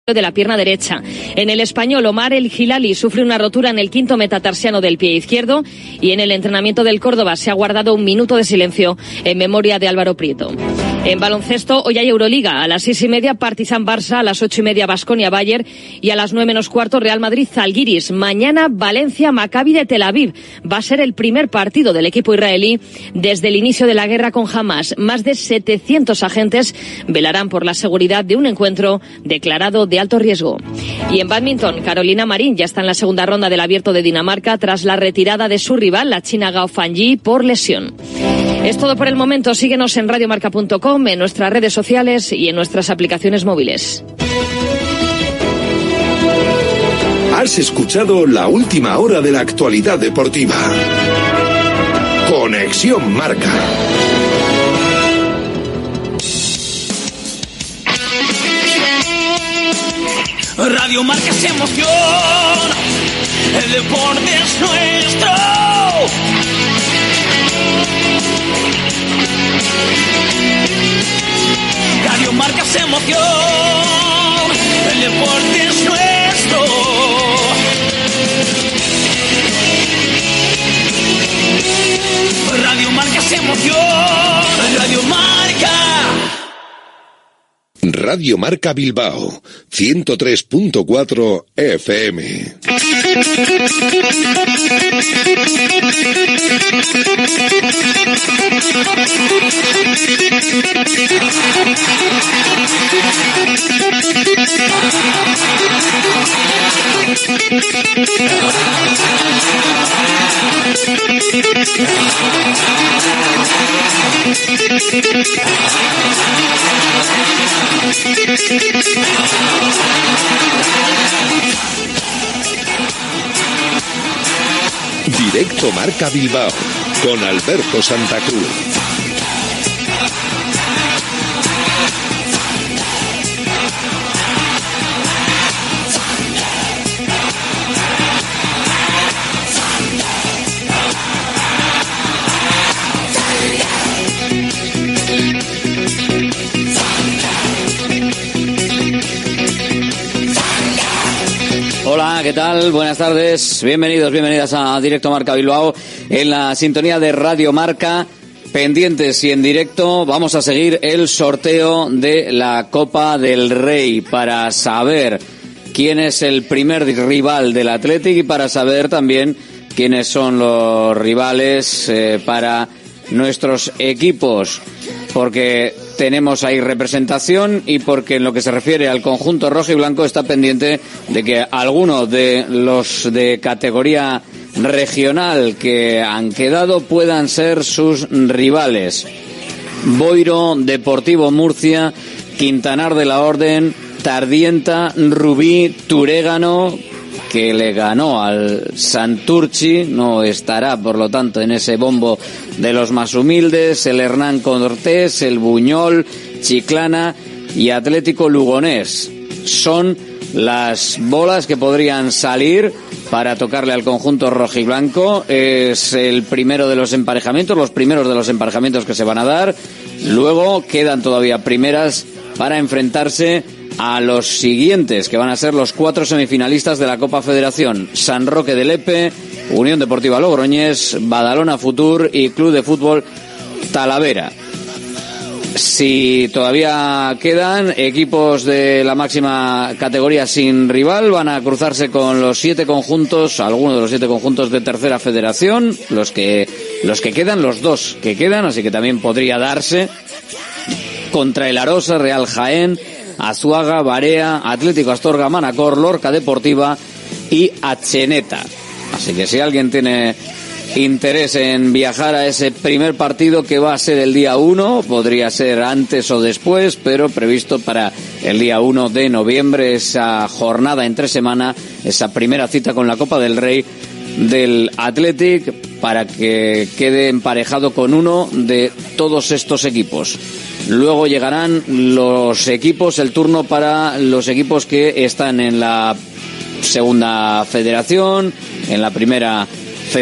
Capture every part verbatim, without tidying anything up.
de la pierna derecha. En el Español, Omar El Hilali sufre una rotura en el quinto metatarsiano del pie izquierdo y en el entrenamiento del Córdoba se ha guardado un minuto de silencio en memoria de Álvaro Prieto. En baloncesto, hoy hay Euroliga. A las seis y media, Partizan Barça, a las ocho y media, Baskonia Bayern y a las nueve menos cuarto, Real Madrid Zalgiris. Mañana, Valencia Maccabi de Tel Aviv. Va a ser el primer partido del equipo israelí desde el inicio de la guerra con Hamas. Más de setecientos agentes velarán por la seguridad de un encuentro declarado de alto riesgo. Y en bádminton, Carolina Marín ya está en la segunda ronda del Abierto de Dinamarca tras la retirada de su rival, la china Gao Fanyi, por lesión. Es todo por el momento. Síguenos en radiomarca punto com, en nuestras redes sociales y en nuestras aplicaciones móviles. Has escuchado la última hora de la actualidad deportiva. Conexión Marca. Radio Marca es emoción, el deporte es nuestro. Radio Marca es emoción, el deporte es nuestro. Radio Marca es emoción, Radio Marca. Radio Marca Bilbao, ciento tres punto cuatro F M. Directo Marca Bilbao con Alberto Santa Cruz. Hola, ¿qué tal? Buenas tardes. Bienvenidos, bienvenidas a Directo Marca Bilbao en la sintonía de Radio Marca. Pendientes y en directo vamos a seguir el sorteo de la Copa del Rey para saber quién es el primer rival del Athletic y para saber también quiénes son los rivales eh, para nuestros equipos, porque tenemos ahí representación y porque en lo que se refiere al conjunto rojo y blanco está pendiente de que algunos de los de categoría regional que han quedado puedan ser sus rivales. Boiro, Deportivo Murcia, Quintanar de la Orden, Tardienta, Rubí, Turégano, que le ganó al Santurchi, no estará por lo tanto en ese bombo de los más humildes, el Hernán Cortés, el Buñol, Chiclana y Atlético Lugonés. Son las bolas que podrían salir para tocarle al conjunto rojiblanco. Es el primero de los emparejamientos, los primeros de los emparejamientos que se van a dar. Luego quedan todavía primeras para enfrentarse a los siguientes, que van a ser los cuatro semifinalistas de la Copa Federación: San Roque de Lepe, Unión Deportiva Logroñés, Badalona Futur y Club de Fútbol Talavera. Si todavía quedan equipos de la máxima categoría sin rival, van a cruzarse con los siete conjuntos, algunos de los siete conjuntos de Tercera Federación, los que los que quedan, los dos que quedan, así que también podría darse contra el Arosa, Real Jaén, Azuaga, Barea, Atlético Astorga, Manacor, Lorca Deportiva y Atxeneta. Así que si alguien tiene interés en viajar a ese primer partido, que va a ser el día uno, podría ser antes o después, pero previsto para el día uno de noviembre, esa jornada entre semana, esa primera cita con la Copa del Rey del Athletic, para que quede emparejado con uno de todos estos equipos. Luego llegarán los equipos, el turno para los equipos que están en la segunda federación, en la primera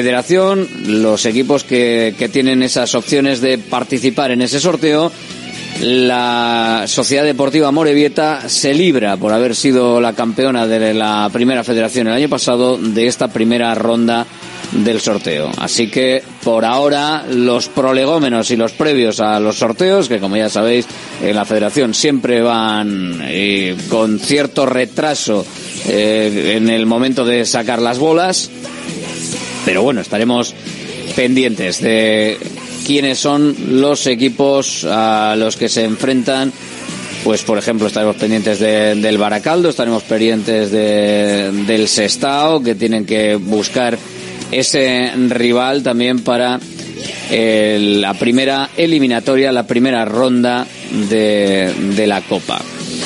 federación, los equipos que, que tienen esas opciones de participar en ese sorteo, la Sociedad Deportiva Amorebieta se libra, por haber sido la campeona de la Primera Federación el año pasado, de esta primera ronda del sorteo. Así que por ahora los prolegómenos y los previos a los sorteos, que como ya sabéis en la Federación siempre van eh, con cierto retraso eh, en el momento de sacar las bolas, pero bueno, estaremos pendientes de quiénes son los equipos a los que se enfrentan. Pues por ejemplo estaremos pendientes de, del Baracaldo, estaremos pendientes de, del Sestao, que tienen que buscar ese rival también para eh, la primera eliminatoria, la primera ronda de, de la Copa.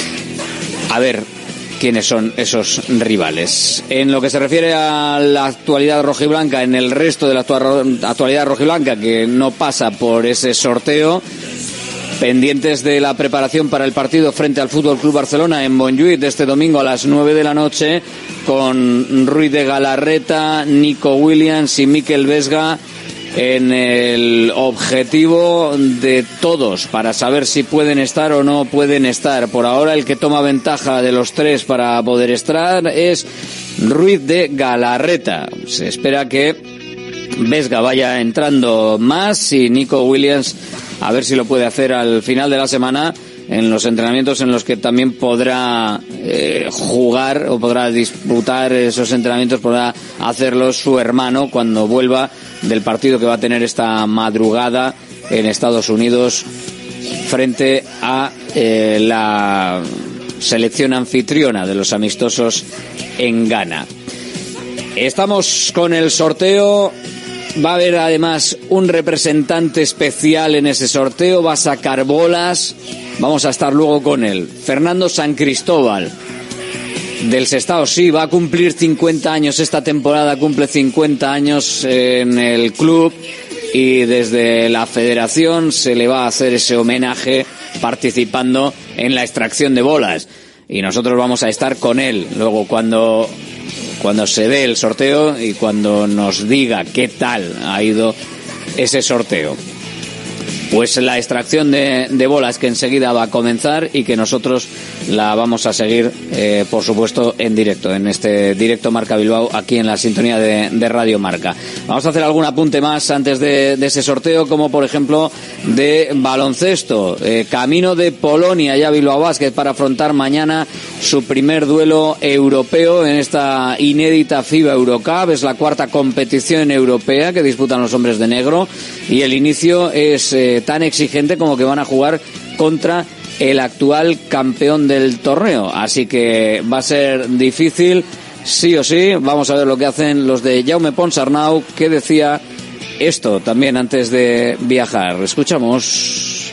A ver quiénes son esos rivales. En lo que se refiere a la actualidad rojiblanca, en el resto de la actualidad rojiblanca que no pasa por ese sorteo, pendientes de la preparación para el partido frente al Fútbol Club Barcelona en Montjuïc este domingo a las nueve de la noche, con Ruiz de Galarreta, Nico Williams y Mikel Vesga en el objetivo de todos para saber si pueden estar o no pueden estar. Por ahora el que toma ventaja de los tres para poder estar es Ruiz de Galarreta. Se espera que Vesga vaya entrando más y Nico Williams a ver si lo puede hacer al final de la semana en los entrenamientos en los que también podrá eh, jugar o podrá disputar esos entrenamientos, podrá hacerlos su hermano cuando vuelva del partido que va a tener esta madrugada en Estados Unidos frente a eh, la selección anfitriona de los amistosos en Ghana. Estamos con el sorteo. Va a haber además un representante especial en ese sorteo, va a sacar bolas, vamos a estar luego con él. Fernando San Cristóbal, del Sestao, sí, va a cumplir cincuenta años esta temporada, cumple cincuenta años en el club y desde la federación se le va a hacer ese homenaje participando en la extracción de bolas. Y nosotros vamos a estar con él luego cuando... cuando se dé el sorteo y cuando nos diga qué tal ha ido ese sorteo. Pues la extracción de, de bolas que enseguida va a comenzar y que nosotros la vamos a seguir, eh, por supuesto, en directo, en este directo Marca Bilbao, aquí en la sintonía de, de Radio Marca. Vamos a hacer algún apunte más antes de, de ese sorteo, como por ejemplo de baloncesto. Eh, camino de Polonia ya Bilbao Basket para afrontar mañana su primer duelo europeo en esta inédita FIBA Eurocup. Es la cuarta competición europea que disputan los hombres de negro y el inicio es eh, tan exigente como que van a jugar contra el actual campeón del torneo, así que va a ser difícil sí o sí. Vamos a ver lo que hacen los de Jaume Ponsarnau, que decía esto también antes de viajar. Escuchamos.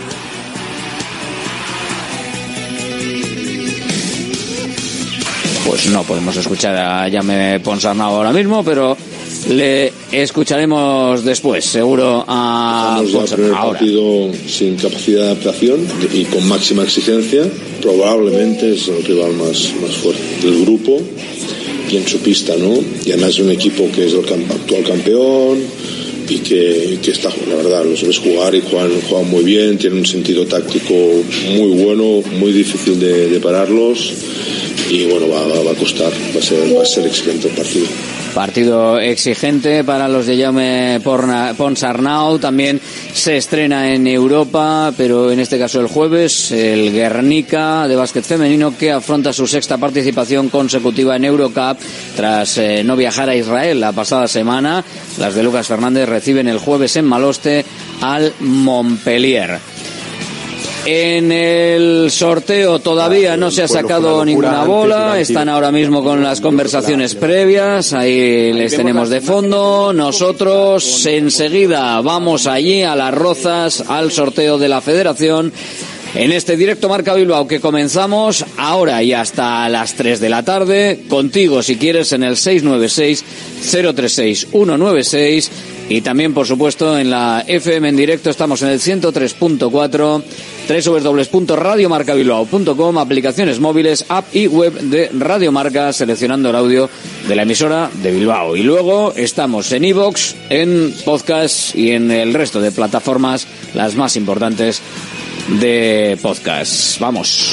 Pues no podemos escuchar a Jaume Ponsarnau ahora mismo, pero le escucharemos después, seguro, a Estamos ya el primer partido sin capacidad de adaptación y con máxima exigencia. Probablemente es el rival más, más fuerte del grupo y en su pista, ¿no? Y además es un equipo que es el actual campeón y que, que está, la verdad, los ves jugar y juegan, juegan muy bien, tienen un sentido táctico muy bueno, muy difícil de, de pararlos y bueno, va, va, va a costar, va a ser, va a ser excelente el partido. Partido exigente para los de Jaume Ponsarnau. También se estrena en Europa, pero en este caso el jueves, el Guernica de básquet femenino, que afronta su sexta participación consecutiva en Eurocup tras eh, no viajar a Israel la pasada semana. Las de Lucas Fernández reciben el jueves en Maloste al Montpellier. En el sorteo todavía no se ha sacado ninguna bola, están ahora mismo con las conversaciones previas, ahí les tenemos de fondo. Nosotros enseguida vamos allí a Las Rozas al sorteo de la Federación en este directo Marca Bilbao que comenzamos ahora y hasta las tres de la tarde, contigo si quieres en el seis nueve seis, cero tres seis, uno nueve seis y también por supuesto en la F M en directo estamos en el ciento tres punto cuatro, doble u doble u doble u punto radio marca bilbao punto com, aplicaciones móviles, app y web de Radio Marca, seleccionando el audio de la emisora de Bilbao. Y luego estamos en iVoox, en podcast y en el resto de plataformas, las más importantes de podcast. Vamos.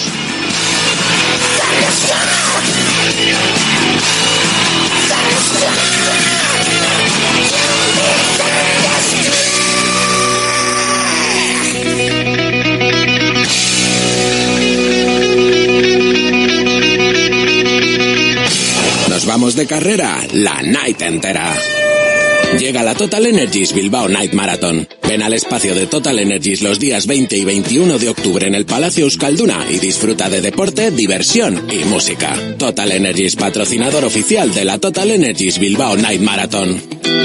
Nos vamos de carrera la night entera. Llega la Total Energies Bilbao Night Marathon. Ven al espacio de Total Energies los días veinte y veintiuno de octubre en el Palacio Euskalduna y disfruta de deporte, diversión y música. Total Energies, patrocinador oficial de la Total Energies Bilbao Night Marathon.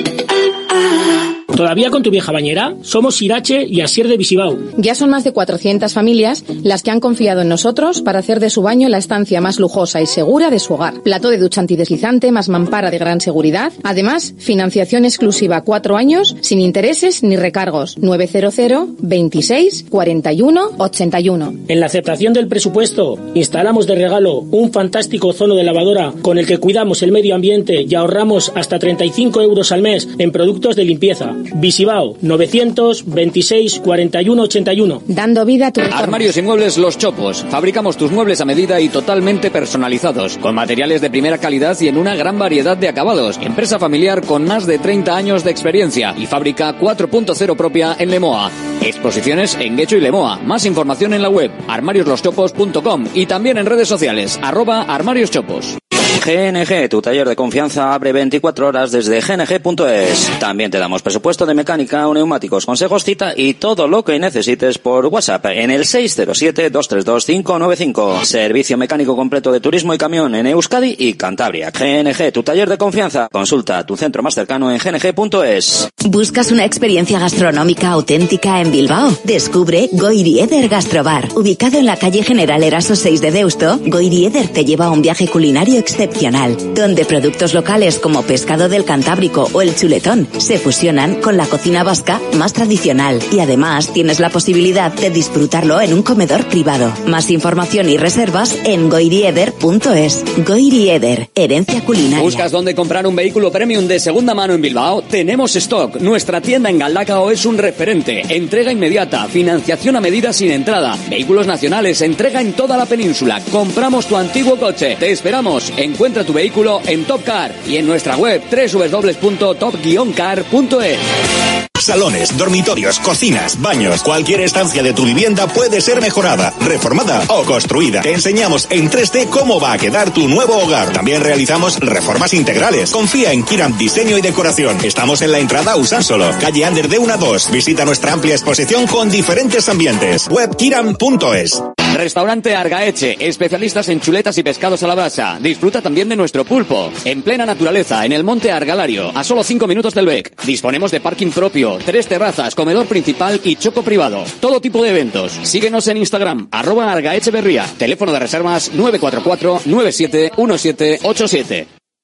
¿Todavía con tu vieja bañera? Somos Irache y Asier de Visibao. Ya son más de cuatrocientas familias las que han confiado en nosotros para hacer de su baño la estancia más lujosa y segura de su hogar. Plato de ducha antideslizante más mampara de gran seguridad. Además, financiación exclusiva cuatro años sin intereses ni recargos. nueve cero cero, veintiséis, cuarenta y uno, ochenta y uno. En la aceptación del presupuesto, instalamos de regalo un fantástico zono de lavadora con el que cuidamos el medio ambiente y ahorramos hasta treinta y cinco euros al mes en productos de limpieza. Visibao, novecientos veintiséis, cuarenta y uno, ochenta y uno. Dando vida a tu reforma. Armarios y Muebles Los Chopos. Fabricamos tus muebles a medida y totalmente personalizados, con materiales de primera calidad y en una gran variedad de acabados. Empresa familiar con más de treinta años de experiencia y fábrica cuatro punto cero propia en Lemoa. Exposiciones en Guecho y Lemoa. Más información en la web armarios los chopos punto com y también en redes sociales arroba armarioschopos. G N G, tu taller de confianza, abre veinticuatro horas desde g n g punto es. También te damos presupuesto de mecánica, neumáticos, consejos, cita y todo lo que necesites por WhatsApp en el seis cero siete, dos tres dos, cinco nueve cinco. Servicio mecánico completo de turismo y camión en Euskadi y Cantabria. G N G, tu taller de confianza. Consulta tu centro más cercano en g n g punto es. ¿Buscas una experiencia gastronómica auténtica en Bilbao? Descubre Goiri Eder Gastrobar. Ubicado en la calle General Eraso seis de Deusto, Goiri Eder te lleva a un viaje culinario excepcional, donde productos locales como pescado del Cantábrico o el chuletón se fusionan con la cocina vasca más tradicional y además tienes la posibilidad de disfrutarlo en un comedor privado. Más información y reservas en goirieder punto es. Goiri Eder, herencia culinaria. ¿Buscas dónde comprar un vehículo premium de segunda mano en Bilbao? Tenemos stock. Nuestra tienda en Galdakao es un referente. Entrega inmediata, financiación a medida sin entrada, vehículos nacionales, entrega en toda la península. Compramos tu antiguo coche. Te esperamos. Encuentra tu vehículo en Top Car y en nuestra web doble u doble u doble u punto top guion car punto es. Salones, dormitorios, cocinas, baños, cualquier estancia de tu vivienda puede ser mejorada, reformada o construida. Te enseñamos en tres D cómo va a quedar tu nuevo hogar. También realizamos reformas integrales. Confía en Kiram Diseño y Decoración. Estamos en la entrada a Usánsolo, calle Ander de uno a dos. Visita nuestra amplia exposición con diferentes ambientes. web kiram punto es. Restaurante Argaeche, especialistas en chuletas y pescados a la brasa. Disfruta también de nuestro pulpo. En plena naturaleza, en el monte Argalario, a solo cinco minutos del Bec. Disponemos de parking propio, tres terrazas, comedor principal y choco privado. Todo tipo de eventos. Síguenos en Instagram, arroba Argaecheverría. Teléfono de reservas nueve cuatro cuatro, nueve siete uno siete ocho siete.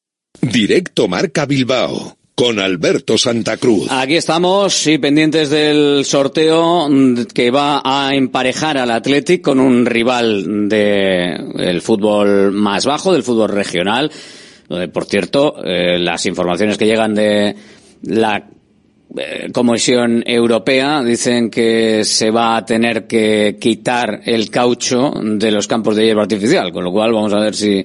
Directo Marca Bilbao. Con Alberto Santa Cruz. Aquí estamos y pendientes del sorteo que va a emparejar al Athletic con un rival del fútbol más bajo, del fútbol regional, donde, por cierto, eh, las informaciones que llegan de la eh, Comisión Europea dicen que se va a tener que quitar el caucho de los campos de hierba artificial, con lo cual vamos a ver si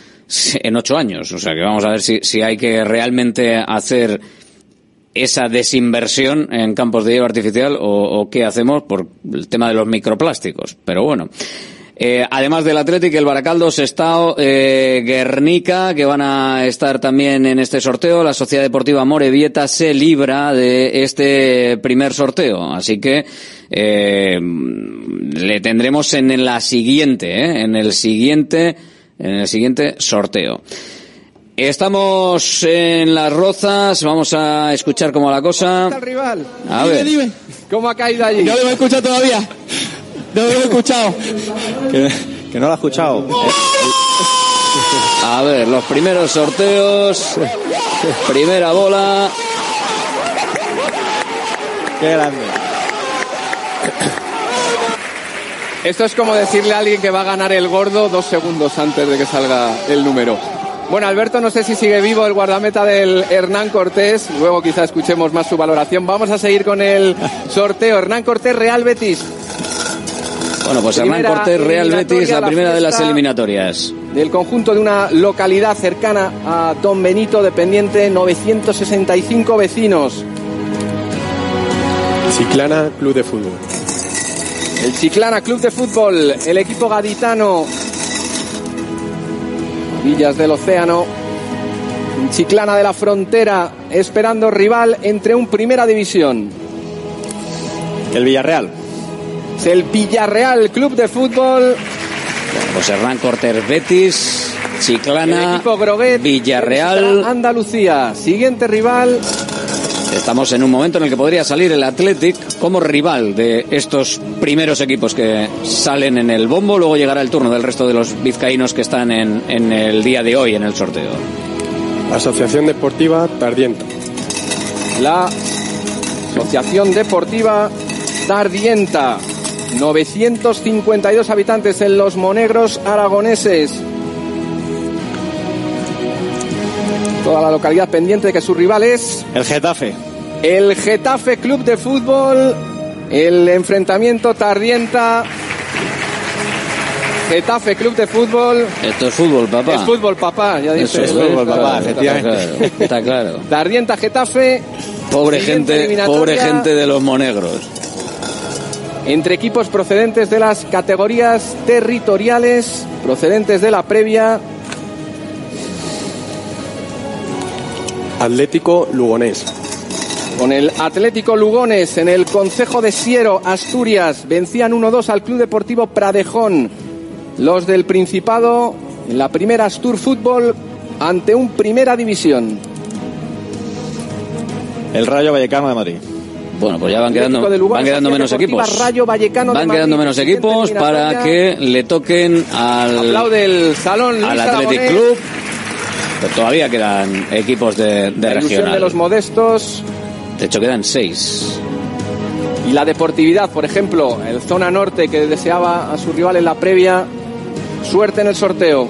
en ocho años, o sea que vamos a ver si, si hay que realmente hacer esa desinversión en campos de hierba artificial o, o qué hacemos por el tema de los microplásticos. Pero bueno, eh, además del Athletic, el Baracaldo, Sestao, eh, Guernica, que van a estar también en este sorteo. La Sociedad Deportiva Morevieta se libra de este primer sorteo, así que eh, le tendremos en la siguiente, ¿eh? en el siguiente en el siguiente sorteo. Estamos en Las Rozas, vamos a escuchar cómo la cosa. ¿Cómo está el rival? A dime, ver. dime. ¿Cómo ha caído allí? No lo he escuchado todavía. No lo he escuchado. Que, que no lo ha escuchado. A ver, los primeros sorteos. Primera bola. Qué grande. Esto es como decirle a alguien que va a ganar el gordo dos segundos antes de que salga el número. Bueno, Alberto, no sé si sigue vivo el guardameta del Hernán Cortés. Luego quizá escuchemos más su valoración. Vamos a seguir con el sorteo. Hernán Cortés, Real Betis. Bueno, pues Hernán Cortés, Real Betis, la primera de las eliminatorias. Del conjunto de una localidad cercana a Don Benito, dependiente, novecientos sesenta y cinco vecinos. Chiclana Club de Fútbol. El Chiclana Club de Fútbol, el equipo gaditano. Villas del Océano. Chiclana de la Frontera, esperando rival entre un Primera División. El Villarreal. Es el Villarreal Club de Fútbol. Pues Hernán Cortés, Betis, Chiclana, el equipo Groguet, Villarreal, Andalucía. Siguiente rival. Estamos en un momento en el que podría salir el Athletic como rival de estos primeros equipos que salen en el bombo. Luego llegará el turno del resto de los vizcaínos que están en, en el día de hoy en el sorteo. Asociación Deportiva Tardienta. La Asociación Deportiva Tardienta. novecientos cincuenta y dos habitantes en los Monegros aragoneses. Toda la localidad pendiente de que su rival es el Getafe. El Getafe Club de Fútbol. El enfrentamiento Tardienta Getafe Club de Fútbol. Esto es fútbol, papá. Es fútbol, papá, ya dice. Eso es fútbol, papá, efectivamente. Está claro. Está claro. Tardienta Getafe. Pobre gente, pobre gente de los Monegros. Entre equipos procedentes de las categorías territoriales, procedentes de la previa. Atlético Lugonés. Con el Atlético Lugones en el concejo de Siero, Asturias, vencían uno dos al Club Deportivo Pradejón. Los del Principado en la primera Astur Fútbol ante un Primera División. El Rayo Vallecano de Madrid. Bueno, pues ya van quedando, van quedando menos equipos. Rayo Vallecano van quedando menos equipos para que le toquen al, Aplaude el salón al Athletic Club. Pero todavía quedan equipos de, de la regional. De los modestos. De hecho, quedan seis. Y la deportividad, por ejemplo, el Zona Norte, que deseaba a su rival en la previa. Suerte en el sorteo.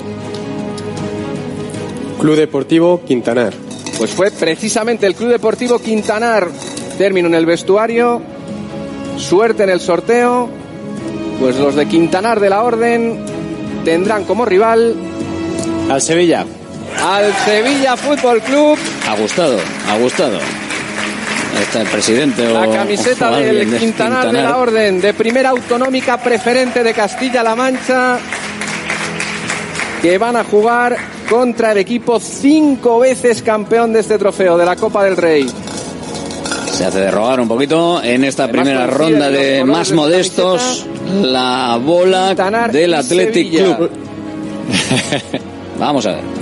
Club Deportivo Quintanar. Pues fue precisamente el Club Deportivo Quintanar. Término en el vestuario. Suerte en el sorteo. Pues los de Quintanar de la Orden tendrán como rival al Sevilla. Al Sevilla Fútbol Club. Ha gustado, ha gustado. Está el presidente o la camiseta o del de Quintanar, Quintanar de la Orden, de Primera Autonómica Preferente de Castilla-La Mancha, que van a jugar contra el equipo cinco veces campeón de este trofeo, de la Copa del Rey. Se hace de rogar un poquito en esta Además, primera ronda de más modestos la bola Quintanar del Athletic Sevilla. Club. Vamos a ver.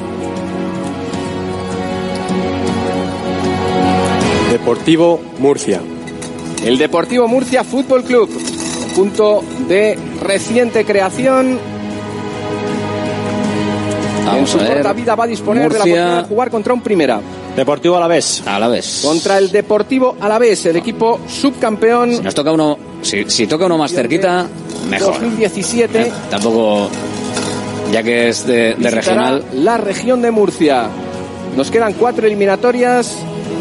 Deportivo Murcia. El Deportivo Murcia Fútbol Club, punto de reciente creación. Vamos en su a ver. corta vida va a disponer Murcia. de la oportunidad de jugar contra un Primera. Deportivo Alavés. Alavés. Contra el Deportivo Alavés, el equipo subcampeón. Si nos toca uno, si, si toca uno más cerquita, mejor. dos mil diecisiete. Eh, tampoco, ya que es de, de regional. La región de Murcia. Nos quedan cuatro eliminatorias.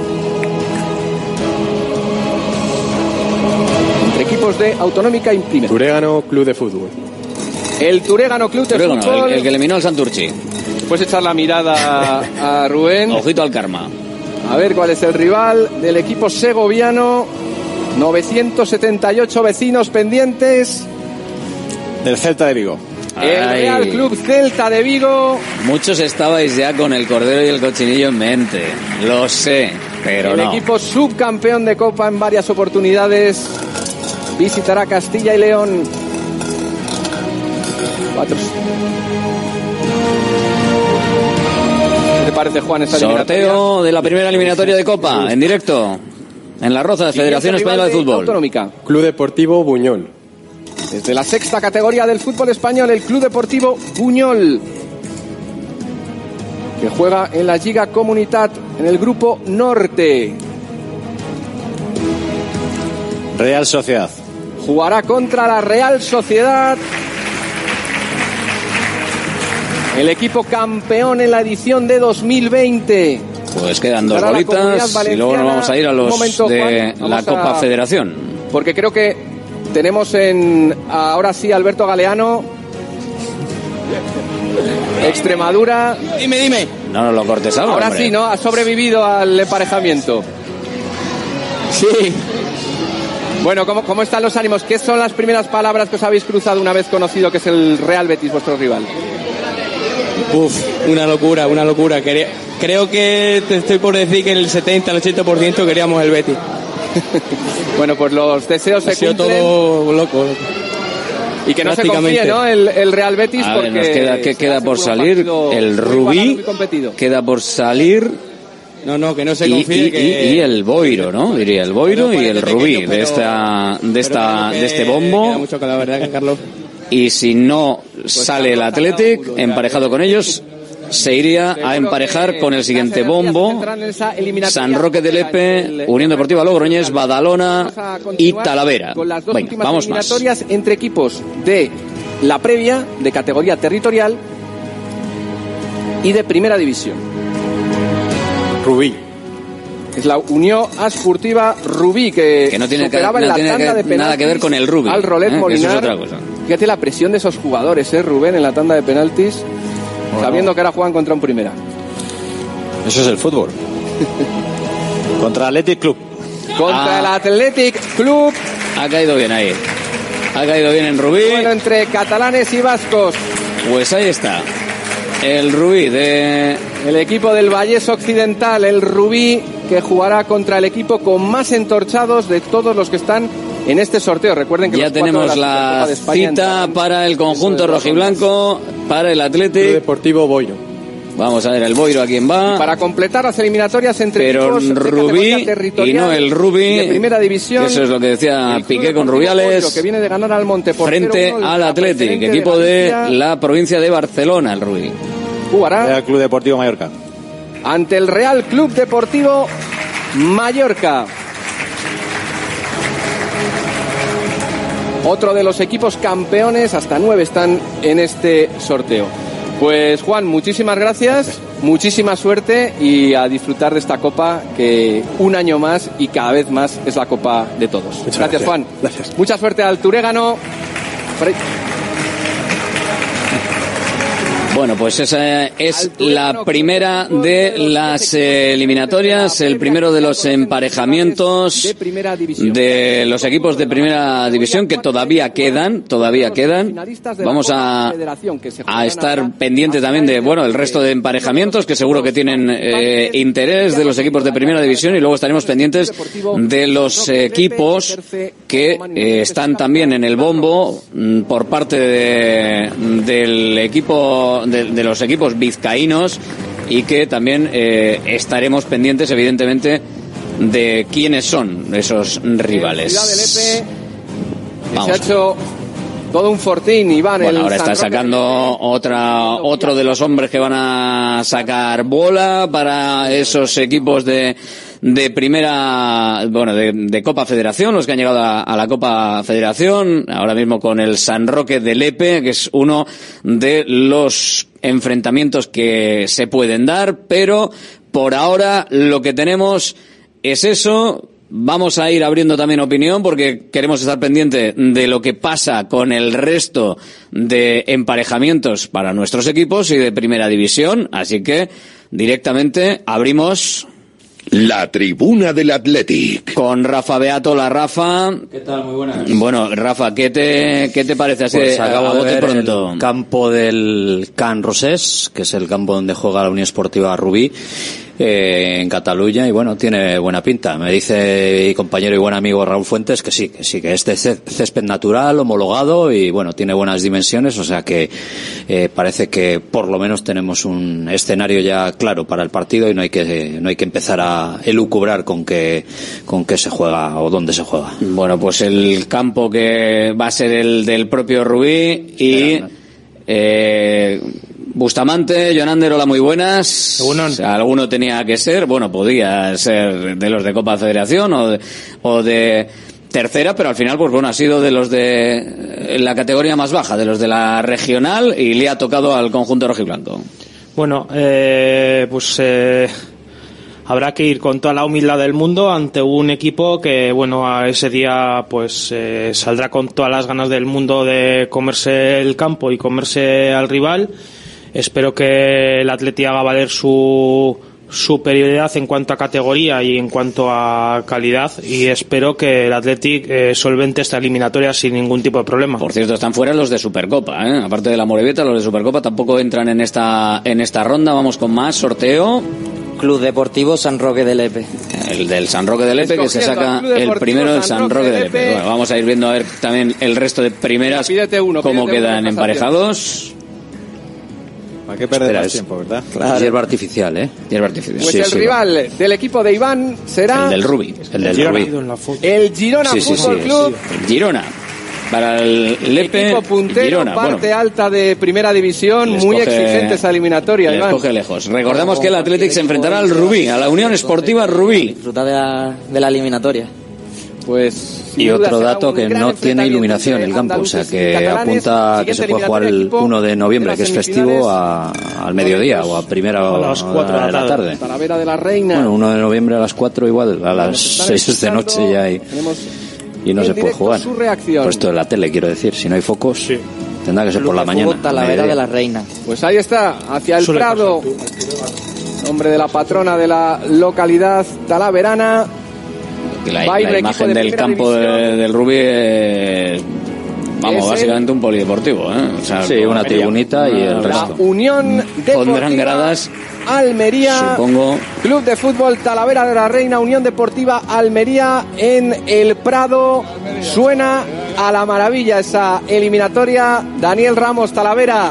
Entre equipos de Autonómica y Primera. Turégano Club de Fútbol. El Turégano Club de Turégano, Fútbol. El, el que eliminó al Santurchi. Puedes echar la mirada a, a Rubén. Ojito al karma. A ver cuál es el rival del equipo segoviano. novecientos setenta y ocho vecinos pendientes. Del Celta de Vigo. El Ay. Real Club Celta de Vigo. Muchos estabais ya con el cordero y el cochinillo en mente. Lo sé, pero el no. El equipo subcampeón de Copa en varias oportunidades visitará Castilla y León. Cuatro. ¿Qué te parece, Juan, esta sorteo de la primera eliminatoria de Copa en directo en La Roza, Federación Española de Fútbol. Autonómica. Club Deportivo Buñol. Desde la sexta categoría del fútbol español, el Club Deportivo Buñol, que juega en la Lliga Comunitat en el grupo Norte. Real Sociedad. Jugará contra la Real Sociedad. El equipo campeón en la edición de dos mil veinte. Pues quedan dos bolitas y luego nos vamos a ir a los de la Copa Federación. Porque creo que tenemos en ahora sí Alberto Galeano. Extremadura. Dime, dime. No nos lo cortes algo, Ahora hombre. sí, ¿no? Ha sobrevivido al emparejamiento. Sí. Bueno, ¿cómo, ¿cómo están los ánimos? ¿Qué son las primeras palabras que os habéis cruzado una vez conocido que es el Real Betis, vuestro rival? Uf, una locura, una locura. Quería, creo que te estoy por decir que el setenta al ochenta por ciento queríamos el Betis. Bueno, pues los deseos ha se cumplen. todo loco. Y que no se confíe, ¿no? El, el Real Betis, A porque ver, nos queda, ¿qué queda por salir? El Rubí queda por salir. No, no, que no se y, confíe y, que... y, y el Boiro, ¿no? Diría el Boiro y el Rubí de esta de esta de este bombo. Queda mucho que la verdad, Carlos. Y si no sale el Athletic emparejado con ellos, se iría a emparejar con el siguiente bombo: San Roque de Lepe, Unión Deportiva Logroñés, Badalona y Talavera. Con las dos Venga, últimas vamos más. eliminatorias entre equipos de la previa, de categoría territorial y de primera división. Rubí. Es la Unión Esportiva Rubí, que, Que no tiene, que, superaba en no la tiene tanda que- de penaltis nada que ver con el Rubí. al Rolet ¿eh? Que Molinar. Eso es otra cosa. Fíjate la presión de esos jugadores, ¿eh, Rubén, en la tanda de penaltis, Bueno. sabiendo que ahora juegan contra un primera. Eso es el fútbol. Contra Athletic Club. Contra Ah. el Athletic Club. Ha caído bien ahí. Ha caído bien en Rubí. Bueno, entre catalanes y vascos. Pues ahí está. El Rubí de... El equipo del Vallés Occidental, el Rubí, que jugará contra el equipo con más entorchados de todos los que están en este sorteo. Recuerden que Ya los cuatro tenemos de la la Supercopa de España cita entrarán para el conjunto rojiblanco, para el Club Athletic. Deportivo Boiro. Vamos a ver el Boiro a quién va. para completar las eliminatorias entre Pero equipos de Rubí categoría territorial y no el Rubí, de primera división. que eso es lo que decía El Club Piqué con Deportivo Rubiales, Boiro, que viene de ganar al Monte por frente cero uno, al la Athletic, preferente equipo de Galicia. la provincia de Barcelona, el Rubí. Jugará Real Club Deportivo Mallorca. ante el Real Club Deportivo Mallorca. Otro de los equipos campeones, hasta nueve están en este sorteo. Pues Juan, muchísimas gracias, muchísima suerte y a disfrutar de esta copa que un año más y cada vez más es la copa de todos. Muchas Gracias, gracias. Juan. Gracias. Mucha suerte al Turégano. Bueno, pues esa es la primera de las eh, eliminatorias, el primero de los emparejamientos de los equipos de primera división que todavía quedan, todavía quedan. Vamos a, a estar pendientes también de, bueno, el resto de emparejamientos que seguro que tienen eh, interés de los equipos de primera división, y luego estaremos pendientes de los equipos que eh, están también en el bombo mm, por parte de, del equipo de, de los equipos vizcaínos, y que también eh, estaremos pendientes evidentemente de quiénes son esos rivales. Se ha Vamos. hecho todo un fortín, Iván. Bueno, el ahora está San Roque. sacando otra otro de los hombres que van a sacar bola para esos equipos de de primera, bueno, de, de Copa Federación, los que han llegado a, a la Copa Federación, ahora mismo con el San Roque de Lepe, que es uno de los enfrentamientos que se pueden dar, pero por ahora lo que tenemos es eso. Vamos a ir abriendo también opinión porque queremos estar pendiente de lo que pasa con el resto de emparejamientos para nuestros equipos y de primera división, así que directamente abrimos la tribuna del Athletic con Rafa Beato. La Rafa. ¿Qué tal? Muy buenas. Bueno, Rafa, ¿qué te, qué te parece así Pues a, acabo a de bote ver pronto? el campo del Can Rosés, que es el campo donde juega la Unión Esportiva Rubí, eh, en Cataluña, y bueno, tiene buena pinta. Me dice mi compañero y buen amigo Raúl Fuentes que sí, que sí, que es de césped natural, homologado, y bueno, tiene buenas dimensiones, o sea que eh, parece que por lo menos tenemos un escenario ya claro para el partido y no hay que no hay que empezar a elucubrar con qué con qué se juega o dónde se juega. Bueno, pues el campo que va a ser el del propio Rubí y eh, Bustamante, Jonander, hola, muy buenas. O sea, alguno tenía que ser, bueno, podía ser de los de Copa Federación o de, o de tercera, pero al final, pues bueno, ha sido de los de la categoría más baja, de los de la regional, y le ha tocado al conjunto rojiblanco. Bueno, eh, pues eh, habrá que ir con toda la humildad del mundo ante un equipo que, bueno, a ese día pues eh, saldrá con todas las ganas del mundo de comerse el campo y comerse al rival. Espero que el Atleti haga valer su superioridad en cuanto a categoría y en cuanto a calidad, y espero que el Athletic eh, solvente esta eliminatoria sin ningún tipo de problema. Por cierto, están fuera los de Supercopa, ¿eh? Aparte de la Morevieta, los de Supercopa tampoco entran en esta en esta ronda. Vamos con más sorteo. Club Deportivo San Roque de Lepe. El del San Roque de Lepe, que se saca el primero del San Roque de Lepe. Bueno, vamos a ir viendo a ver también el resto de primeras, uno, cómo quedan emparejados. ¿Para qué perder más tiempo, verdad? Claro. Hierba artificial, ¿eh? Hierba artificial. Pues sí, el sí, rival va. del equipo de Iván será... El del Rubí. El del Girona. Rubí. El Girona sí, sí, Fútbol sí, Club. Sí. El Girona. Para el Lepe, equipo puntero, Girona. parte Bueno, alta de primera división, les muy coge, exigente esa eliminatoria, les Iván. coge lejos. Recordamos que el Athletic se enfrentará al Rubí, a la Unión Esportiva Rubí. Disfrutar de la, de la eliminatoria. Pues... Y otro dato, que no tiene iluminación el campo, o sea que apunta que se puede jugar el uno de noviembre, que es festivo, a, al mediodía o a primera a las cuatro de la tarde. Talavera de la Reina. Bueno, uno de noviembre a las cuatro igual, a las seis de noche ya hay. Y no se puede jugar. Por esto de la tele, quiero decir, si no hay focos, sí. Tendrá que ser por la mañana. Talavera de la Reina. Pues ahí está, hacia el Prado, nombre de la patrona de la localidad talaverana. La, la imagen de del campo de, del Rubí es, vamos, es básicamente el... un polideportivo, ¿eh? O sea, sí, una tribunita y el resto. La Unión Deportiva pondrán gradas, Almería, supongo. Club de Fútbol Talavera de la Reina, Unión Deportiva Almería en el Prado. Suena a la maravilla esa eliminatoria. Daniel Ramos, Talavera.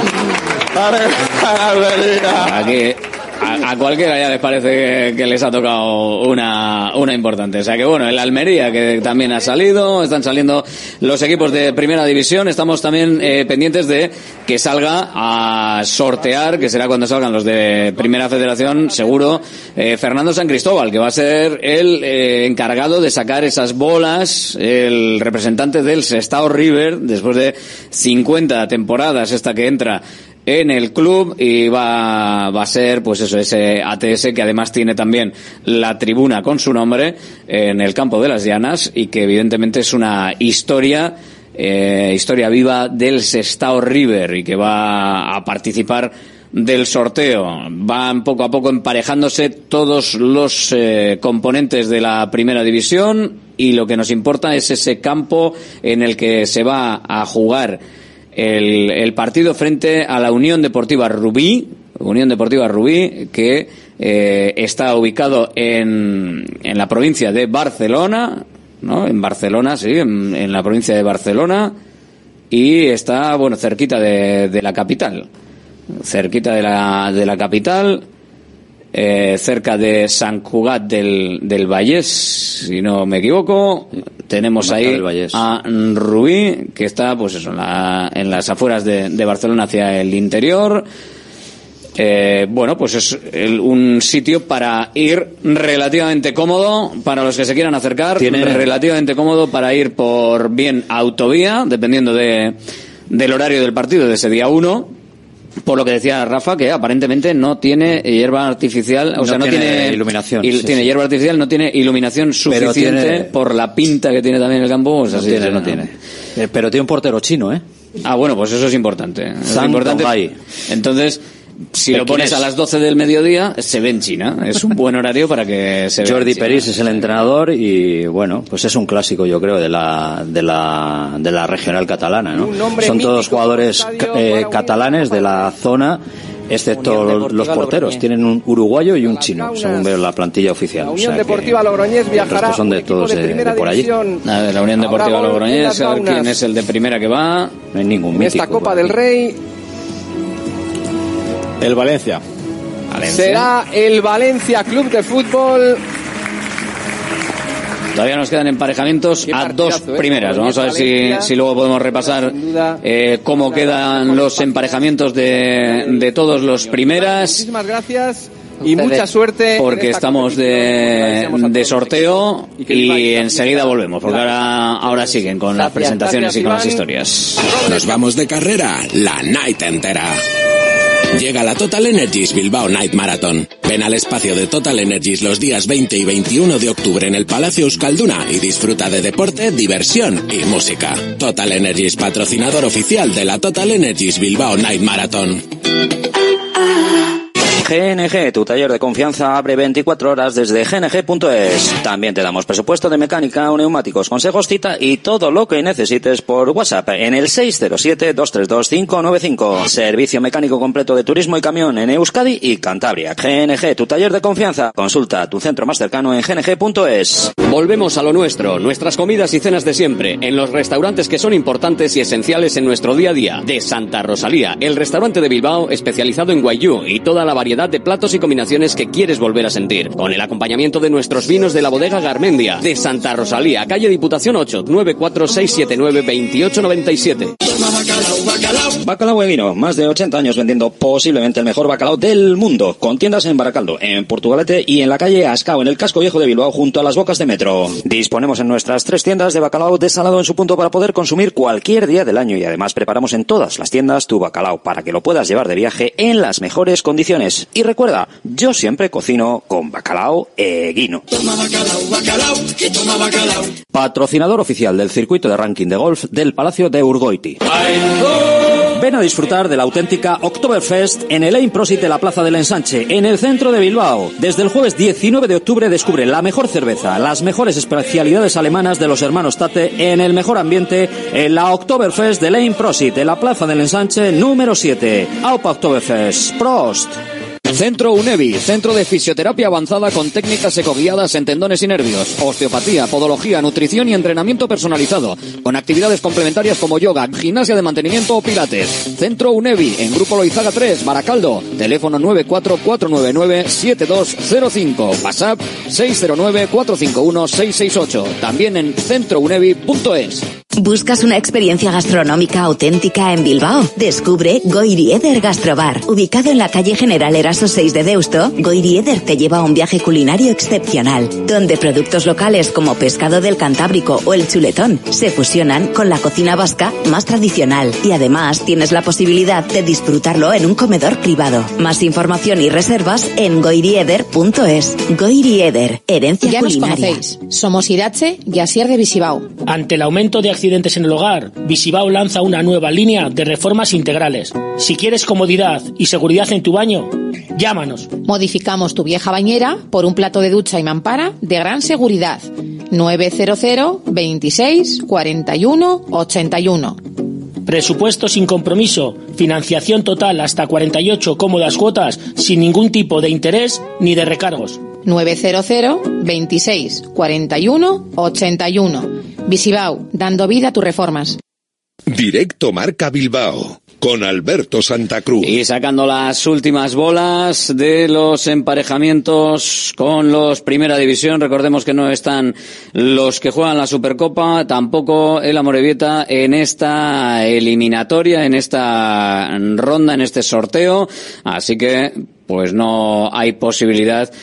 Aquí a, a cualquiera ya les parece que, que les ha tocado una, una importante. O sea que bueno, el Almería, que también ha salido, están saliendo los equipos de primera división. Estamos también eh, pendientes de que salga a sortear, que será cuando salgan los de primera federación, seguro, eh, Fernando San Cristóbal, que va a ser el eh, encargado de sacar esas bolas, el representante del Sestao River, después de cincuenta temporadas, esta que entra en el club, y va, va a ser pues eso, ese A T S que además tiene también la tribuna con su nombre en el campo de las Llanas, y que evidentemente es una historia eh, historia viva del Sestao River, y que va a participar del sorteo. Van poco a poco emparejándose todos los eh, componentes de la primera división, y lo que nos importa es ese campo en el que se va a jugar El, el partido frente a la Unión Deportiva Rubí, Unión Deportiva Rubí, que eh, está ubicado en, en la provincia de Barcelona, ¿no? En Barcelona, sí, en, en la provincia de Barcelona, y está, bueno, cerquita de, de la capital, cerquita de la, de la capital, eh, cerca de Sant Cugat del, del Vallès, si no me equivoco. Tenemos ahí a Rubí, que está pues eso, en, la, en las afueras de, de Barcelona, hacia el interior. Eh, bueno, pues es el, un sitio para ir relativamente cómodo para los que se quieran acercar. ¿Tiene? Relativamente cómodo para ir por bien autovía, dependiendo de, del horario del partido de ese día uno. Por lo que decía Rafa, que aparentemente no tiene hierba artificial, o no sea, no tiene, tiene iluminación. Il, sí, tiene sí. hierba artificial, no tiene iluminación suficiente tiene, por la pinta que tiene también el campo. Pues no así tiene, es, no, no tiene. Eh, pero tiene un portero chino, ¿eh? Ah, bueno, pues eso es importante. Es San importante. Dongai. Entonces, si lo ¿quién pones es? a las doce del mediodía, se ve en China. Es un buen horario para que se vea. Jordi en China. Peris es el entrenador, y bueno, pues es un clásico, yo creo, de la de la de la regional catalana, ¿no? Son todos jugadores eh, catalanes de la zona, excepto los porteros. Tienen un uruguayo y un chino, según veo la plantilla oficial. La Unión o sea Deportiva Logroñés viajará. El son de todos de, de por allí. A ver, la Unión Deportiva Logroñés, a ver quién es el de primera que va. No hay ningún en mítico. esta Copa del Rey. El Valencia. Valencia. Será el Valencia Club de Fútbol. Todavía nos quedan emparejamientos a dos primeras. Vamos a ver si, si luego podemos repasar eh, cómo quedan los emparejamientos de, de todos los primeras. Muchísimas gracias y mucha suerte. Porque estamos de, de sorteo, y enseguida volvemos, porque ahora, ahora siguen con las presentaciones y con las historias. Nos vamos de carrera la night entera. Llega la Total Energies Bilbao Night Marathon. Ven al espacio de Total Energies los días veinte y veintiuno de octubre en el Palacio Euskalduna y disfruta de deporte, diversión y música. Total Energies, patrocinador oficial de la Total Energies Bilbao Night Marathon. G N G, tu taller de confianza, abre veinticuatro horas desde g n g punto es. También te damos presupuesto de mecánica, neumáticos, consejos, cita y todo lo que necesites por WhatsApp en el seis cero siete, dos tres dos, cinco nueve cinco. Servicio mecánico completo de turismo y camión en Euskadi y Cantabria. G N G, tu taller de confianza. Consulta tu centro más cercano en g n g punto es. Volvemos a lo nuestro, nuestras comidas y cenas de siempre, en los restaurantes que son importantes y esenciales en nuestro día a día. De Santa Rosalía, el restaurante de Bilbao especializado en guayú y toda la variedad de platos y combinaciones que quieres volver a sentir, con el acompañamiento de nuestros vinos de la bodega Garmendia. De Santa Rosalía, calle Diputación ocho, nueve cuatro seis siete nueve, dos ocho nueve siete. Bacalao Eguino, más de ochenta años vendiendo posiblemente el mejor bacalao del mundo, con tiendas en Baracaldo, en Portugalete y en la calle Ascao, en el casco viejo de Bilbao, junto a las bocas de metro. Disponemos en nuestras tres tiendas de bacalao desalado en su punto para poder consumir cualquier día del año, y además preparamos en todas las tiendas tu bacalao para que lo puedas llevar de viaje en las mejores condiciones. Y recuerda, yo siempre cocino con Bacalao Eguino. Toma bacalao, bacalao, que toma bacalao. Patrocinador oficial del circuito de ranking de golf del Palacio de Urgoiti. Ven a disfrutar de la auténtica Oktoberfest en el Ain Prosit de la Plaza del Ensanche, en el centro de Bilbao. Desde el jueves diecinueve de octubre descubre la mejor cerveza, las mejores especialidades alemanas de los hermanos Tate en el mejor ambiente en la Oktoberfest del Ain Prosit de la Plaza del Ensanche número siete. Aupa Oktoberfest. Prost. Centro UNEVI, centro de fisioterapia avanzada con técnicas ecoguiadas en tendones y nervios, osteopatía, podología, nutrición y entrenamiento personalizado, con actividades complementarias como yoga, gimnasia de mantenimiento o pilates. Centro UNEVI, en Grupo Loizaga tres, Baracaldo, teléfono nueve cuatro cuatro nueve nueve siete dos cero cinco, WhatsApp seis cero nueve cuatro cinco uno seis seis ocho, también en centro unevi punto es. ¿Buscas una experiencia gastronómica auténtica en Bilbao? Descubre Goiri Eder Gastrobar. Ubicado en la calle General Eraso seis de Deusto, Goiri Eder te lleva a un viaje culinario excepcional, donde productos locales como pescado del Cantábrico o el chuletón se fusionan con la cocina vasca más tradicional, y además tienes la posibilidad de disfrutarlo en un comedor privado. Más información y reservas en goirieder punto es. Goiri Eder, herencia ya culinaria. Ya nos conocéis. Somos Irache y Asier de Visibao. Ante el aumento de accidentes en el hogar, Visibao lanza una nueva línea de reformas integrales. Si quieres comodidad y seguridad en tu baño, llámanos. Modificamos tu vieja bañera por un plato de ducha y mampara de gran seguridad. nueve cero cero, veintiséis, cuarenta y uno, ochenta y uno. Presupuesto sin compromiso, financiación total hasta cuarenta y ocho cómodas cuotas sin ningún tipo de interés ni de recargos. nueve cero cero, veintiséis, cuarenta y uno, ochenta y uno. Visibao, dando vida a tus reformas. Directo Marca Bilbao, con Alberto Santa Cruz. Y sacando las últimas bolas de los emparejamientos con los Primera División. Recordemos que no están los que juegan la Supercopa, tampoco el Amorebieta en esta eliminatoria, en esta ronda, en este sorteo. Así que, pues no hay posibilidad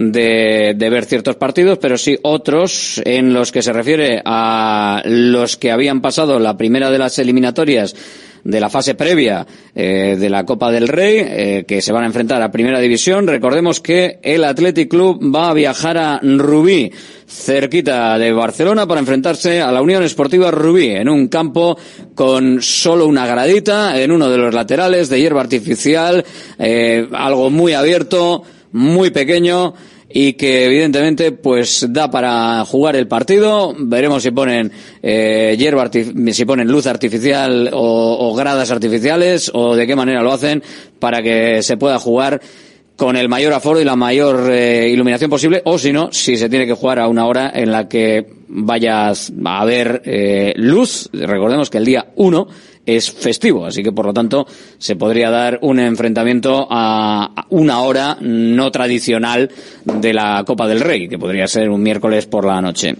de, de ver ciertos partidos, pero sí otros en los que se refiere a los que habían pasado la primera de las eliminatorias de la fase previa eh, de la Copa del Rey, eh, que se van a enfrentar a Primera División. Recordemos que el Athletic Club va a viajar a Rubí, cerquita de Barcelona, para enfrentarse a la Unión Esportiva Rubí, en un campo con solo una gradita, en uno de los laterales, de hierba artificial, eh, algo muy abierto, muy pequeño, y que evidentemente pues da para jugar el partido. Veremos si ponen eh, hierba artif- si ponen luz artificial o, o gradas artificiales, o de qué manera lo hacen para que se pueda jugar con el mayor aforo y la mayor eh, iluminación posible, o si no, si se tiene que jugar a una hora en la que vaya a haber eh, luz. Recordemos que el día uno es festivo, así que por lo tanto se podría dar un enfrentamiento a una hora no tradicional de la Copa del Rey, que podría ser un miércoles por la noche.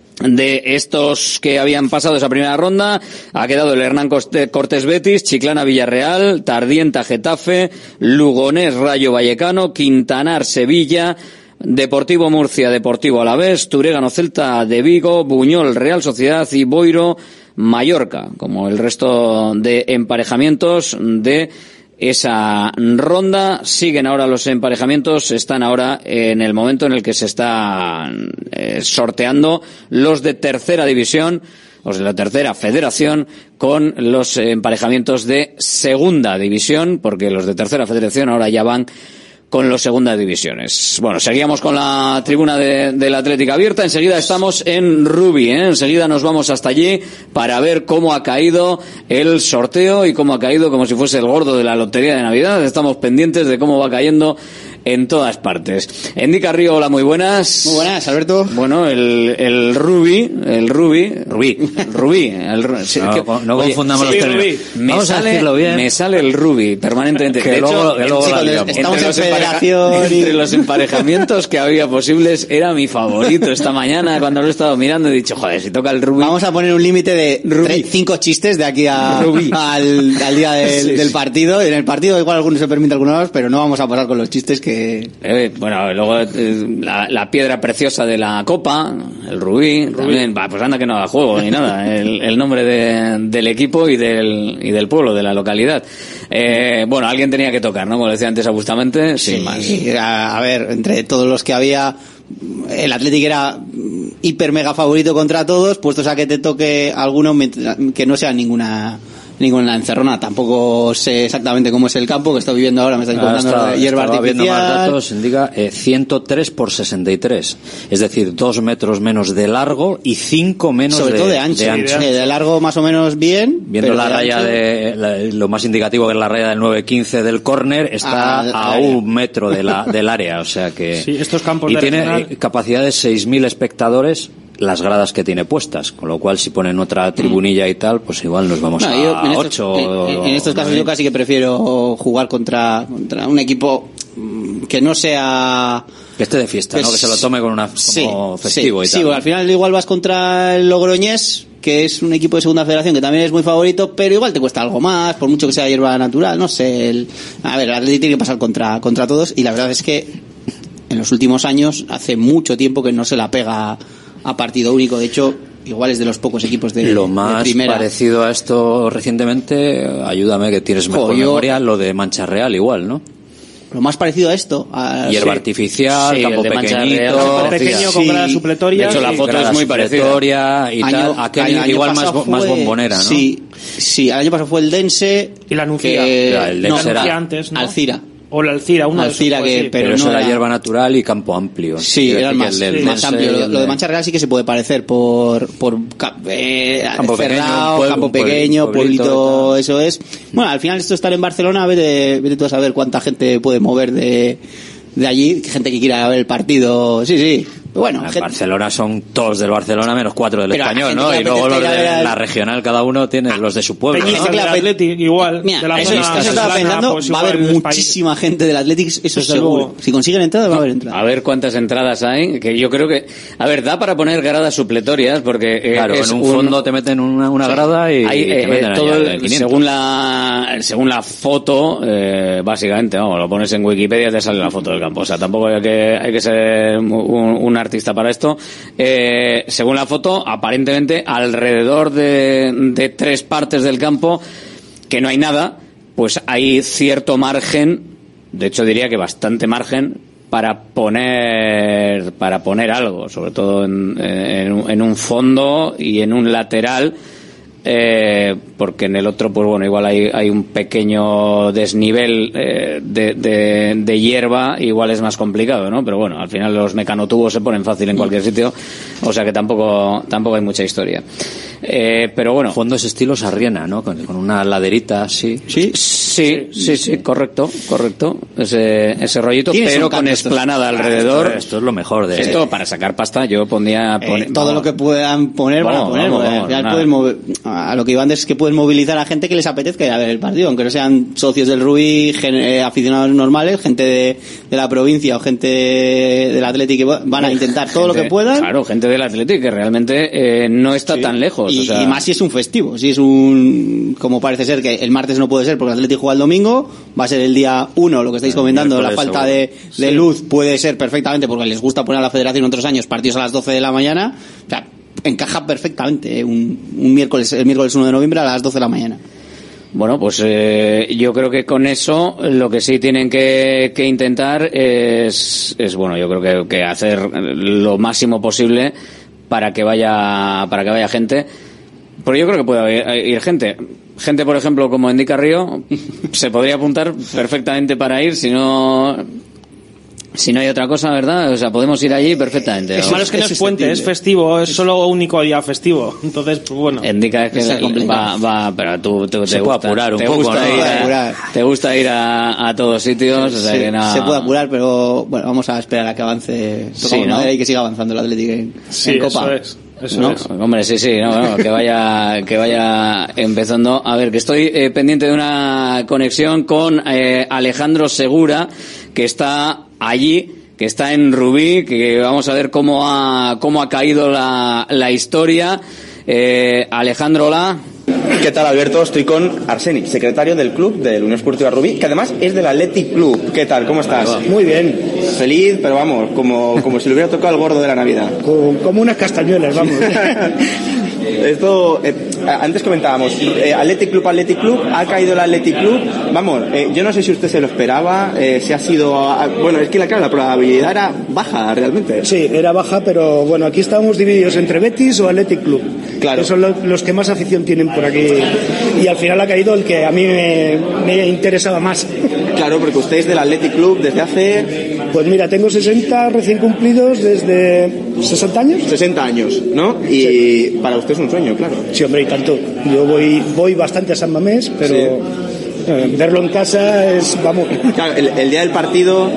De estos que habían pasado esa primera ronda, ha quedado el Hernán Cortés Betis, Chiclana Villarreal, Tardienta Getafe, Lugonés Rayo Vallecano, Quintanar Sevilla, Deportivo Murcia, Deportivo Alavés, Turégano Celta de Vigo, Buñol Real Sociedad y Boiro Mallorca, como el resto de emparejamientos de esa ronda. Siguen ahora los emparejamientos, están ahora en el momento en el que se están eh, sorteando los de tercera división, los de la tercera federación, con los emparejamientos de segunda división, porque los de tercera federación ahora ya van con los segundas divisiones. Bueno, seguíamos con la tribuna de, de la Atlética abierta. Enseguida estamos en Rubí, ¿eh? Enseguida nos vamos hasta allí para ver cómo ha caído el sorteo y cómo ha caído como si fuese el gordo de la lotería de Navidad. Estamos pendientes de cómo va cayendo en todas partes. Endica Río, hola, muy buenas. Muy buenas, Alberto. Bueno, el, el Rubí, el Rubí, Rubí, el Rubí, el, sí, no, que, no oye, confundamos sí, los términos. Me Vamos sale, a decirlo bien. Me sale el Rubí permanentemente. Que de luego, hecho, que luego sí, la entre, estamos en los federación empareja, y... entre los emparejamientos que había posibles era mi favorito. Esta mañana cuando lo he estado mirando he dicho, joder, si toca el Rubí. Vamos a poner un límite de tre- cinco chistes de aquí a, al, al día del, Sí, del sí. partido. En el partido igual algunos se permite algunos, pero no vamos a pasar con los chistes que... Eh, bueno, luego eh, la, la piedra preciosa de la copa, el rubí, también, bah, pues anda que no da juego ni nada, el, el nombre de, del equipo y del, y del pueblo, de la localidad. Eh, bueno, alguien tenía que tocar, ¿no? Como decía antes justamente, sin Sí, más. a, a ver, entre todos los que había, el Athletic era hiper mega favorito contra todos, puestos a que te toque alguno que no sea ninguna ninguna encerrona. Tampoco sé exactamente cómo es el campo que estoy viviendo ahora, me estáis Ahora contando está, de hierba estaba viendo más artificial. datos, indica eh, ciento tres por sesenta y tres, es decir, dos metros menos de largo y cinco menos Sobre de, todo de ancho, de ancho. Eh, de largo más o menos bien, Viendo pero la de raya ancho- de, la- lo más indicativo que es la raya del nueve quince del córner, está Ah, del a área. un metro de la, del área, o sea que... Sí, estos campos y de tiene regional- eh, capacidad de seis mil espectadores las gradas que tiene puestas, con lo cual si ponen otra tribunilla y tal, pues igual nos vamos No, a yo en estos, ocho. en, en estos casos yo casi que prefiero jugar contra, contra un equipo mm, que no sea... Que esté de fiesta, ¿no? Que se lo tome con una, como Sí, festivo sí, y sí, tal. porque al final igual vas contra el Logroñés, que es un equipo de segunda federación que también es muy favorito, pero igual te cuesta algo más, por mucho que sea hierba natural, no sé. El, a ver, el Atlético tiene que pasar contra, contra todos, y la verdad es que en los últimos años hace mucho tiempo que no se la pega a partido único. De hecho, igual es de los pocos equipos de, Lo de más primera. parecido a esto recientemente, ayúdame que tienes mejor Jo, yo- memoria, lo de Mancha Real igual, ¿no? Lo más parecido a esto, a, Hierba sí. artificial, Sí, campo el de Mancha pequeñito, Real. Campo pequeño con gradas supletorias. De hecho, la Sí, foto grada es muy parecida. supletoria y Año- tal. Aquel año- año igual más, pasado bo- más fue- bombonera, ¿no? Sí, sí, el año pasado fue el Dense Y la Nucía. que- Ya, el no, Dense era- Nucía antes, ¿no? Alcira. O la Alcira, una de esos Alcira fue, que- sí. pero Pero, eso no era era- hierba natural y campo amplio. Sí, Quiero era decir que más, el del más Dense amplio. y Lo, el lo de Mancha Real sí que se puede parecer por, por ca- eh, Campo pequeño, cerrado, un pueblo- campo un pueblo- pequeño, pueblito pueblito, y eso es. Bueno, al final esto estar en Barcelona, vete, vete tú a saber cuánta gente puede mover de, de allí, gente que quiera ver el partido. Sí, sí. Bueno, En gente- Barcelona son todos del Barcelona menos cuatro del Pero a español, gente ¿no? que Y luego apetezca los ir a de ver al- la regional, cada uno tiene los de su pueblo, Peñíscola, ¿no? del Athletic, igual. Mira, de la eso, zona eso estaba catalana, pensando, pues va a igual haber en el muchísima gente del Athletic, eso Desde seguro. luego. Si consiguen entradas, va a haber entradas. A ver cuántas entradas hay, que yo creo que... A ver, da para poner gradas supletorias, porque... eh, Claro, es en un fondo te meten una, una Sí. grada y Hay, te eh, meten todo allá el- de quinientos. según la según la foto, eh, básicamente, vamos, lo pones en Wikipedia y te sale la foto del campo. O sea, tampoco hay que, hay que ser un, un artista para esto. Eh, según la foto, aparentemente alrededor de, de tres partes del campo que no hay nada, pues hay cierto margen, de hecho diría que bastante margen para poner para poner algo, sobre todo en, en, un- en un fondo y en un lateral, eh, porque en el otro, pues bueno, igual hay, hay un pequeño desnivel eh, de, de, de hierba, igual es más complicado, ¿no? Pero bueno, al final los mecanotubos se ponen fácil en cualquier sitio, o sea que tampoco tampoco hay mucha historia. Eh, pero bueno. Fondo es estilo Sarriena, ¿no? Con, con una laderita así. Sí, sí, sí, sí, correcto, correcto. Ese, ese rollito, Tienes pero un con cambio, esto es- esplanada Ah, alrededor. Esto, esto es lo mejor de... Esto para sacar pasta yo pondría... Eh, pone- todo vamos. lo que puedan poner van a Vamos, poner, vamos, porque al vamos, final nada. puedes mover- a lo que iban es que puedes movilizar a gente que les apetezca ir a ver el partido, aunque no sean socios del Rubí, gen- eh, aficionados normales, gente de, de la provincia o gente del Atlético, que van a intentar todo lo Gente- que puedan. Claro, gente del Atlético que realmente eh, no está tan lejos. Y, o sea, y más si es un festivo, si es un, como parece ser que el martes no puede ser porque el Atlético juega el domingo, va a ser el día uno, lo que estáis El comentando, la miércoles falta de, de Sí. luz puede ser perfectamente porque les gusta poner a la federación otros años partidos a las doce de la mañana, o sea, encaja perfectamente, eh, un, un miércoles, el miércoles uno de noviembre a las doce de la mañana. Bueno, pues eh, yo creo que con eso lo que sí tienen que, que intentar es, es, bueno, yo creo que, que hacer lo máximo posible para que vaya, para que vaya gente. Pero yo creo que puede ir, ir gente. Gente, por ejemplo, como Indica Río, se podría apuntar perfectamente para ir, si no... Si no hay otra cosa, ¿verdad? O sea, podemos ir allí perfectamente. Es malo es que no es puente, es festivo, es solo único día festivo. Entonces, pues bueno. Indica que va, va, pero tú, tú se te puede gusta, apurar un te poco, gusta ¿no? ir a, apurar. Te gusta ir a, a todos sitios, o sea sí, que no... se puede apurar, pero bueno, vamos a esperar a que avance. Sí, ¿no? Y que siga avanzando el Atlético en, sí, en Copa. Eso es. Eso ¿no? es. Hombre, sí, sí, no, no, que vaya, que vaya empezando. A ver, que estoy eh, pendiente de una conexión con eh, Alejandro Segura, que está allí, que está en Rubí, que vamos a ver cómo ha, cómo ha caído la, la historia. Eh, Alejandro, hola. ¿Qué tal, Alberto? Estoy con Arseni, secretario del club de la Unión Esportiva Rubí, que además es del Athletic Club. ¿Qué tal? ¿Cómo estás? Muy bien. Feliz, pero vamos, como, como si le hubiera tocado el gordo de la Navidad. Como, como unas castañuelas, vamos. Esto, eh, antes comentábamos, eh, Athletic Club, Athletic Club, ha caído el Athletic Club. Vamos, eh, yo no sé si usted se lo esperaba, eh, si ha sido... A, bueno, es que la, claro, la probabilidad era baja, realmente. Sí, era baja, pero bueno, aquí estamos divididos entre Betis o Athletic Club. Claro. Que son los, los que más afición tienen por aquí. Y al final ha caído el que a mí me, me interesaba más. Claro, porque usted es del Athletic Club desde hace... Pues mira, tengo sesenta recién cumplidos desde sesenta años. sesenta años, ¿no? Y sí. Para usted es un sueño, claro. Sí, hombre, y tanto. Yo voy voy bastante a San Mamés, pero sí. eh, verlo en casa es, vamos... Claro, el, el día del partido...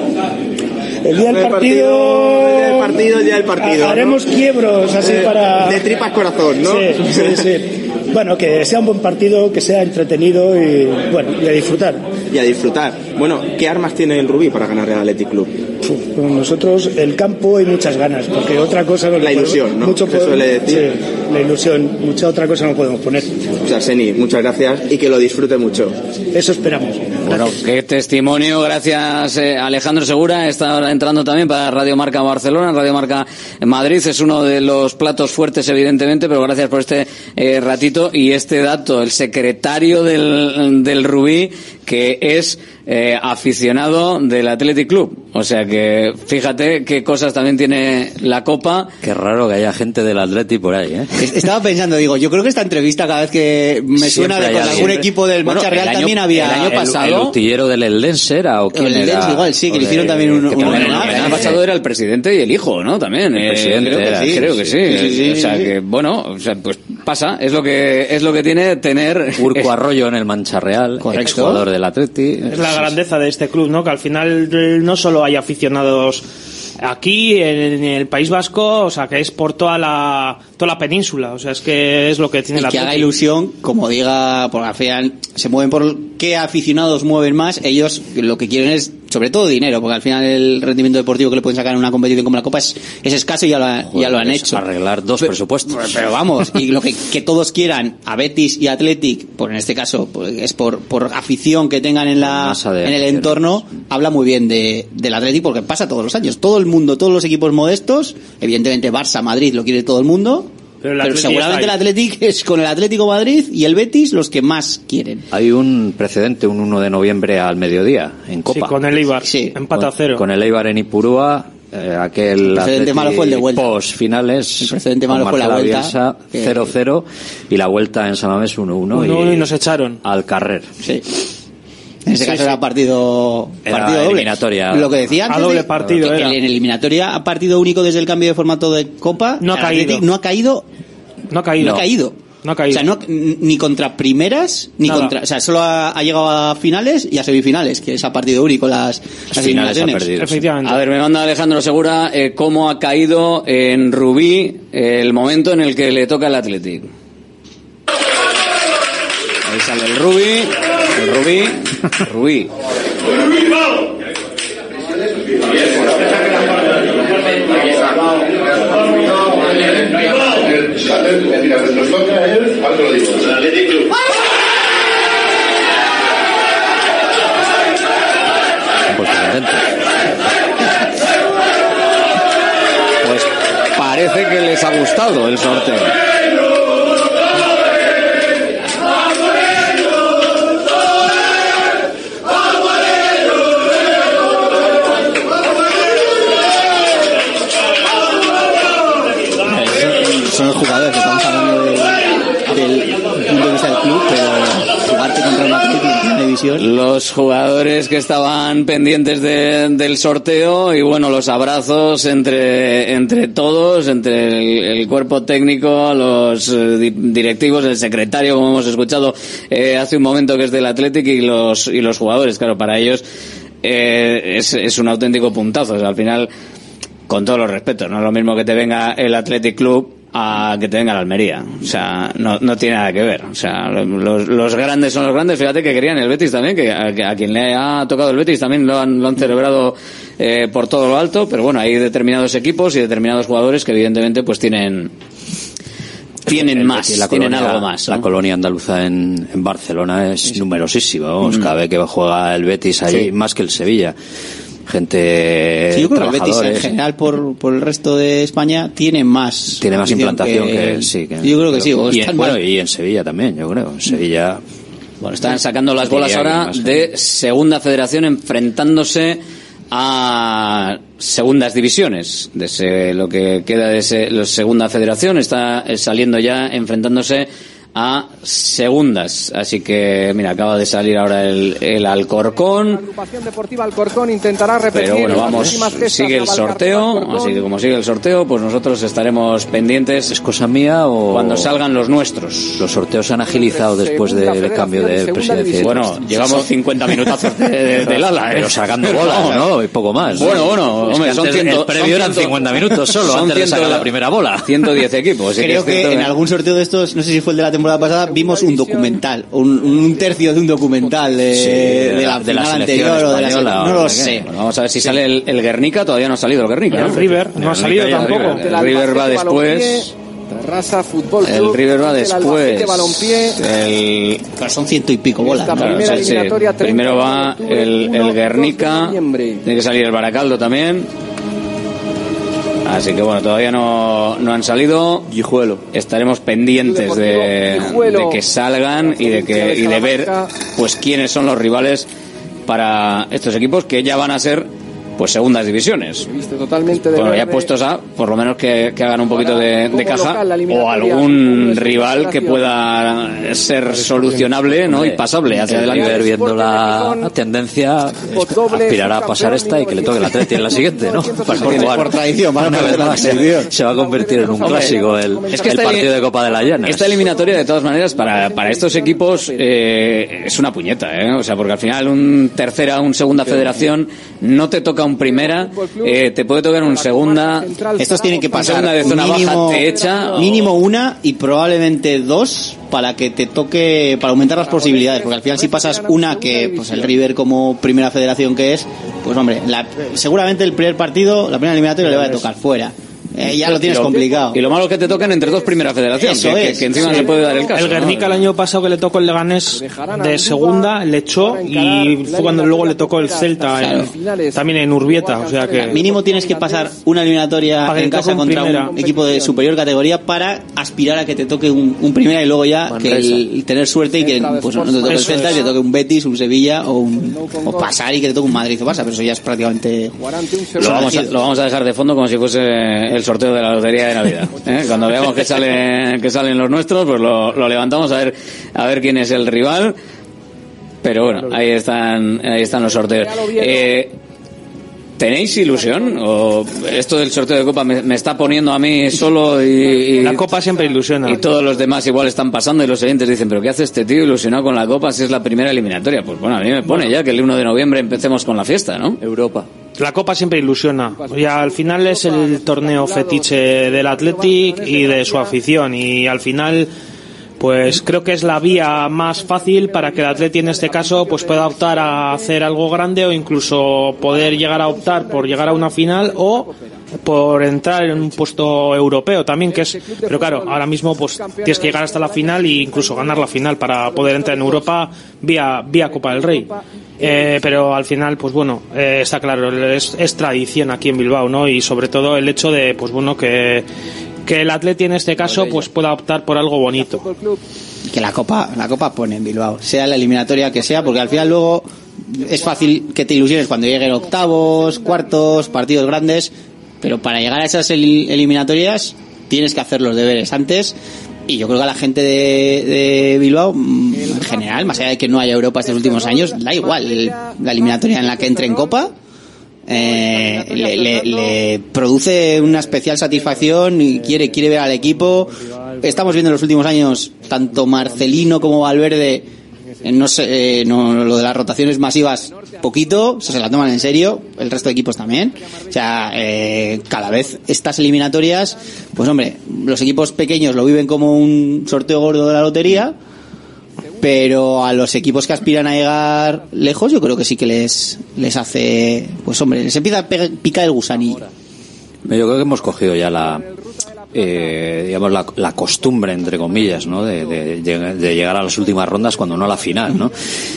El día del partido... El día del partido, el día del partido. Haremos ¿no? quiebros así eh, para... De tripas corazón, ¿no? Sí, sí, sí. Bueno, que sea un buen partido, que sea entretenido y, bueno, y a disfrutar. Y a disfrutar. Bueno, ¿qué armas tiene el Rubí para ganar el Athletic Club? Con nosotros el campo y muchas ganas, porque otra cosa... No la ilusión, podemos, ¿no? Mucho ¿Se suele decir? Sí, la ilusión. Mucha otra cosa no podemos poner. O sea, Seni, muchas gracias y que lo disfrute mucho. Eso esperamos. Bueno, qué testimonio. Gracias, eh, Alejandro Segura. Está ahora entrando también para Radio Marca Barcelona, Radio Marca Madrid. Es uno de los platos fuertes, evidentemente, pero gracias por este eh, ratito y este dato. El secretario del, del Rubí, que es eh, aficionado del Athletic Club. O sea que fíjate qué cosas también tiene la Copa. Qué raro que haya gente del Athletic por ahí, ¿eh? Estaba pensando, digo, yo creo que esta entrevista cada vez que me siempre suena de con algún siempre. equipo del bueno, Mancha Real año, también había... El año pasado... El, el utillero del Eldense era, ¿o quién el era? Eldense igual, sí, que le hicieron de, también un... un el, el año pasado era el presidente y el hijo, ¿no? También. El eh, presidente creo, era, que sí, creo que sí. sí, sí, sí, o sea sí. que, bueno, o sea, pues pasa. Es lo que es lo que tiene tener... Urco Arroyo en el Mancha Real, exjugador del Athletic. Es la grandeza de este club, ¿no? Que al final no solo hay aficionados aquí en el País Vasco, o sea, que es por toda la toda la península, o sea, es que es lo que tiene y la que haga ilusión, como diga, porque al final se mueven por qué aficionados mueven más, ellos lo que quieren es sobre todo dinero, porque al final el rendimiento deportivo que le pueden sacar en una competición como la Copa es, es escaso y ya lo, ha, Joder, ya lo han es hecho. Arreglar dos pero, presupuestos. Pero vamos, y lo que, que todos quieran a Betis y Athletic, pues en este caso pues es por, por afición que tengan en la en el entorno, habla muy bien de, del Athletic porque pasa todos los años. Todo el mundo, todos los equipos modestos, evidentemente Barça, Madrid lo quiere todo el mundo. Pero, el pero seguramente el Athletic es con el Atlético Madrid y el Betis los que más quieren. Hay un precedente, un uno de noviembre al mediodía, en Copa. Sí, con el Eibar, sí. Empate a cero. Con el Eibar en Ipurúa, eh, aquel el precedente malo fue el de vuelta. Post finales. El precedente malo fue la vuelta. cero cero y la vuelta en San Mamés uno uno. uno uno y, y nos echaron. Al carrer. Sí. En ese sí, caso sí. era partido, era partido doble. Eliminatoria. Lo que decía antes. A doble de, partido que era. En eliminatoria a partido único desde el cambio de formato de Copa. No ha caído. Atlético, no ha caído. No ha caído. No ha caído. No ha caído. O sea, no, ni contra primeras, ni Nada. contra. O sea, solo ha, ha llegado a finales y a semifinales, que es a partido único las, las finales eliminaciones. Efectivamente. A ver, me manda Alejandro Segura eh, cómo ha caído en Rubí eh, el momento en el que le toca el Athletic. Ahí sale el Rubí, el Rubí, Rubí. Pues parece que les ha gustado el sorteo. división. Los jugadores que estaban pendientes de, del sorteo y bueno, los abrazos entre entre todos, entre el, el cuerpo técnico, los eh, di, directivos, el secretario, como hemos escuchado eh, hace un momento, que es del Athletic, y los y los jugadores. Claro, para ellos eh, es, es un auténtico puntazo. O sea, al final, con todos los respetos, no es lo mismo que te venga el Athletic Club a que te venga la Almería. O sea, no, no tiene nada que ver. O sea, los, los grandes son los grandes. Fíjate que querían el Betis también, que a, a quien le ha tocado el Betis también lo han, lo han celebrado eh, por todo lo alto, pero bueno, hay determinados equipos y determinados jugadores que evidentemente pues tienen tienen más, la tienen colonia, algo más, ¿no? La colonia andaluza en, en Barcelona es numerosísima, vamos, Mm. cada vez que juega el Betis allí, Sí. más que el Sevilla. Gente, Sí, yo creo que el Betis en trabajadores. general por, por el resto de España tiene más Tiene más afición implantación que, sí. Que, yo creo que sí. O y, están en, bueno, mal. y en Sevilla también, yo creo. En Sevilla. Bueno, están sacando las bolas Diría que ahora más, de Segunda Federación, enfrentándose a segundas divisiones. De ese, lo que queda de ese, la Segunda Federación está saliendo ya, enfrentándose a segundas. Así que, mira, acaba de salir ahora el, el Alcorcón. Agrupación Deportiva Alcorcón intentará repetir. Pero bueno, las vamos, últimas gestas sigue el de Valcarce sorteo, Alcorcón. así que como sigue el sorteo, pues nosotros estaremos pendientes. ¿Es cosa mía o...? Cuando salgan los nuestros. Los sorteos se han agilizado después de- del cambio de presidencia. Bueno, llevamos cincuenta minutazos de, de, del ala, ¿eh? Pero sacando bolas, ¿no? Y poco más. Bueno, bueno, Es hombre, que son antes ciento, el previo son eran ciento- cincuenta minutos solo, son antes de ciento- sacar la primera bola. ciento diez equipos. así Creo es que cierto en algún sorteo de estos, no sé si fue el de la temporada pasada, vimos un documental, un, un tercio de un documental de, Sí, de la de la final selección anterior o de la española, no o lo de qué. sé. Bueno, vamos a ver si sale el, el Guernica. Todavía no ha salido el Guernica, ¿no? El River no ha salido Guernica ya, tampoco. El River va después. Terrassa Fútbol El Club, River va el Albacete después. Balompié. El... Pero son ciento y pico bolas. Esta ¿no? primera sí, sí. eliminatoria, Primero va treinta de el, octubre, el uno, Guernica. dos de noviembre. Tiene que salir el Baracaldo también. Así que bueno, todavía no, no han salido. Guijuelo. Estaremos pendientes de, de que salgan y de que y de ver pues quiénes son los rivales para estos equipos que ya van a ser pues segundas divisiones. Viste totalmente de Bueno, ya verde. puestos a, por lo menos que, que hagan un poquito de, de Como caja local, la o eliminatoria, algún como rival que descentración. pueda ser solucionable, ¿no? Y pasable hacia El adelante. River, viendo la tendencia, aspirará a pasar esta y que le toque el Atleti en la siguiente, ¿no? Para Por- jugar. por tradición, van a Una perder vez la más, tradición. se va a convertir en un Hombre, clásico el, es que el esta partido eli- de Copa de la Llanas. Esta eliminatoria, de todas maneras, para, para estos equipos eh, es una puñeta, ¿eh? O sea, porque al final un tercera, un segunda federación no te toca un primera, eh, te puede tocar un segunda. Estos tienen que un pasar segunda de zona mínimo, baja te echa. o- mínimo una y probablemente dos para que te toque, para aumentar las posibilidades, porque al final si pasas una que pues el River como primera federación que es, pues hombre, la- seguramente el primer partido, la primera eliminatoria le va a tocar fuera. Eh, ya lo tienes Y complicado. Y lo malo es que te tocan entre dos primeras federaciones, Eso que, que- es. que encima Sí. se puede dar el caso. El Guernica el año pasado que le tocó el Leganés de segunda, le echó y fue cuando luego le tocó el Celta en- también en Urbieta. O sea que Mínimo tienes que pasar una eliminatoria Para que en te casa toque un contra primera. un equipo de superior categoría para aspirar a que te toque un, un primera y luego ya que el, el tener suerte y que pues, no te toque el Eso Celta es. y te toque un Betis, un Sevilla o, un, o pasar y que te toque un Madrid o Barça, pero eso ya es prácticamente Lo vamos, a, lo vamos a dejar de fondo como si fuese el sorteo de la lotería de Navidad. ¿eh? Cuando veamos que salen, que salen los nuestros, pues lo, lo levantamos a ver, a ver quién es el rival. Pero bueno, ahí están, ahí están los sorteos. Eh, ¿Tenéis ilusión? ¿O esto del sorteo de Copa me, me está poniendo a mí solo y, y la Copa siempre ilusiona. y todos los demás igual están pasando y los oyentes dicen, pero ¿qué hace este tío ilusionado con la Copa si es la primera eliminatoria? Pues bueno, a mí me pone ya que el uno de noviembre empecemos con la fiesta, ¿no? Europa. La Copa siempre ilusiona. Y al final es el torneo fetiche del Athletic y de su afición. Y al final, pues creo que es la vía más fácil para que el Athletic en este caso pues pueda optar a hacer algo grande o incluso poder llegar a optar por llegar a una final o por entrar en un puesto europeo también, que es, pero claro, ahora mismo pues tienes que llegar hasta la final e incluso ganar la final para poder entrar en Europa vía vía Copa del Rey. Eh, pero al final, pues bueno, eh, está claro, es, es tradición aquí en Bilbao, ¿no? Y sobre todo el hecho de, pues bueno, que que el Atleti en este caso pues pueda optar por algo bonito. que la Copa la Copa pone en Bilbao, sea la eliminatoria que sea, porque al final luego es fácil que te ilusiones cuando lleguen octavos, cuartos, partidos grandes, pero para llegar a esas el- eliminatorias tienes que hacer los deberes antes Y yo creo que a la gente de, de Bilbao, en general, más allá de que no haya Europa estos últimos años, da igual la eliminatoria en la que entre en Copa. Eh, le, le, le produce una especial satisfacción y quiere quiere ver al equipo. Estamos viendo en los últimos años tanto Marcelino como Valverde, eh, no sé, eh, no, lo de las rotaciones masivas poquito, o sea, se la toman en serio, el resto de equipos también. O sea, eh, cada vez estas eliminatorias, pues hombre, los equipos pequeños lo viven como un sorteo gordo de la lotería, pero a los equipos que aspiran a llegar lejos yo creo que sí que les les hace, pues hombre, les empieza a pe- picar el gusanillo. Yo creo que hemos cogido ya la eh, digamos la, la costumbre, entre comillas, ¿no? De, de, de llegar a las últimas rondas cuando no a la final, ¿no?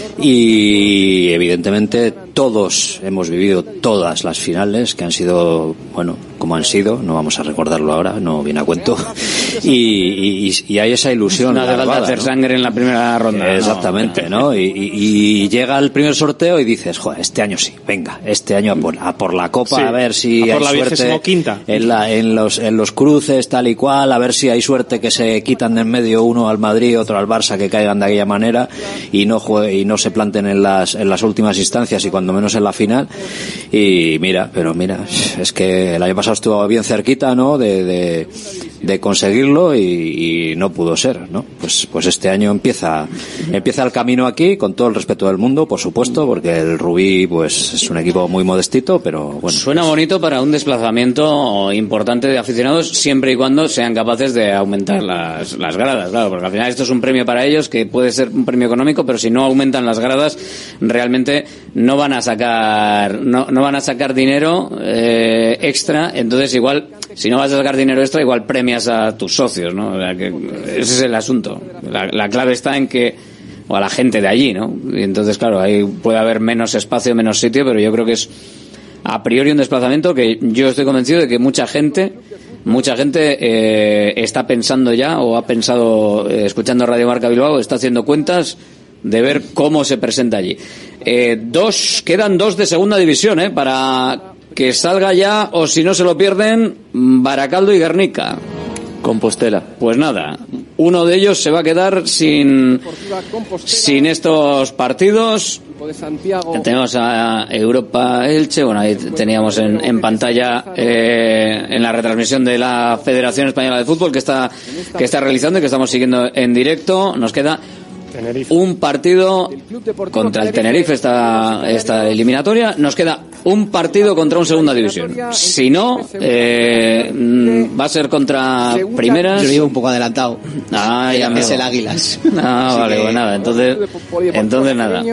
Y evidentemente todos hemos vivido todas las finales que han sido, bueno, como han sido, no vamos a recordarlo ahora, no viene a cuento, y, y, y hay esa ilusión. No hace falta hacer ¿no? sangre en la primera ronda. Exactamente, ¿no? ¿no? Y, y, y llega el primer sorteo y dices, joder, este año sí, venga, este año a por, a por la copa, sí, a ver si a por hay la suerte quinta. en, la, en, los, en los cruces, tal y cual, a ver si hay suerte que se quitan de en medio uno al Madrid, otro al Barça, que caigan de aquella manera y no jue- y no se planten en las, en las últimas instancias y cuando menos en la final. Y mira, pero mira, es que el año pasado estuvo bien cerquita, ¿no? De, de, de conseguirlo y, y no pudo ser, ¿no? Pues, pues este año empieza, empieza el camino aquí, con todo el respeto del mundo, por supuesto, porque el Rubí, pues, es un equipo muy modestito, pero bueno. Suena bonito para un desplazamiento importante de aficionados, siempre y cuando sean capaces de aumentar las, las gradas, claro, porque al final esto es un premio para ellos, que puede ser un premio económico, pero si no aumentan las gradas, realmente no van a sacar, no, no van a sacar dinero eh, extra, entonces igual, si no vas a sacar dinero extra, igual premias a tus socios, ¿no? O sea, que ese es el asunto. La, la clave está en que, o a la gente de allí, ¿no? Y entonces, claro, ahí puede haber menos espacio, menos sitio, pero yo creo que es a priori un desplazamiento que yo estoy convencido de que mucha gente, mucha gente eh, está pensando ya, o ha pensado, eh, escuchando Radio Marca Bilbao, está haciendo cuentas de ver cómo se presenta allí. Eh, dos, quedan dos de segunda división, ¿eh? Para que salga ya, o si no se lo pierden, Baracaldo y Guernica. Compostela. Pues nada, uno de ellos se va a quedar sin, sin estos partidos. Tenemos a Europa Elche, bueno, ahí teníamos en, en pantalla eh, en la retransmisión de la Federación Española de Fútbol que está, que está realizando y que estamos siguiendo en directo. Nos queda un partido contra el Tenerife, esta, esta eliminatoria. Nos queda un partido contra un segunda división. Si no, eh, va a ser contra primeras. Yo lo llevo un poco adelantado. Ah, ya es el Águilas. Ah, vale, pues nada, entonces, entonces nada.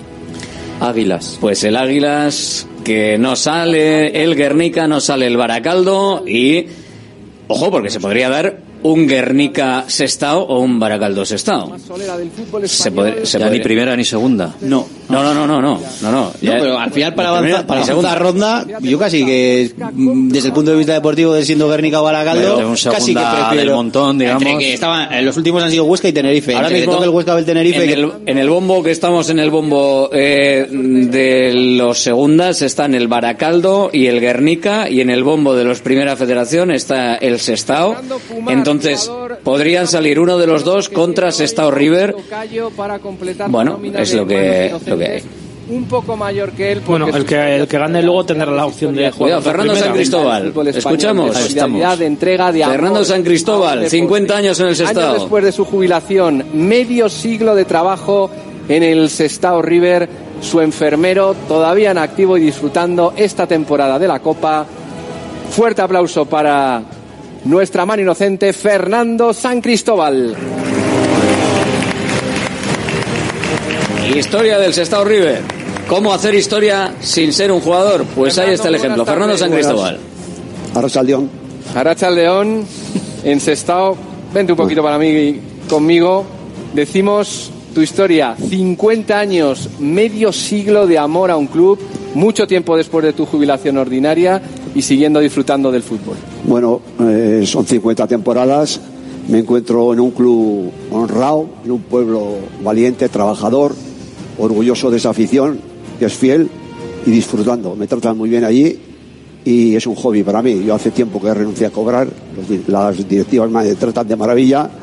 Águilas. Pues el Águilas, que no sale el Guernica, no sale el Baracaldo y, ojo, porque se podría dar un Guernica Sestao o un Baracaldo Sestao. Se puede, se ya podría. ni primera ni segunda. No. No, no, no, no, no, no, no. Ya, no, pero al final para avanzar, para la segunda ronda, yo casi que desde el punto de vista deportivo, de siendo Guernica o Baracaldo, casi que prefiero del montón, digamos. Que estaban, en los últimos han sido Huesca y Tenerife. Ahora Entre mismo, que toque el Huesca o el Tenerife, en, que... el, en el bombo que estamos en el bombo eh, de los segundas están el Baracaldo y el Guernica, y en el bombo de los Primera Federación está el Sestao. Entonces podrían salir uno de los dos contra Sestao River. Bueno, es lo que, lo que hay. Un poco mayor que él. Bueno, el que el que gane luego tendrá la opción de jugar. Cuidado, Fernando San Cristóbal. Escuchamos. Estamos. De entrega de amor, Fernando San Cristóbal, cincuenta años en el Sestao. Años después de su jubilación, medio siglo de trabajo en el Sestao River, su enfermero todavía en activo y disfrutando esta temporada de la Copa. Fuerte aplauso para nuestra mano inocente, Fernando San Cristóbal. Historia del Sestao River. ¿Cómo hacer historia sin ser un jugador? Pues Fernando, ahí está el ejemplo. Fernando San Cristóbal. Arrachaldeón. Arrachaldeón en Sestao. Vente un poquito para mí, conmigo. Decimos tu historia. cincuenta años, medio siglo de amor a un club. Mucho tiempo después de tu jubilación ordinaria y siguiendo disfrutando del fútbol. Bueno, eh, son cincuenta temporadas. Me encuentro en un club honrado, en un pueblo valiente, trabajador, orgulloso de esa afición, que es fiel y disfrutando. Me tratan muy bien allí y es un hobby para mí. Yo hace tiempo que renuncié a cobrar, las directivas me tratan de maravilla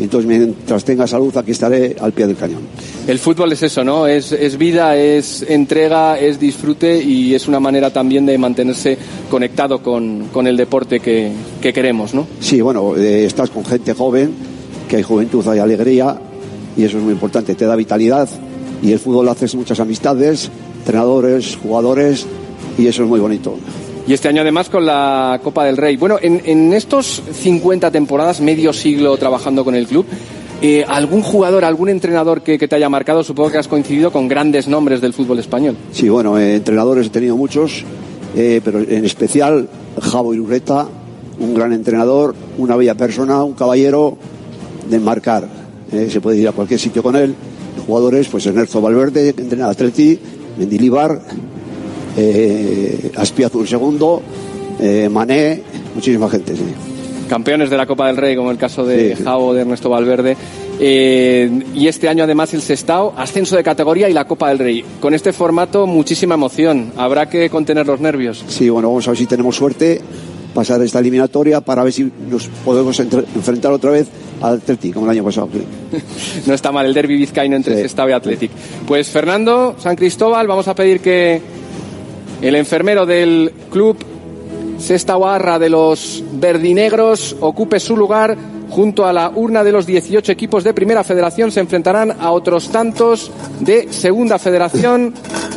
y entonces mientras tenga salud aquí estaré al pie del cañón. El fútbol es eso, ¿no? Es, es vida, es entrega, es disfrute y es una manera también de mantenerse conectado con, con el deporte que, que queremos, ¿no? Sí, bueno, eh, estás con gente joven, que hay juventud, hay alegría y eso es muy importante, te da vitalidad y el fútbol haces muchas amistades, entrenadores, jugadores y eso es muy bonito. Y este año además con la Copa del Rey. Bueno, en, en estos cincuenta temporadas, medio siglo trabajando con el club, eh, ¿algún jugador, algún entrenador que, que te haya marcado? Supongo que has coincidido con grandes nombres del fútbol español. Sí, bueno, eh, entrenadores he tenido muchos, eh, pero en especial Javo Irureta, un gran entrenador, una bella persona, un caballero de marcar. Eh, se puede ir a cualquier sitio con él. Jugadores, pues Ernesto Valverde, entrena Atleti, Mendilibar, eh, Aspiazu el segundo, eh, Mané, muchísima gente, sí. Campeones de la Copa del Rey, como el caso de Sí, sí. Javo, de Ernesto Valverde. Eh, y este año además el Sestao, ascenso de categoría y la Copa del Rey. Con este formato, muchísima emoción. Habrá que contener los nervios. Sí, bueno, vamos a ver si tenemos suerte pasar esta eliminatoria para ver si nos podemos entre- enfrentar otra vez al Atleti, como el año pasado. Sí. No está mal el derbi vizcaíno entre Sí. Sestao y Athletic. Pues Fernando San Cristóbal, vamos a pedir que el enfermero del club Sestao Arra de los verdinegros ocupe su lugar junto a la urna de los dieciocho equipos de Primera Federación. Se enfrentarán a otros tantos de Segunda Federación.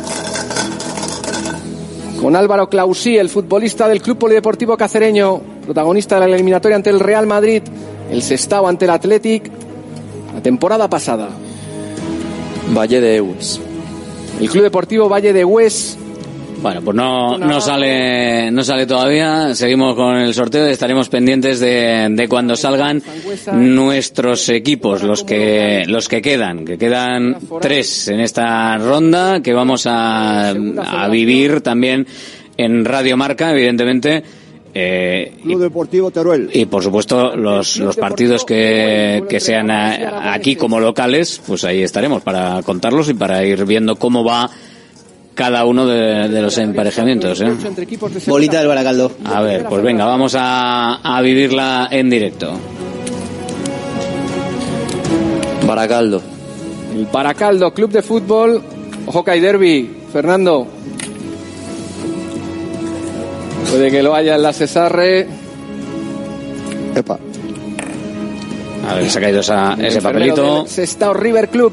Con Álvaro Clausí, el futbolista del Club Polideportivo Cacereño, protagonista de la eliminatoria ante el Real Madrid, el Sestao ante el Athletic, la temporada pasada. Valle de Eus. El Club Deportivo Valle de Hues. Bueno, pues no, no sale, no sale todavía. Seguimos con el sorteo. Estaremos pendientes de, de cuando salgan nuestros equipos, los que, los que quedan, que quedan tres en esta ronda, que vamos a, a vivir también en Radio Marca, evidentemente. Eh, Club Deportivo Teruel. Y por supuesto los, los partidos que, que sean a- aquí como locales, pues ahí estaremos para contarlos y para ir viendo cómo va cada uno de, de los emparejamientos, ¿eh? Bolita del Baracaldo. A ver, pues venga, vamos a, a vivirla en directo. Baracaldo. El Baracaldo Club de Fútbol. Ojo que hay derbi. Fernando. Puede que lo haya en la Cesarre. Epa. A ver, se ha caído esa, ese papelito. Sestao River Club.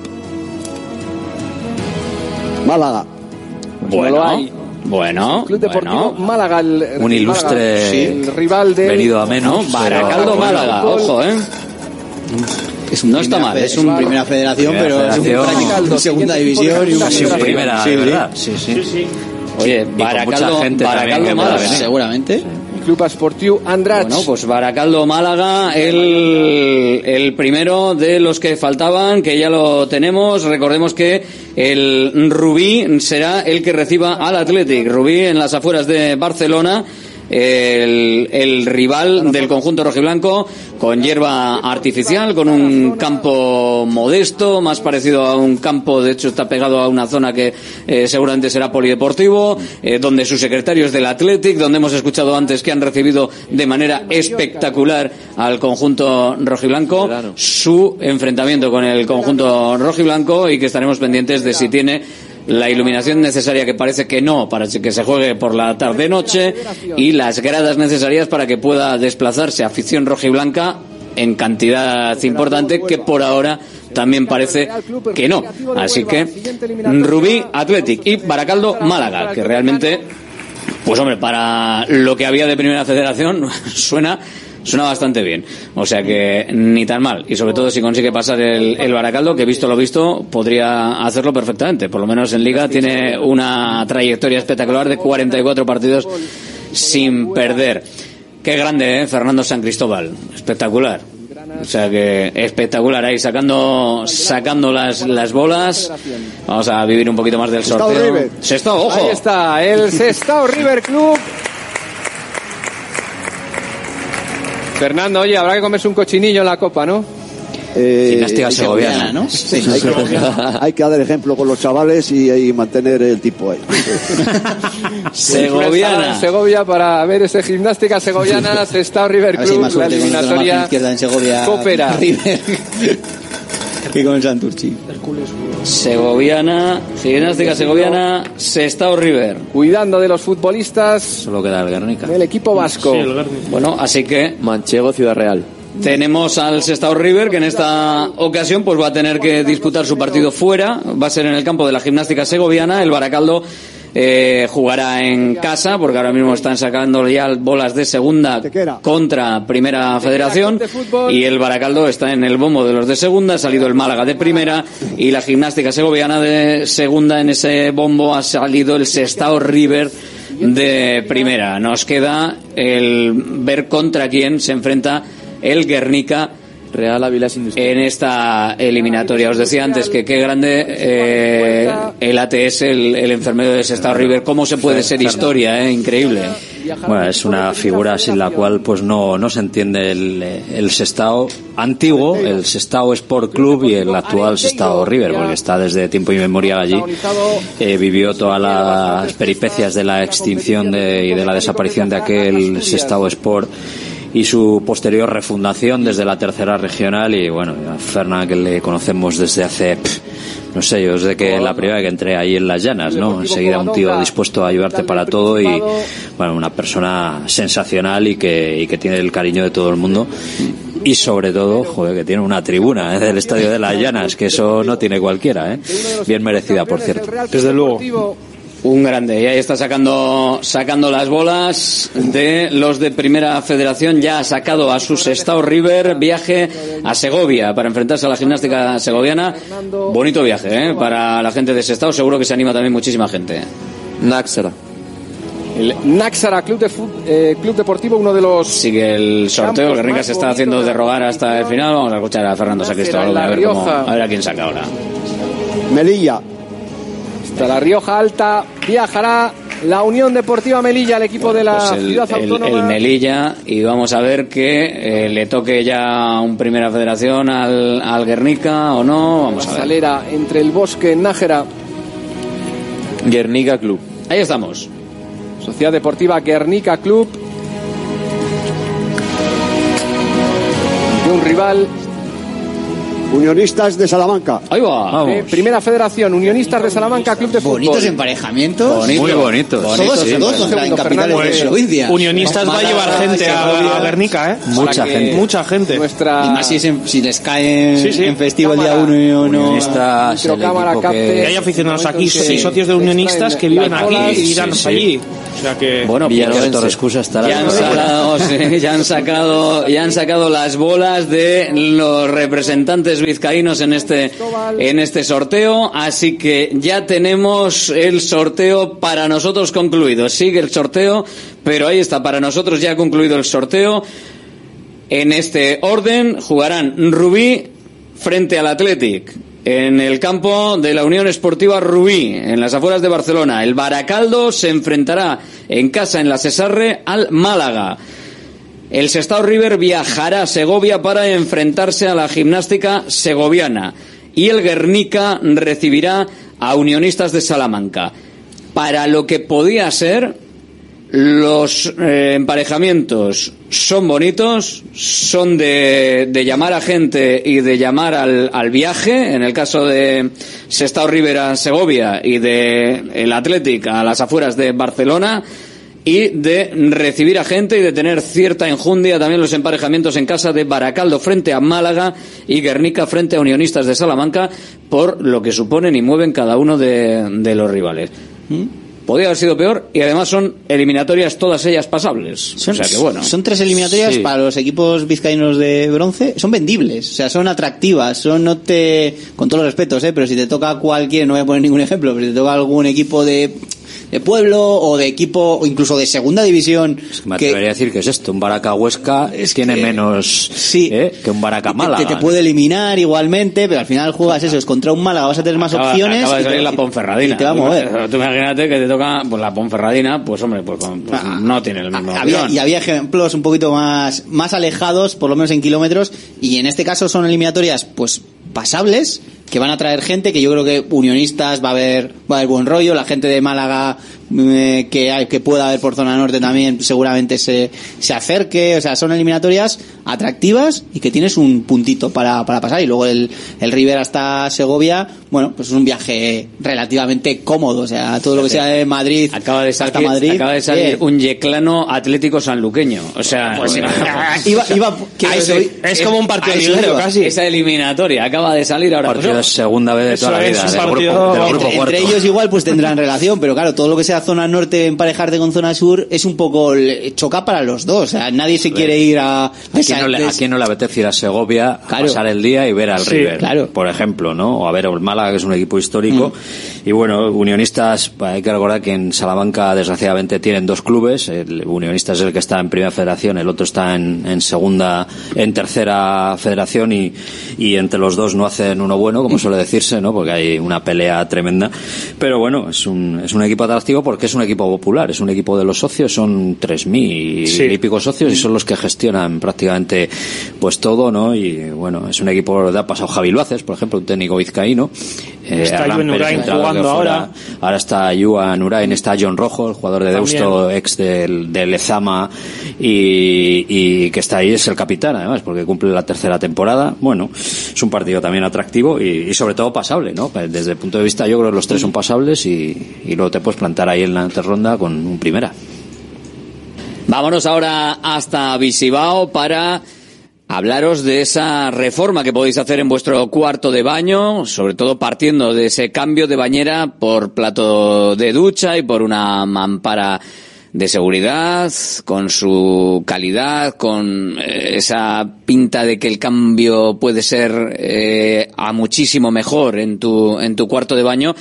Málaga. Bueno, lo hay. bueno, Club Deportivo bueno. Málaga. El, Un ilustre Málaga, sí, el rival de venido a menos. No, Baracaldo pero- Málaga, ojo, ¿eh? Es un No está primera mal, fe- es un- primera federación, Primera pero es un federación. práctico segunda división y un Casi un primera, Sí, de sí. verdad. Sí, sí. Oye, con Baracaldo, mucha gente también Baracaldo que pueda Málaga. venir. Seguramente. Club Esportiu Andratx. Bueno, pues Baracaldo Málaga, el, el primero de los que faltaban, que ya lo tenemos. Recordemos que el Rubí será el que reciba al Athletic. Rubí en las afueras de Barcelona. El, el rival del conjunto rojiblanco, con hierba artificial, con un campo modesto, más parecido a un campo, de hecho está pegado a una zona que eh, seguramente será polideportivo, eh, donde su secretario es del Athletic, donde hemos escuchado antes que han recibido de manera espectacular al conjunto rojiblanco, su enfrentamiento con el conjunto rojiblanco, y que estaremos pendientes de si tiene la iluminación necesaria, que parece que no, para que se juegue por la tarde-noche, y las gradas necesarias para que pueda desplazarse afición rojiblanca en cantidad importante, que por ahora también parece que no. Así que Rubí Athletic y Baracaldo Málaga, que realmente, pues hombre, para lo que había de Primera Federación suena Suena bastante bien, o sea que ni tan mal, y sobre todo si consigue pasar el, el Baracaldo, que visto lo visto podría hacerlo perfectamente. Por lo menos en Liga tiene una trayectoria espectacular de cuarenta y cuatro partidos sin perder. Qué grande, ¿eh? Fernando San Cristóbal, espectacular. O sea que espectacular ahí sacando sacando las las bolas. Vamos a vivir un poquito más del sorteo. Sestao, ojo. Ahí está, el Sestao River Club. Fernando, oye, habrá que comerse un cochinillo en la copa, ¿no? Eh, Gimnástica segoviana, ¿no? Sí. Hay que, hay que dar ejemplo con los chavales y, y mantener el tipo ahí. Segoviana. Segovia para ver ese Gimnástica segoviana, Sestao River Club, la eliminatoria en Segovia, Coopera. River. Que con Santurchi. Segoviana, Gimnástica segoviana, Sestao River. Cuidando de los futbolistas. Solo queda el Guernica. Del equipo vasco. Sí, el Guernica. Bueno, así que Manchego, Ciudad Real. Tenemos al Sestao River, que en esta ocasión pues va a tener que disputar su partido fuera. Va a ser en el campo de la Gimnástica segoviana. El Baracaldo eh, jugará en casa, porque ahora mismo están sacando ya bolas de segunda contra Primera Federación. Y el Baracaldo está en el bombo de los de segunda. Ha salido el Málaga de primera. Y la Gimnástica segoviana de segunda. En ese bombo ha salido el Sestao River de primera. Nos queda el ver contra quién se enfrenta el Guernica Real Ávila en esta eliminatoria. Os decía antes que qué grande eh, el A T S, el, el enfermero de Sestao River, cómo se puede ser historia, eh, increíble. Bueno, es una figura sin la cual pues no, no se entiende el, el Sestao antiguo, el Sestao Sport Club y el actual Sestao River, porque está desde tiempo inmemorial allí. Eh, vivió todas las peripecias de la extinción de, y de la desaparición de aquel Sestao Sport y su posterior refundación desde la tercera regional. Y bueno, a Fernan, que le conocemos desde hace pff, no sé, yo desde que la primera vez que entré ahí en las llanas, ¿no? Enseguida un tío dispuesto a ayudarte para todo y bueno, una persona sensacional y que, y que tiene el cariño de todo el mundo. Y sobre todo, joder, que tiene una tribuna, ¿eh?, del Estadio de las Llanas, que eso no tiene cualquiera, ¿eh? Bien merecida, por cierto. Desde luego. Un grande, y ahí está sacando sacando las bolas de los de Primera Federación. Ya ha sacado a su Sestao River, viaje a Segovia para enfrentarse a la Gimnástica segoviana. Bonito viaje, ¿eh?, para la gente de Sestao. Seguro que se anima también muchísima gente. Náxara. El Náxara Club, de Fut, eh, Club Deportivo, uno de los... Sigue el sorteo, el Guernica se está haciendo derrogar hasta el final. Vamos a escuchar a Fernando Sacristóbal, a ver cómo, a ver a quién saca ahora. Melilla. Hasta la Rioja Alta viajará la Unión Deportiva Melilla, el equipo de la pues el, ciudad autónoma. El, el Melilla, y vamos a ver que eh, le toque ya un Primera Federación al, al Guernica o no. Vamos la a ver. Salera entre el Bosque, Nájera. Guernica Club. Ahí estamos. Sociedad Deportiva Guernica Club. De un rival. Unionistas de Salamanca. Ahí va. Eh, Primera Federación, Unionistas de Salamanca, Club de Fútbol. Bonitos emparejamientos. Bonito. Muy bonitos. Todos, sí, todos contra en capitales de provincia. Unionistas va a llevar gente a, a Guernica, ¿eh? Mucha gente. Mucha gente. Nuestra... Y más si, es en, si les cae sí, sí. en festivo el día uno y uno. Unionistas, el equipo que... que hay aficionados aquí, seis socios de Unionistas que viven aquí y irán sí, sí. allí. O sea que... Bueno, Villanueva Torrescusa estará. Ya han, sacado, sí, ya han sacado, ya han sacado las bolas de los representantes vizcaínos en este, en este sorteo, así que ya tenemos el sorteo para nosotros concluido. Sigue el sorteo, pero ahí está, para nosotros ya ha concluido el sorteo. En este orden jugarán Rubí frente al Athletic. En el campo de la Unión Esportiva Rubí, en las afueras de Barcelona. El Baracaldo se enfrentará en casa en la Cesarre al Málaga. El Sestao River viajará a Segovia para enfrentarse a la Gimnástica segoviana. Y el Guernica recibirá a Unionistas de Salamanca. Para lo que podía ser, los eh, emparejamientos son bonitos, son de, de llamar a gente y de llamar al, al viaje. En el caso de Sestao River a Segovia y de el Athletic a las afueras de Barcelona, y de recibir a gente y de tener cierta enjundia también los emparejamientos en casa de Baracaldo frente a Málaga y Guernica frente a Unionistas de Salamanca, por lo que suponen y mueven cada uno de, de los rivales. ¿Mm? Podría haber sido peor, y además son eliminatorias todas ellas pasables. Son, o sea que bueno. Son tres eliminatorias, sí, para los equipos vizcaínos de bronce. Son vendibles, o sea, son atractivas. Son, no te, con todos los respetos, ¿eh? Pero si te toca cualquier, no voy a poner ningún ejemplo, pero si te toca algún equipo de de pueblo o de equipo o incluso de segunda división. Es que me atrevería a decir que es esto, un Baraka Huesca tiene que, menos sí, ¿eh? que un Baraka Málaga. Que te, te puede eliminar igualmente, pero al final juegas eso, es contra un Málaga, vas a tener más acaba, opciones. Acaba de salir te, la Ponferradina. Y te va a mover. Tú imagínate que te toca pues la Ponferradina, pues hombre, pues, pues ah, no tiene el mismo había, Y había ejemplos un poquito más, más alejados, por lo menos en kilómetros, y en este caso son eliminatorias pues pasables, que van a traer gente, que yo creo que Unionistas va a haber, va a haber buen rollo, la gente de Málaga eh, que hay, que pueda haber por zona norte también seguramente se, se acerque, o sea, son eliminatorias atractivas y que tienes un puntito para, para pasar, y luego el, el Rivera hasta Segovia, bueno, pues es un viaje relativamente cómodo, o sea, todo lo que sea de Madrid acaba de salir, hasta Madrid, acaba de salir bien. Un Yeclano Atlético Sanluqueño, o sea, pues, iba, iba, que es, eso, es como un partido ligero casi, esa eliminatoria acaba de salir ahora. Partido de segunda vez de toda la vida, del grupo, del grupo entre, entre ellos igual pues tendrán relación, pero claro, todo lo que sea zona norte emparejarte con zona sur es un poco choca para los dos, o sea, nadie se quiere ir a... ¿A quién no le, a quién no le apetece ir a Segovia, claro, a pasar el día y ver al sí, River, claro, por ejemplo, ¿no? O a ver al Málaga, que es un equipo histórico. Mm. Y bueno, Unionistas, hay que recordar que en Salamanca desgraciadamente tienen dos clubes, el Unionistas es el que está en primera federación, el otro está en, en segunda, en tercera federación, y, y entre los dos no hacen uno bueno, como suele decirse, ¿no? Porque hay una pelea tremenda, pero bueno, es un, es un equipo atractivo porque es un equipo popular, es un equipo de los socios, son tres mil sí. y pico socios, y son los que gestionan prácticamente pues todo, ¿no? Y bueno, es un equipo, ha pasado Javi Luaces, por ejemplo, un técnico vizcaíno, eh, está Juan Urain jugando ahora, ahora está Juan Urain, está John Rojo, el jugador de Deusto, también, ex del, del Lezama, y, y que está ahí, es el capitán además, porque cumple la tercera temporada. Bueno, es un partido también atractivo y, y sobre todo pasable, ¿no? Desde el punto de vista, yo creo que los tres son pasables, y, y luego te puedes plantar ahí en la anterronda con un primera. Vámonos ahora hasta Visibao para hablaros de esa reforma que podéis hacer en vuestro cuarto de baño, sobre todo partiendo de ese cambio de bañera por plato de ducha y por una mampara de seguridad, con su calidad, con eh, esa pinta de que el cambio puede ser eh, a muchísimo mejor en tu en tu cuarto de baño.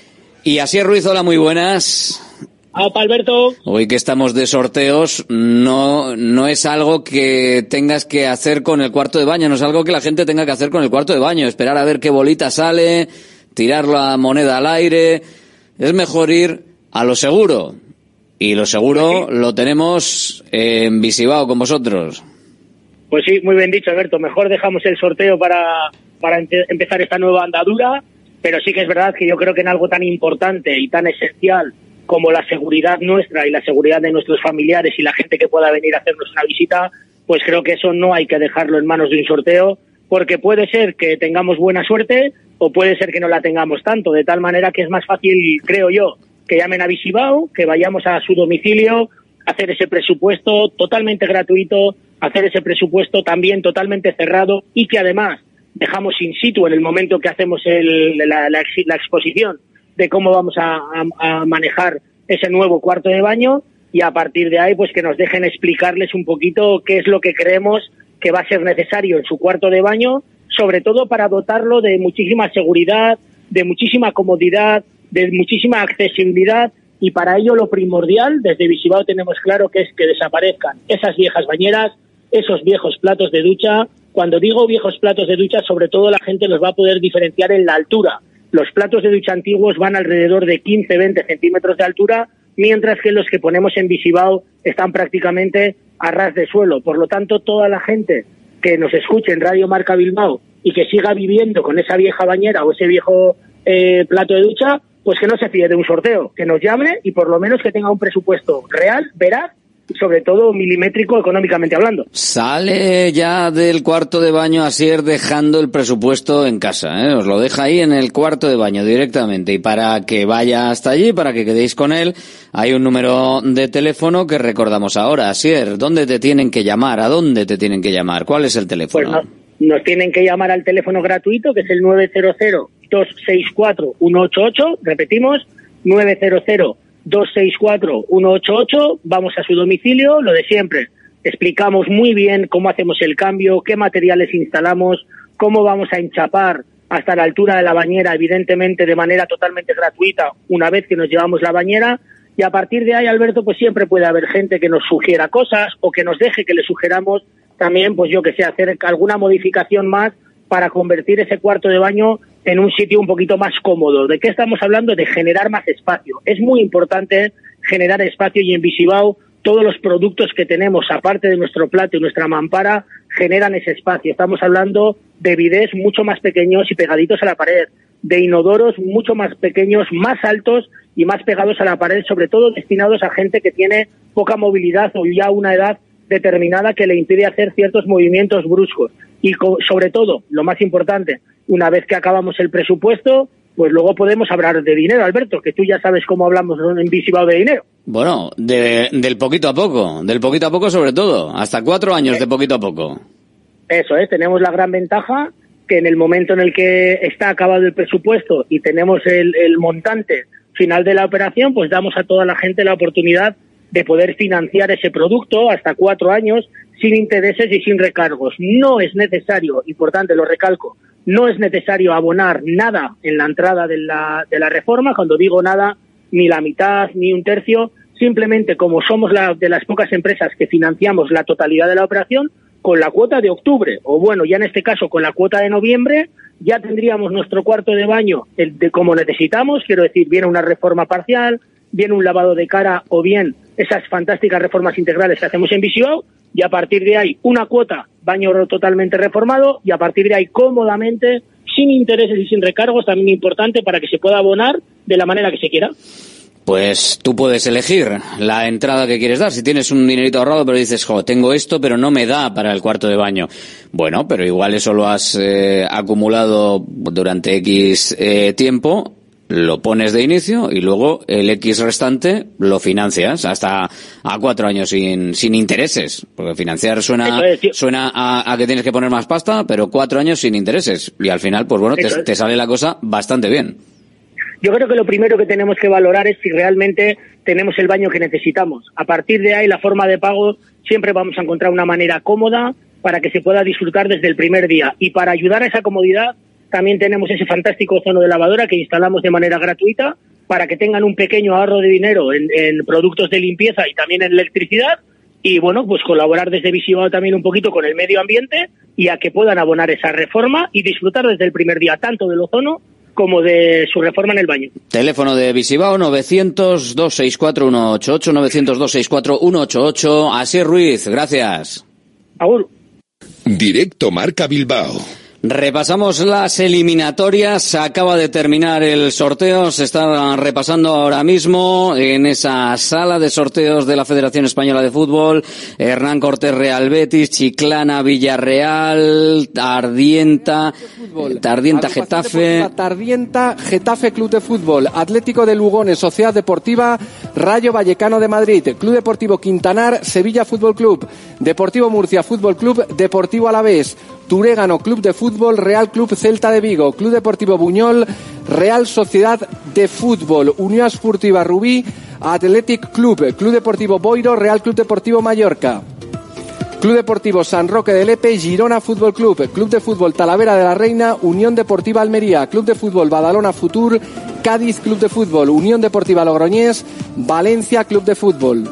Y Asier Ruiz, hola, muy buenas. ¡Opa, Alberto! Hoy que estamos de sorteos, no no es algo que tengas que hacer con el cuarto de baño, no es algo que la gente tenga que hacer con el cuarto de baño, esperar a ver qué bolita sale, tirar la moneda al aire. Es mejor ir a lo seguro. Y lo seguro ¿Sí? lo tenemos en Visibao con vosotros. Pues sí, muy bien dicho, Alberto. Mejor dejamos el sorteo para, para empe- empezar esta nueva andadura, pero sí que es verdad que yo creo que en algo tan importante y tan esencial como la seguridad nuestra y la seguridad de nuestros familiares y la gente que pueda venir a hacernos una visita, pues creo que eso no hay que dejarlo en manos de un sorteo, porque puede ser que tengamos buena suerte o puede ser que no la tengamos tanto, de tal manera que es más fácil, creo yo, que llamen a Visibao, que vayamos a su domicilio, hacer ese presupuesto totalmente gratuito, hacer ese presupuesto también totalmente cerrado, y que además dejamos in situ en el momento que hacemos el, la, la, la exposición de cómo vamos a, a, a manejar ese nuevo cuarto de baño, y a partir de ahí pues que nos dejen explicarles un poquito qué es lo que creemos que va a ser necesario en su cuarto de baño, sobre todo para dotarlo de muchísima seguridad, de muchísima comodidad, de muchísima accesibilidad, y para ello lo primordial, desde Visibao tenemos claro que es que desaparezcan esas viejas bañeras, esos viejos platos de ducha. Cuando digo viejos platos de ducha, sobre todo la gente los va a poder diferenciar en la altura. Los platos de ducha antiguos van alrededor de quince a veinte centímetros de altura, mientras que los que ponemos en Visibao están prácticamente a ras de suelo. Por lo tanto, toda la gente que nos escuche en Radio Marca Bilbao y que siga viviendo con esa vieja bañera o ese viejo eh, plato de ducha, pues que no se fíe de un sorteo, que nos llame y por lo menos que tenga un presupuesto real, veraz, y sobre todo milimétrico económicamente hablando. Sale ya del cuarto de baño Asier dejando el presupuesto en casa, ¿eh? Os lo deja ahí en el cuarto de baño directamente, y para que vaya hasta allí, para que quedéis con él, hay un número de teléfono que recordamos ahora. Asier, ¿dónde te tienen que llamar? ¿A dónde te tienen que llamar? ¿Cuál es el teléfono? Pues no. Nos tienen que llamar al teléfono gratuito, que es el nueve cero cero, dos seis cuatro, uno ocho ocho, repetimos, nueve cero cero, dos seis cuatro, uno ocho ocho, vamos a su domicilio, lo de siempre. Explicamos muy bien cómo hacemos el cambio, qué materiales instalamos, cómo vamos a enchapar hasta la altura de la bañera, evidentemente de manera totalmente gratuita, una vez que nos llevamos la bañera. Y a partir de ahí, Alberto, pues siempre puede haber gente que nos sugiera cosas o que nos deje que le sugiramos también, pues yo que sé, hacer alguna modificación más para convertir ese cuarto de baño en un sitio un poquito más cómodo. ¿De qué estamos hablando? De generar más espacio. Es muy importante generar espacio y en Visibao todos los productos que tenemos, aparte de nuestro plato y nuestra mampara, generan ese espacio. Estamos hablando de bidés mucho más pequeños y pegaditos a la pared, de inodoros mucho más pequeños, más altos y más pegados a la pared, sobre todo destinados a gente que tiene poca movilidad o ya una edad determinada que le impide hacer ciertos movimientos bruscos. Y sobre todo, lo más importante, una vez que acabamos el presupuesto, pues luego podemos hablar de dinero, Alberto, que tú ya sabes cómo hablamos en Visibao de dinero. Bueno, de, del poquito a poco, del poquito a poco sobre todo, hasta cuatro años de poquito a poco. Eso es, tenemos la gran ventaja que en el momento en el que está acabado el presupuesto y tenemos el, el montante final de la operación, pues damos a toda la gente la oportunidad de poder financiar ese producto hasta cuatro años sin intereses y sin recargos. No es necesario, importante, lo recalco, no es necesario abonar nada en la entrada de la, de la reforma. Cuando digo nada, ni la mitad, ni un tercio, simplemente como somos la, de las pocas empresas que financiamos la totalidad de la operación, con la cuota de octubre, o bueno, ya en este caso con la cuota de noviembre, ya tendríamos nuestro cuarto de baño el de como necesitamos, quiero decir, viene una reforma parcial, viene un lavado de cara o bien esas fantásticas reformas integrales que hacemos en Visibao, y a partir de ahí una cuota, baño totalmente reformado, y a partir de ahí cómodamente, sin intereses y sin recargos, también importante para que se pueda abonar de la manera que se quiera. Pues tú puedes elegir la entrada que quieres dar. Si tienes un dinerito ahorrado, pero dices, jo, tengo esto, pero no me da para el cuarto de baño. Bueno, pero igual eso lo has eh, acumulado durante X eh, tiempo, lo pones de inicio y luego el X restante lo financias hasta a cuatro años sin, sin intereses. Porque financiar suena, suena a, a que tienes que poner más pasta, pero cuatro años sin intereses. Y al final, pues bueno, te, te sale la cosa bastante bien. Yo creo que lo primero que tenemos que valorar es si realmente tenemos el baño que necesitamos. A partir de ahí, la forma de pago, siempre vamos a encontrar una manera cómoda para que se pueda disfrutar desde el primer día. Y para ayudar a esa comodidad, también tenemos ese fantástico zono de lavadora que instalamos de manera gratuita para que tengan un pequeño ahorro de dinero en, en productos de limpieza y también en electricidad. Y bueno, pues colaborar desde Visibao también un poquito con el medio ambiente y a que puedan abonar esa reforma y disfrutar desde el primer día tanto del ozono como de su reforma en el baño. Teléfono de Visibao novecientos, doscientos sesenta y cuatro, ciento ochenta y ocho, novecientos, doscientos sesenta y cuatro, ciento ochenta y ocho. Asier Ruiz, gracias. Agur. Directo Marca Bilbao. Repasamos las eliminatorias. Acaba de terminar el sorteo. Se está repasando ahora mismo en esa sala de sorteos de la Federación Española de Fútbol. Hernán Cortés, Real Betis, Chiclana, Villarreal, Tardienta, Tardienta, Getafe. Tardienta, Getafe, Club de Fútbol, Atlético de Lugones, Sociedad Deportiva, Rayo Vallecano de Madrid, Club Deportivo Quintanar, Sevilla Fútbol Club, Deportivo Murcia Fútbol Club, Deportivo Alavés, Turégano Club de Fútbol, Real Club Celta de Vigo, Club Deportivo Buñol, Real Sociedad de Fútbol, Unión Esportiva Rubí, Athletic Club, Club Deportivo Boiro, Real Club Deportivo Mallorca, Club Deportivo San Roque de Lepe, Girona Fútbol Club, Club de Fútbol Talavera de la Reina, Unión Deportiva Almería, Club de Fútbol Badalona Futur, Cádiz Club de Fútbol, Unión Deportiva Logroñés, Valencia Club de Fútbol,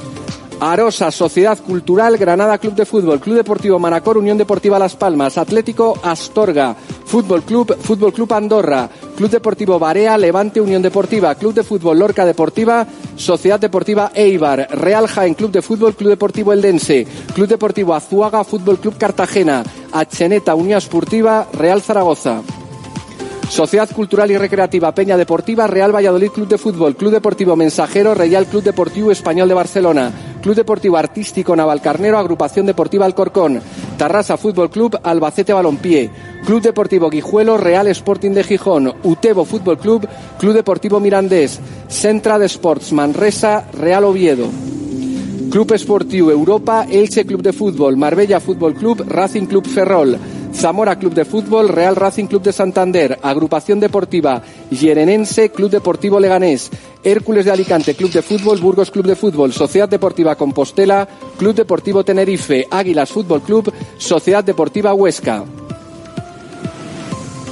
Arosa, Sociedad Cultural, Granada Club de Fútbol, Club Deportivo Manacor, Unión Deportiva Las Palmas, Atlético Astorga, Fútbol Club, Fútbol Club Andorra, Club Deportivo Barea, Levante Unión Deportiva, Club de Fútbol Lorca Deportiva, Sociedad Deportiva Eibar, Real Jaén Club de Fútbol, Club Deportivo Eldense, Club Deportivo Azuaga, Fútbol Club Cartagena, Acheneta Unión Esportiva, Real Zaragoza. Sociedad Cultural y Recreativa Peña Deportiva, Real Valladolid Club de Fútbol, Club Deportivo Mensajero, Real Club Deportivo Español de Barcelona, Club Deportivo Artístico Navalcarnero, Agrupación Deportiva Alcorcón, Tarrasa Fútbol Club, Albacete Balompié, Club Deportivo Guijuelo, Real Sporting de Gijón, Utebo Fútbol Club, Club Deportivo Mirandés, Centra de Sports Manresa, Real Oviedo. Club Esportiu Europa, Elche Club de Fútbol, Marbella Fútbol Club, Racing Club Ferrol, Zamora Club de Fútbol, Real Racing Club de Santander, Agrupación Deportiva Yerenense, Club Deportivo Leganés, Hércules de Alicante Club de Fútbol, Burgos Club de Fútbol, Sociedad Deportiva Compostela, Club Deportivo Tenerife, Águilas Fútbol Club, Sociedad Deportiva Huesca.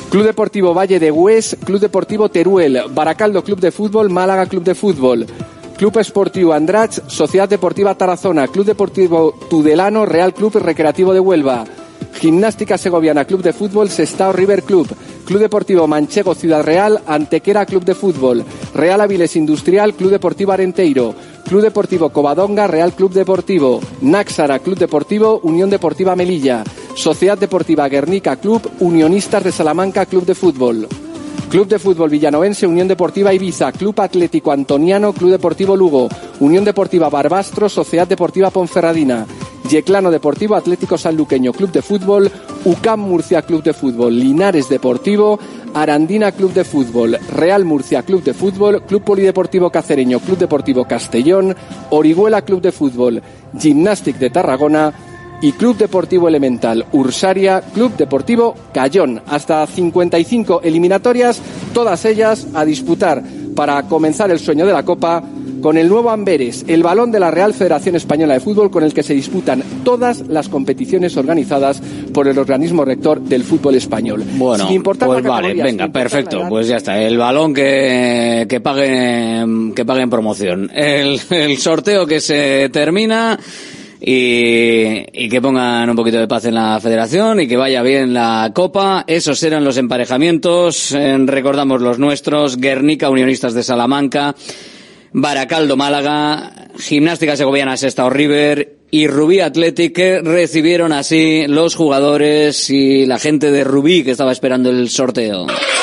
Club Deportivo Valle de Hues, Club Deportivo Teruel, Baracaldo Club de Fútbol, Málaga Club de Fútbol, Club Esportivo Andratx, Sociedad Deportiva Tarazona, Club Deportivo Tudelano, Real Club Recreativo de Huelva, Gimnástica Segoviana Club de Fútbol, Sestao River Club, Club Deportivo Manchego Ciudad Real, Antequera Club de Fútbol, Real Avilés Industrial, Club Deportivo Arenteiro, Club Deportivo Covadonga, Real Club Deportivo, Náxara Club Deportivo, Unión Deportiva Melilla, Sociedad Deportiva Guernica Club, Unionistas de Salamanca Club de Fútbol, Club de Fútbol Villanovense, Unión Deportiva Ibiza, Club Atlético Antoniano, Club Deportivo Lugo, Unión Deportiva Barbastro, Sociedad Deportiva Ponferradina, Yeclano Deportivo, Atlético Sanluqueño Club de Fútbol, U C A M Murcia Club de Fútbol, Linares Deportivo, Arandina Club de Fútbol, Real Murcia Club de Fútbol, Club Polideportivo Cacereño, Club Deportivo Castellón, Orihuela Club de Fútbol, Gimnàstic de Tarragona y Club Deportivo Elemental Ursaria, Club Deportivo Cayón. Hasta cincuenta y cinco eliminatorias, todas ellas a disputar para comenzar el sueño de la Copa con el nuevo Amberes, el balón de la Real Federación Española de Fútbol con el que se disputan todas las competiciones organizadas por el organismo rector del fútbol español. Bueno, sin importar pues la vale, categoría, venga, sin importar perfecto, la edad. pues ya está, el balón que, que pague, que pague en promoción, el, el sorteo que se termina y, y que pongan un poquito de paz en la federación y que vaya bien la Copa. Esos eran los emparejamientos, eh, recordamos los nuestros: Guernica Unionistas de Salamanca, Baracaldo Málaga, Gimnástica Segoviana Sestao River y Rubí Athletic, que recibieron así los jugadores y la gente de Rubí que estaba esperando el sorteo.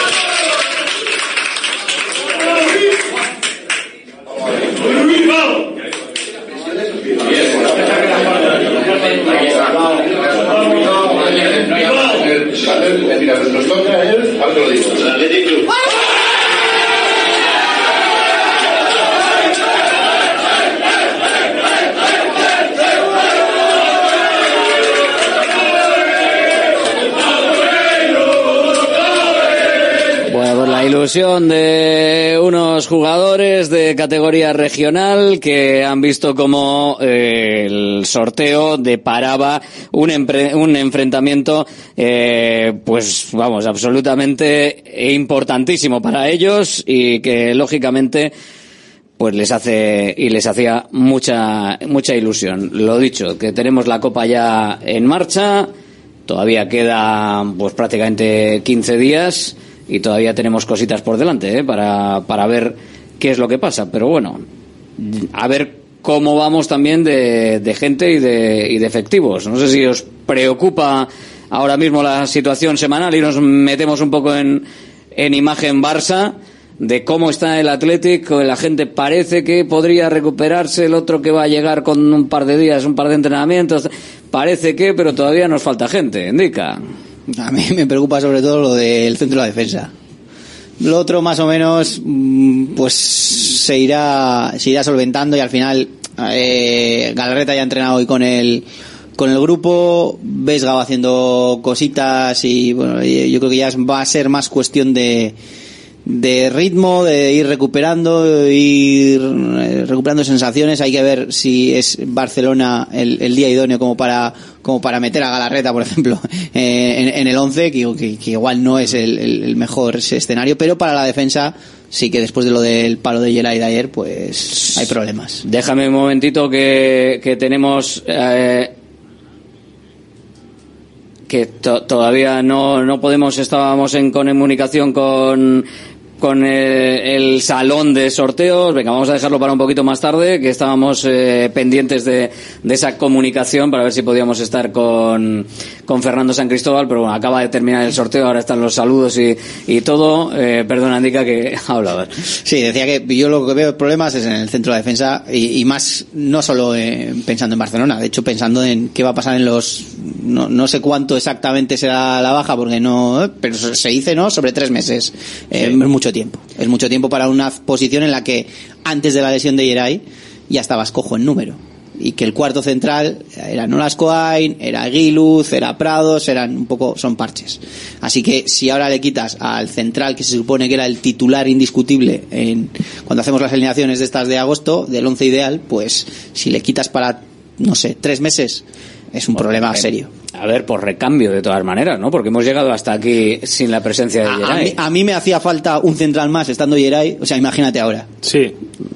Ilusión de unos jugadores de categoría regional que han visto como eh, el sorteo deparaba un, empre- un enfrentamiento eh, pues vamos, absolutamente importantísimo para ellos y que lógicamente pues les hace y les hacía mucha mucha ilusión. Lo dicho, que tenemos la Copa ya en marcha, todavía queda pues prácticamente quince días y todavía tenemos cositas por delante, ¿eh? para, para ver qué es lo que pasa. Pero bueno, a ver cómo vamos también de, de gente y de, y de efectivos. No sé si os preocupa ahora mismo la situación semanal y nos metemos un poco en, en imagen Barça, de cómo está el Athletic. La gente parece que podría recuperarse, el otro que va a llegar con un par de días, un par de entrenamientos, parece que, pero todavía nos falta gente, indica. A mí me preocupa sobre todo lo del centro de la defensa. Lo otro más o menos pues se irá se irá solventando y al final eh, Galarreta ya ha entrenado hoy con el con el grupo, Vesga va haciendo cositas y bueno, yo creo que ya va a ser más cuestión de de ritmo, de ir recuperando, ir recuperando sensaciones. Hay que ver si es Barcelona el, el día idóneo como para como para meter a Galarreta, por ejemplo, eh, en, en el once, que, que, que igual no es el, el, el mejor escenario, pero para la defensa sí que después de lo del palo de Yelai de ayer, pues hay problemas. Déjame un momentito que, que tenemos... Eh... que to- todavía no no podemos, estábamos en comunicación con con eh, el salón de sorteos. Venga, vamos a dejarlo para un poquito más tarde, que estábamos eh, pendientes de, de esa comunicación para ver si podíamos estar con con Fernando San Cristóbal, pero bueno, acaba de terminar el sorteo, ahora están los saludos y, y todo. Eh, perdona, Andica, que hablabas. Sí, decía que yo lo que veo problemas es en el centro de la defensa y, y más, no solo eh, pensando en Barcelona, de hecho pensando en qué va a pasar en los, no, no sé cuánto exactamente será la baja, porque no, pero se dice, ¿no?, sobre tres meses. Eh, sí. Es mucho tiempo, es mucho tiempo para una posición en la que antes de la lesión de Yeray ya estabas cojo en número, y que el cuarto central era Nolas Coain, era Aguiluz, era Prados, eran un poco, son parches. Así que si ahora le quitas al central, que se supone que era el titular indiscutible en, cuando hacemos las alineaciones de estas de agosto, del once ideal, pues si le quitas para, no sé, tres meses, es un bueno, problema en, serio. A ver, por recambio de todas maneras, ¿no? Porque hemos llegado hasta aquí sin la presencia de A, a, Geray. mí, a mí me hacía falta un central más estando Geray, o sea, imagínate ahora. Sí.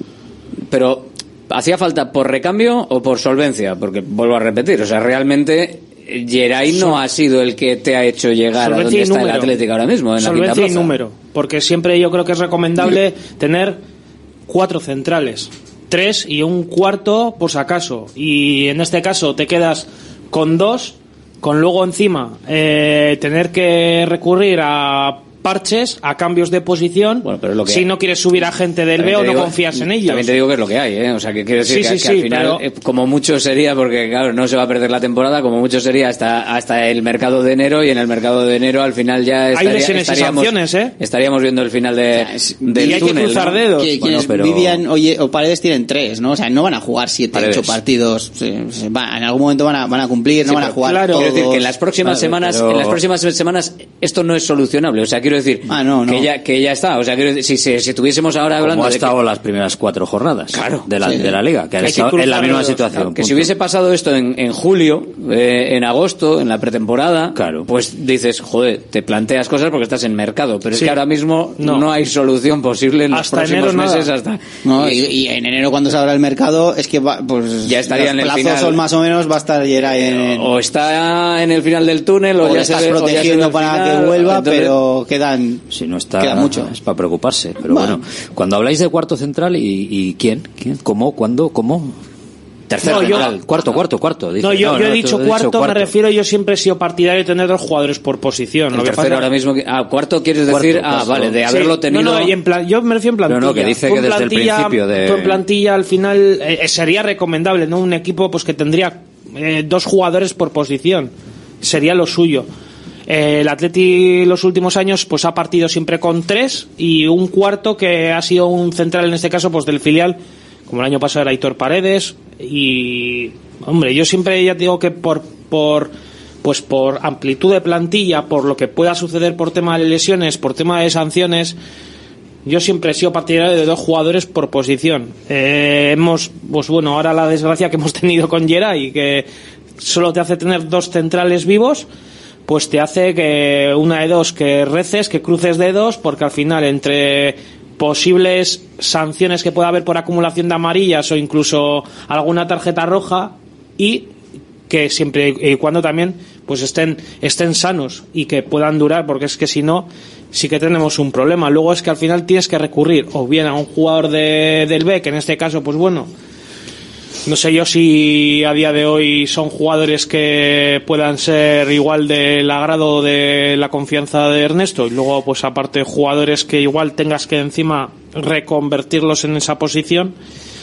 Pero, ¿hacía falta por recambio o por solvencia? Porque, vuelvo a repetir, o sea, realmente Geray no ha sido el que te ha hecho llegar solvencia a donde está número. El Atlético ahora mismo, en solvencia la quinta plaza. Y número, porque siempre yo creo que es recomendable tener cuatro centrales, tres y un cuarto por si acaso, y en este caso te quedas con dos, con luego encima eh, tener que recurrir a parches, a cambios de posición, bueno, pero es lo que si hay. No quieres subir a gente del B o no confías en ellos. También te digo que es lo que hay, ¿eh? O sea, que quiero decir sí, que, sí, que sí, al final, pero... eh, como mucho sería, porque claro, no se va a perder la temporada, como mucho sería hasta hasta el mercado de enero, y en el mercado de enero al final ya estaría, hay lesiones estaríamos, y sanciones, ¿eh? estaríamos viendo el final de, del y hay túnel, que cruzar ¿no? dedos. Que, bueno, quienes pero... Vivian oye, o Paredes tienen tres, ¿no? O sea, no van a jugar siete, Paredes. ocho partidos. Se, se va, en algún momento van a, van a cumplir, no Sí, van a jugar claro. todos. Quiero decir que en las próximas Vale, semanas, pero... en las próximas semanas esto no es solucionable. O sea, quiero decir ah, no, no. que ya que ya está. O sea, quiero decir, si, si, si tuviésemos ahora hablando como ha de estado que... las primeras cuatro jornadas claro, de la sí. de la liga, que han Hay estado que en la misma los, situación. Claro, que punto. si hubiese pasado esto en, en julio, eh, en agosto, en la pretemporada, claro. Pues dices, joder, te planteas cosas porque estás en mercado, pero sí. es que ahora mismo no, no hay solución posible en hasta los próximos enero meses nada. hasta. No, y, y en enero cuando se abra el mercado es que va, pues ya estaría los en el plazos final. Son más o menos va a estar Geray en... o está en el final del túnel o, o ya estás se ve, protegiendo o ya se ve para final, que vuelva, entonces... pero quedan si no está queda mucho. Es para preocuparse, pero bueno. bueno, cuando habláis de cuarto central y, y quién, quién, cómo, cuándo, cómo. Tercero no, central, yo, cuarto, cuarto, cuarto. Dice. No, yo, no, yo no, he dicho he cuarto, dicho cuarto, me refiero, yo siempre he sido partidario de tener dos jugadores por posición. El lo que tercero pasa... ahora mismo, que, ah, cuarto quieres decir, cuarto, ah, cuarto. vale, de haberlo sí. tenido. No, no, y en plan, yo me refiero en plantilla. No, no, que dice tú que desde plantilla, el principio de. Tú en plantilla al final eh, sería recomendable, ¿no? Un equipo pues que tendría eh, dos jugadores por posición. Sería lo suyo. Eh, el Atleti los últimos años pues ha partido siempre con tres y un cuarto que ha sido un central en este caso pues del filial, como el año pasado era Aitor Paredes. Y hombre, yo siempre ya digo que por por pues por amplitud de plantilla, por lo que pueda suceder por tema de lesiones, por tema de sanciones, yo siempre he sido partidario de dos jugadores por posición. Eh, hemos pues bueno, ahora la desgracia que hemos tenido con Geray, que solo te hace tener dos centrales vivos, pues te hace que una de dos que reces, que cruces dedos, porque al final entre posibles sanciones que pueda haber por acumulación de amarillas o incluso alguna tarjeta roja, y que siempre y cuando también pues estén estén sanos y que puedan durar, porque es que si no sí que tenemos un problema. Luego es que al final tienes que recurrir o bien a un jugador de, del B, que en este caso pues bueno, no sé yo si a día de hoy son jugadores que puedan ser igual del agrado de la confianza de Ernesto, y luego pues aparte jugadores que igual tengas que encima reconvertirlos en esa posición.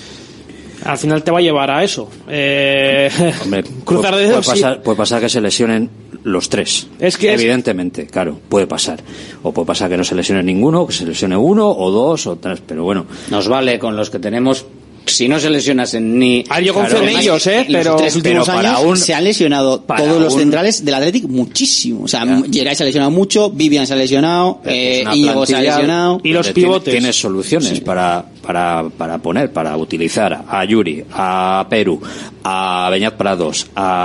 Al final te va a llevar a eso. Eh, Hombre, cruzar puede, dedos. puede, pasar, Sí. puede pasar que se lesionen los tres. Es que evidentemente, es... claro, puede pasar. O puede pasar que no se lesione ninguno, que se lesione uno o dos o tres, pero bueno. Nos vale con los que tenemos. Si no se lesionasen ni... Ah, yo confío claro, en ellos, ¿eh? Los Pero, tres últimos pero para años un- se han lesionado para todos los un- centrales del Athletic muchísimo. O sea, Geray se ha lesionado mucho, Vivian se ha lesionado, eh, Una Íñigo se ha plantilla lesionado. Y los donde tiene- pivotes. Tienes soluciones Sí. para, para, para poner, para utilizar a Yuri, a Perú, a Beñat Prados,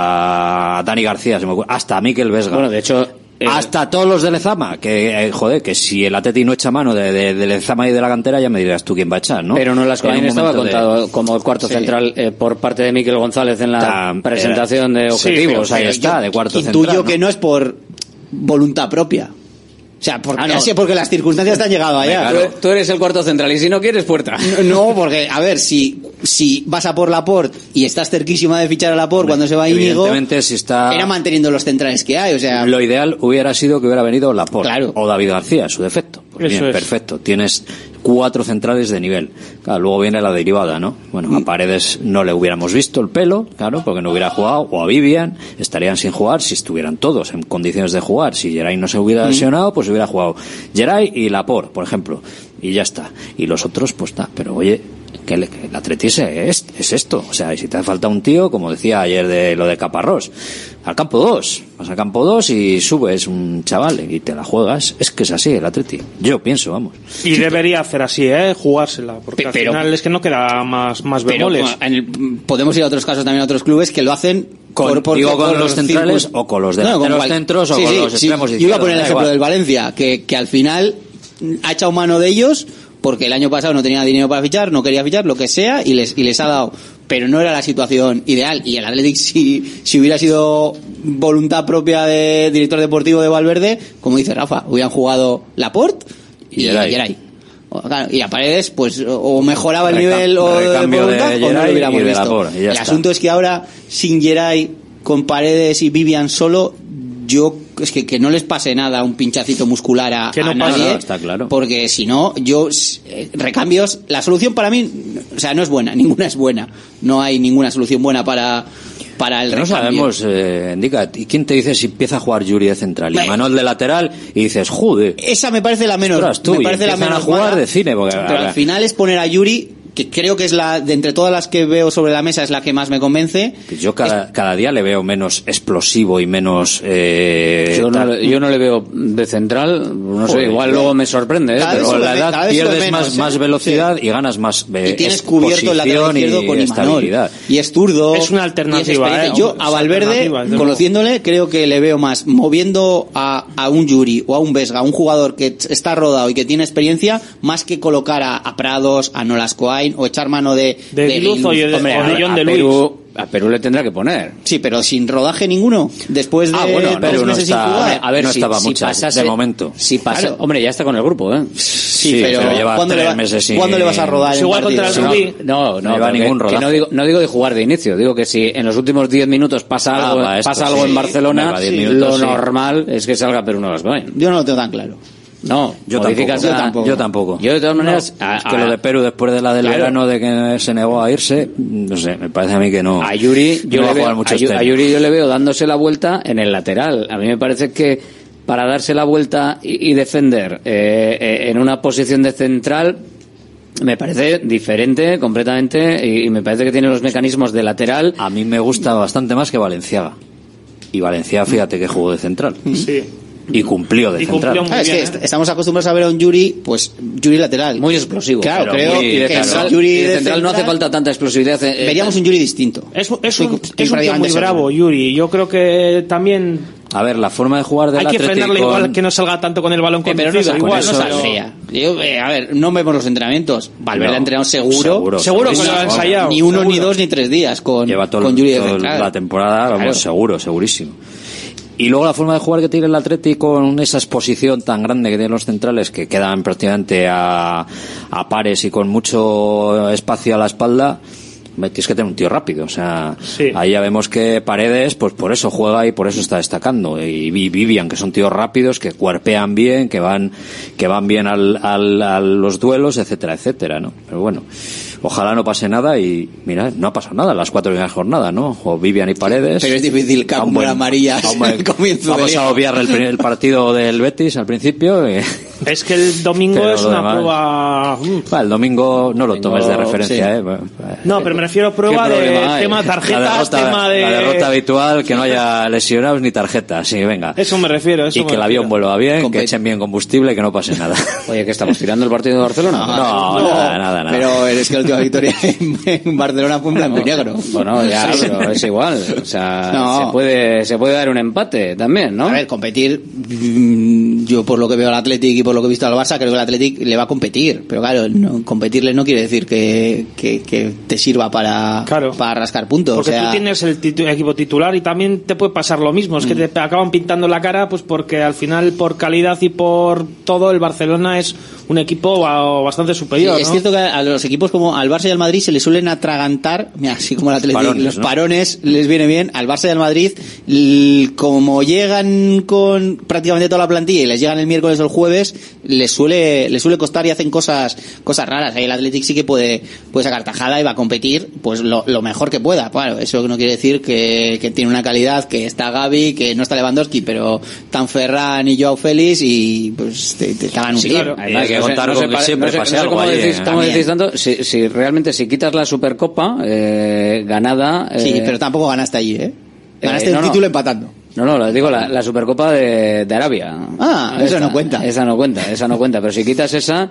a Dani García, se me ocurre, hasta a Mikel Vesga. Bueno, de hecho... eh, Hasta todos los de Lezama, que eh, joder, que si el Atleti no echa mano de, de, de Lezama y de la cantera, ya me dirás tú quién va a echar, ¿no? Pero no las En un estaba momento de- contado como el cuarto Sí. central eh, por parte de Miquel González en la Tan- presentación de Sí, objetivos. ahí Ahí está, de cuarto Intuyo central, ¿no? que no es por voluntad propia. O sea, porque, Ah, no. así, porque las circunstancias te han llegado allá. Tú, tú eres el cuarto central y si no quieres, puerta. No, porque, a ver, si, si vas a por Laporte y estás cerquísima de fichar a Laporte cuando se va Íñigo, Evidentemente, si está... era manteniendo los centrales que hay, o sea... Lo ideal hubiera sido que hubiera venido Laporte Claro. o David García, su defecto. Pues Eso bien, es. perfecto. Tienes cuatro centrales de nivel. Claro, luego viene la derivada, ¿no? Bueno, a Paredes no le hubiéramos visto el pelo, claro, porque no hubiera jugado, o a Vivian, estarían sin jugar si estuvieran todos en condiciones de jugar. Si Geray no se hubiera lesionado, pues hubiera jugado Geray y Laporte, por ejemplo. Y ya está. Y los otros, pues está. Pero oye, que, le, que el Atleti es, es, es esto. O sea, y si te hace falta un tío, como decía ayer de lo de Caparrós, al campo dos. Vas al campo dos y subes un chaval y te la juegas. Es que es así el Atleti. Yo pienso, vamos. Y debería hacer así, ¿eh? Jugársela. Porque Pero- al final es que no queda más, más Pero bemoles. en el- podemos ir a otros casos también a otros clubes que lo hacen Con, por, digo con por los centrales circun- o con los No, delanteros con cual- centros o sí, con sí, los sí. extremos Yo izquierdos. iba a poner el da ejemplo igual. del Valencia, que, que al final ha echado mano de ellos porque el año pasado no tenía dinero para fichar, no quería fichar, lo que sea, y les, y les ha dado. Pero no era la situación ideal. Y el Athletic, si, si hubiera sido voluntad propia de director deportivo de Valverde, como dice Rafa, hubieran jugado Laporte y, Y y Geray. Geray. O, claro, y a Paredes, pues, o- o mejoraba el Recam- nivel o de recambio de voluntad, o no Geray lo hubiéramos y de visto. Laporte, y ya El está. asunto es que ahora, sin Geray, con Paredes y Vivian solo, yo es que, que no les pase nada, un pinchacito muscular a, Que no a pase nadie, nada, está claro. porque si no, yo eh, recambios, la solución para mí, o sea, no es buena, ninguna es buena, no hay ninguna solución buena para para el Que no recambio. sabemos, eh, indica, ¿y quién te dice si empieza a jugar Yuri de central y Bueno. Manuel de lateral y dices, joder? Esa me parece la menos, Ostras, tú, me y parece la empiezan menos a jugar mala, de cine, porque, pero a ver. al final es poner a Yuri, que creo que es la, de entre todas las que veo sobre la mesa, es la que más me convence. Pues yo cada, cada día le veo menos explosivo y menos... Eh, Yo no, tal. le, yo no le veo de central, no sé, Joder, igual yo- luego me sorprende, ¿eh? Cada vez pero se lo Con la ve- edad cada vez se lo pierdes menos, más, ¿eh? más velocidad y ganas más eh, Y tienes cubierto el lateral exposición izquierdo y con Imanol. estabilidad. Y es zurdo. Es una y alternativa, es experiencia. ¿eh? Yo Es a Valverde, alternativa, desde conociéndole, creo que le veo más moviendo a, a un Yuri o a un Vesga, a un jugador que t- está rodado y que tiene experiencia, más que colocar a, a Prados, a Nolascoain o echar mano de, De Diluz o de- Hombre, o de a, John a de Perú, a Perú le tendrá que poner. Sí, pero sin rodaje ninguno. Después de Ah, bueno, no, tres Perú no meses sin está- jugar. A ver, no si, estaba si muchas, pasase- de momento. Si pasa, Claro. hombre, ya está con el grupo, ¿eh? Sí, pero, pero lleva ¿cuándo, le, tres va- meses sin- ¿cuándo le vas a rodar Es en igual contra partidos? el Rubí. No, no, No lleva que- ningún que rodaje. no digo, no digo de jugar de inicio, digo que si en los últimos diez minutos pasa Ah, algo, va, esto, pasa algo sí. en Barcelona, Venga, diez sí, minutos, lo sí. normal es que salga Perú no las Goyen. Yo no lo tengo tan claro. No, Yo modificas tampoco. a- Yo tampoco. Yo tampoco. Yo de todas maneras, a, Es que a- lo de Perú después de la del Claro. verano de que se negó a irse, no sé, me parece a mí que no. a Yuri, yo no va le a veo, jugar mucho a, Yu- este a año. Yuri yo le veo dándose la vuelta en el lateral. A mí me parece que para darse la vuelta y, y defender eh, eh, en una posición de central me parece diferente completamente y, y me parece que tiene los mecanismos de lateral. A mí me gusta bastante más que Valenciaga. Y Valenciaga, fíjate que jugó de central. Sí. Y cumplió de Y central. cumplió muy Ah, es bien, que ¿eh? est- estamos acostumbrados a ver a un Yuri, pues Yuri lateral. Muy explosivo. Claro, pero creo muy- y de que central, Yuri y de de central no hace central- falta tanta explosividad. eh, eh, Veríamos un Yuri distinto. Es, un- es Estoy- un, estoy es un tío prácticamente muy seguro. bravo, Yuri. Yo creo que también A ver, la forma de jugar del hay que Athletic frenarle con- igual que no salga tanto con el balón Eh, pero no, conducido. sal- igual, no no saldría. Yo, eh, a ver, no vemos los entrenamientos. Valverde No, ha entrenado seguro. seguro, Seguro que lo ha segurísimo. ensayado. Ni uno, seguro. ni dos, ni tres días con, Lleva todo, con Yuri de toda central. la temporada, vamos, Claro. seguro, segurísimo. Y luego la forma de jugar que tiene el Atlético con esa exposición tan grande que tienen los centrales, que quedan prácticamente a, a pares y con mucho espacio a la espalda, tienes que tener un tío rápido. O sea, Sí. ahí ya vemos que Paredes, pues por eso juega y por eso está destacando. Y Vi- Vivian, que son tíos rápidos, que cuerpean bien, que van, que van bien al, al, a los duelos, etcétera, etcétera, ¿no? Pero bueno, ojalá no pase nada y, mira, no ha pasado nada en las cuatro primeras jornadas, ¿no? O Vivian y Paredes. Pero es difícil que A un acumular buen- amarillas a un buen- al comienzo de Vamos liga. a obviar el, primer- el partido del Betis al principio. eh. Es que el domingo Pero es lo una demás- prueba. mm. Va, el domingo no lo tomes de Domingo, referencia, sí. ¿eh? No, pero me refiero a prueba ¿Qué de problema hay? tema La tarjetas, derrota, tema de. la derrota habitual, que no haya lesionados ni tarjetas, sí, venga. Eso me refiero. Eso Y me que el refiero. avión vuelva bien, Compet- que echen bien combustible y que no pase nada. Oye, ¿qué estamos tirando el partido de Barcelona? No, nada, nada, nada. Pero es que la última victoria en, en Barcelona fue en blanco y negro. Bueno, ya, pero es igual. O sea, No. se puede se puede dar un empate también, ¿no? A ver, competir, mm, yo por lo que veo al Athletic y por lo que he visto al Barça, creo que el Athletic le va a competir. Pero claro, no, competirle no quiere decir que, que, que te sirva para, Claro. para rascar puntos. Porque o sea, tú tienes el titu- equipo titular y también te puede pasar lo mismo. Es que te acaban pintando la cara, pues porque al final, por calidad y por todo, el Barcelona es un equipo ba- bastante superior. Sí, es ¿no? cierto que a los equipos como al Barça y al Madrid se les suelen atragantar, mira, así como al Athletic, Parones, los ¿no? parones les viene bien. Al Barça y al Madrid, l- como llegan con prácticamente toda la plantilla y les llegan el miércoles o el jueves, les suele les suele costar y hacen cosas cosas raras. Ahí el Athletic sí que puede puede sacar tajada y va a competir pues lo, lo mejor que pueda. Claro, eso no quiere decir que, que tiene una calidad, que está Gavi, que no está Lewandowski, pero están Ferran y Joao Félix y pues te, te cagan un Sí, tiro. claro. Hay que no sé- contar no con sé que pa- siempre no sé- pase no sé algo cómo allí, decís, ¿eh? cómo También. decís tanto, si, si realmente si quitas la Supercopa eh, ganada... Sí, eh, pero tampoco ganaste allí, ¿eh? Ganaste Eh, el no, no. título empatando. No, no, lo digo, la, la Supercopa de, de Arabia. Ah, eso no cuenta. Esa no cuenta, esa no cuenta. Pero si quitas esa,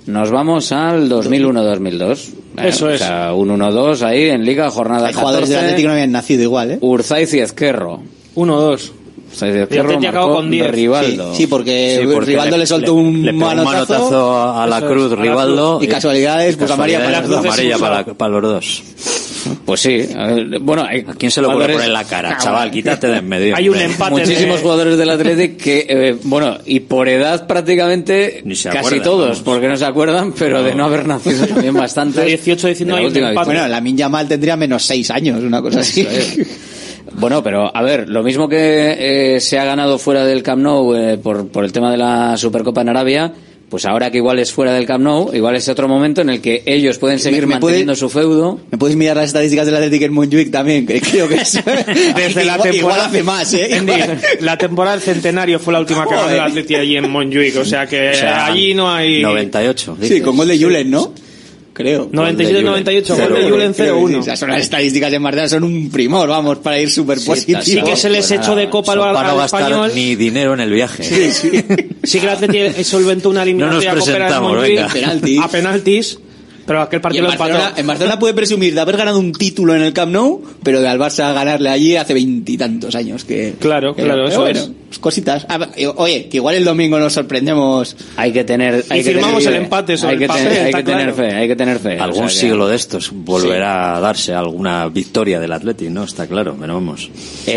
nos vamos al dos mil uno dos mil dos. Eso eh, es. O sea, un uno dos ahí en Liga, jornada Hay jugadores del Atlético no habían nacido igual, ¿eh? Urzaiz y Ezquerro. uno dos. Urzaiz y Ezquerro Atleti acabó marcó con diez. Rivaldo. Sí, sí, porque, Sí, porque Rivaldo le, le- soltó le- un le pegó un manotazo, manotazo a la Eso cruz es, a la Rivaldo. y casualidades, pues amarilla para los dos. Amarilla para, para los dos. Pues sí. eh, Bueno, hay ¿A quién se lo puede jugadores- poner en la cara, chaval? Quítate de en medio. Hay un hombre. empate. muchísimos de- jugadores del Athletic que, eh, bueno, y por edad prácticamente Ni se casi acuerdan, todos, vamos. porque no se acuerdan, pero de no haber nacido también bastante. De dieciocho, diecinueve hay un empate. Bueno, la Min Yamal tendría menos seis años, una cosa así. Bueno, pero a ver, lo mismo que eh, se ha ganado fuera del Camp Nou eh, por, por el tema de la Supercopa en Arabia, pues ahora que igual es fuera del Camp Nou, igual es otro momento en el que ellos pueden seguir ¿Me- me manteniendo puede- su feudo. ¿Me puedes mirar las estadísticas del Atlético en Montjuic también? Que creo que es... Desde la igual, igual temporada hace más, ¿eh? Andy, Igual. la temporada del centenario fue la última que ganó el Atleti allí en Montjuic, o sea que O sea, allí no hay noventa y ocho. Sí, con gol de Julen, ¿no? Creo. noventa y siete noventa y ocho, Cero, gol de Julen Creo cero que sí. uno. O sea, son las estadísticas de Marcial, son un primor, vamos, para ir súper positivos. Sí que se les Pues echó nada, de copa al, Para no al gastar español. ni dinero en el viaje. Sí, sí. Sí que el Atleti solventó una eliminatoria No nos copera en presentamos, Montjuic venga. Penaltis. a penaltis, pero aquel Y partido en lo empató. Barcelona, en Barcelona puede presumir de haber ganado un título en el Camp Nou, pero de al Barça ganarle allí hace veintitantos años. Que, Claro, que- claro, pero eso bueno, es. pues cositas. Ah, oye, que igual el domingo nos sorprendemos. Hay que tener, hay Y que firmamos tener el fe. empate sobre hay que el papel, tener, hay está que tener claro. fe, hay que tener fe. Algún O sea que- siglo de estos volverá a darse alguna victoria del Atleti, ¿no? Está claro, pero vamos.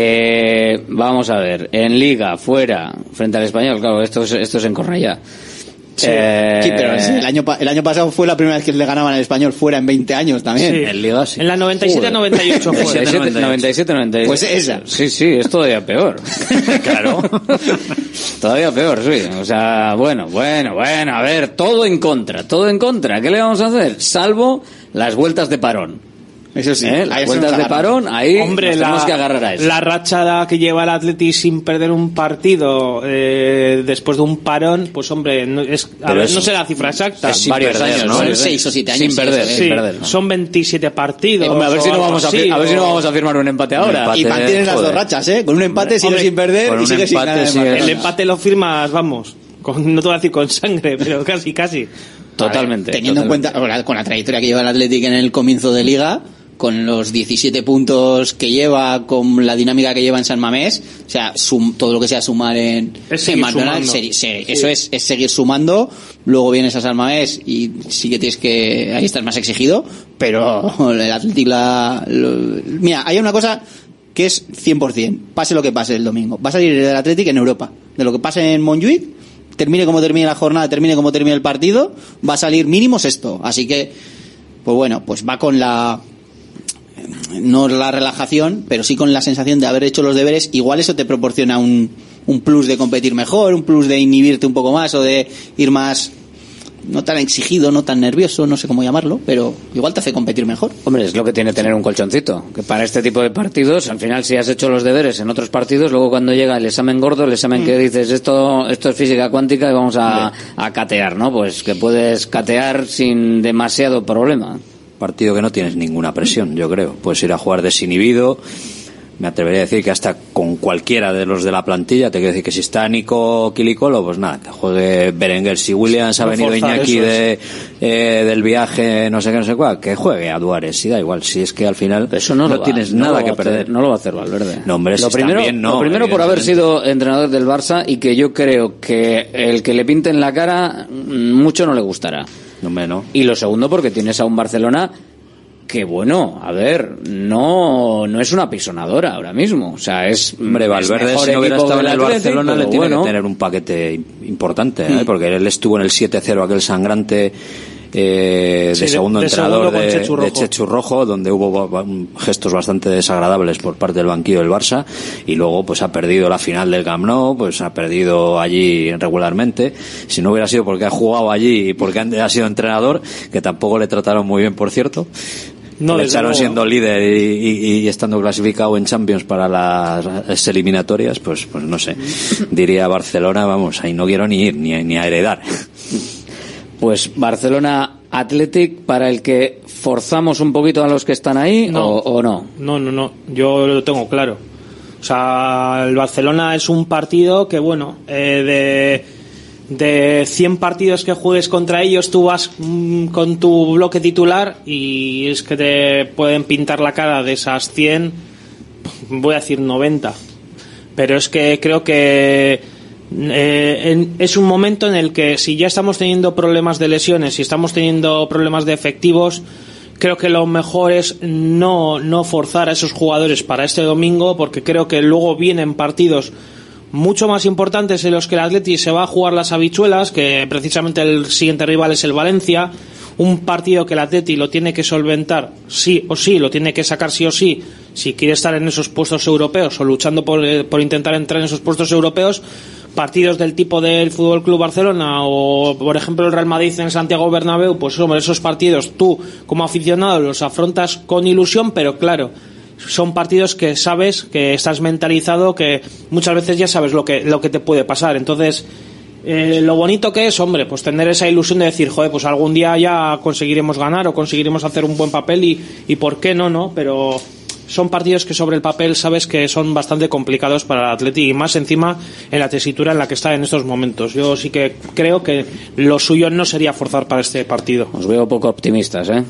Eh, vamos a ver, en Liga, fuera, frente al Español, claro, esto es, esto es en Cornellá. Sí, Eh, sí, pero sí, el año pa- el año pasado fue la primera vez que le ganaban al Español fuera en veinte años también. Sí. En Liga sí. En la noventa y siete noventa y ocho fue. noventa y siete, noventa y siete, noventa y ocho. Pues esa. Sí, sí, es todavía peor. Claro. Todavía peor, sí. O sea, bueno, bueno, bueno, a ver, todo en contra, todo en contra. ¿Qué le vamos a hacer? Salvo las vueltas de parón. Eso sí. ¿Eh? ahí Las se vueltas nos de agarra. parón, ahí Hombre, nos la, tenemos que agarrar a eso. la rachada que lleva el Atleti sin perder un partido eh, después de un parón, pues hombre, no, es, a Pero ver, es- no sé la cifra exacta. es sin varios perder, años, ¿no? ¿no? Son seis o siete años. Sin sí, perder, eso es. sin Sí, perder. son veintisiete partidos. Hombre, a ver si no o vamos a, algo fi- así, a ver si no o- vamos a firmar un empate ahora. empate. Y mantienes las Joder. dos rachas, ¿eh? Con un empate sigues Hombre, sin perder con y un sigues sin empate ganar. sí además. El empate lo firmas, vamos, con, no te voy a decir con sangre, pero casi, casi. Totalmente. Teniendo totalmente. en cuenta, con la trayectoria que lleva el Atlético en el comienzo de Liga, con los diecisiete puntos que lleva, con la dinámica que lleva en San Mamés, o sea, sum- todo lo que sea sumar en, Es en seguir McDonald's, sumando. se- se- Sí. eso es, es seguir sumando, luego vienes a San Mamés y sí que tienes que, ahí estás más exigido, pero el Atlético la, lo- mira, hay una cosa que es cien por ciento, pase lo que pase el domingo, va a salir del Atlético en Europa, de lo que pase en Montjuic, termine como termine la jornada, termine como termine el partido, va a salir mínimo sexto, así que, pues bueno, pues va con la, no la relajación, pero sí con la sensación de haber hecho los deberes. Igual eso te proporciona un, un plus de competir mejor, un plus de inhibirte un poco más o de ir más, no tan exigido, no tan nervioso, no sé cómo llamarlo, pero igual te hace competir mejor. Hombre, es lo que tiene tener un colchoncito, que para este tipo de partidos, al final si has hecho los deberes en otros partidos, luego cuando llega el examen gordo, el examen que dices, esto esto es física cuántica y vamos a, a catear, ¿no? Pues que puedes catear sin demasiado problema. Partido que no tienes ninguna presión, yo creo. Puedes ir a jugar desinhibido. Me atrevería a decir que hasta con cualquiera de los de la plantilla, te quiero decir que si está Nico Quilicolo, pues nada, que juegue Berenguer. Si Williams ha No venido forzar, Iñaki eso de, eh, del viaje, no sé qué, no sé cuál, que juegue a Duárez. Si da igual, si es que al final Eso no, no lo va- tienes no nada lo va que a hacer- perder. no lo va a hacer Valverde. No, hombre, si lo están primero, bien, no, lo primero por haber evidentemente. sido entrenador del Barça y que yo creo que el que le pinten la cara mm, mucho no le gustará. No, hombre, no. Y lo segundo porque tienes a un Barcelona que bueno, a ver, no no es una pisonadora ahora mismo, o sea, es Hombre, es Valverde, mejor si no hubiera equipo estado que en el Athletic, Barcelona, le pero tiene bueno. que tener un paquete importante, ¿eh? Mm. Porque él estuvo en el siete cero, aquel sangrante eh, Sí, de de- segundo de entrenador segundo con de, Chechu de Rojo. Chechu Rojo, donde hubo ba- ba- gestos bastante desagradables por parte del banquillo del Barça, y luego pues ha perdido la final del Camp Nou, pues ha perdido allí regularmente. Si no hubiera sido porque ha jugado allí y porque ha sido entrenador, que tampoco le trataron muy bien, por cierto. No, Le desde echaron luego. siendo líder y, y- y estando clasificado en Champions para las eliminatorias, pues pues no sé. Diría Barcelona, vamos, ahí no quiero ni ir, ni, ni a heredar. Pues Barcelona Athletic, para el que forzamos un poquito a los que están ahí, No. o, o no. No, no, no, yo lo tengo claro. O sea, el Barcelona es un partido que, bueno, eh, de, de cien partidos que juegues contra ellos, tú vas mmm, con tu bloque titular y es que te pueden pintar la cara de esas cien, voy a decir noventa. Pero es que creo que eh, en, es un momento en el que si ya estamos teniendo problemas de lesiones, si estamos teniendo problemas de efectivos, creo que lo mejor es no, no forzar a esos jugadores para este domingo, porque creo que luego vienen partidos mucho más importantes en los que el Atleti se va a jugar las habichuelas, que precisamente el siguiente rival es el Valencia, un partido que el Atleti lo tiene que solventar sí o sí, lo tiene que sacar sí o sí, si quiere estar en esos puestos europeos o luchando por, por intentar entrar en esos puestos europeos. Partidos del tipo del F C Barcelona o, por ejemplo, el Real Madrid en Santiago Bernabéu, pues hombre, esos partidos tú como aficionado los afrontas con ilusión, pero claro, son partidos que sabes, que estás mentalizado, que muchas veces ya sabes lo que lo que te puede pasar. Entonces, eh, lo bonito que es, hombre, pues tener esa ilusión de decir, joder, pues algún día ya conseguiremos ganar o conseguiremos hacer un buen papel y, y por qué no, ¿no? Pero son partidos que sobre el papel sabes que son bastante complicados para el Atleti y más encima en la tesitura en la que está en estos momentos. Yo sí que creo que lo suyo no sería forzar para este partido. Os veo poco optimistas, ¿eh?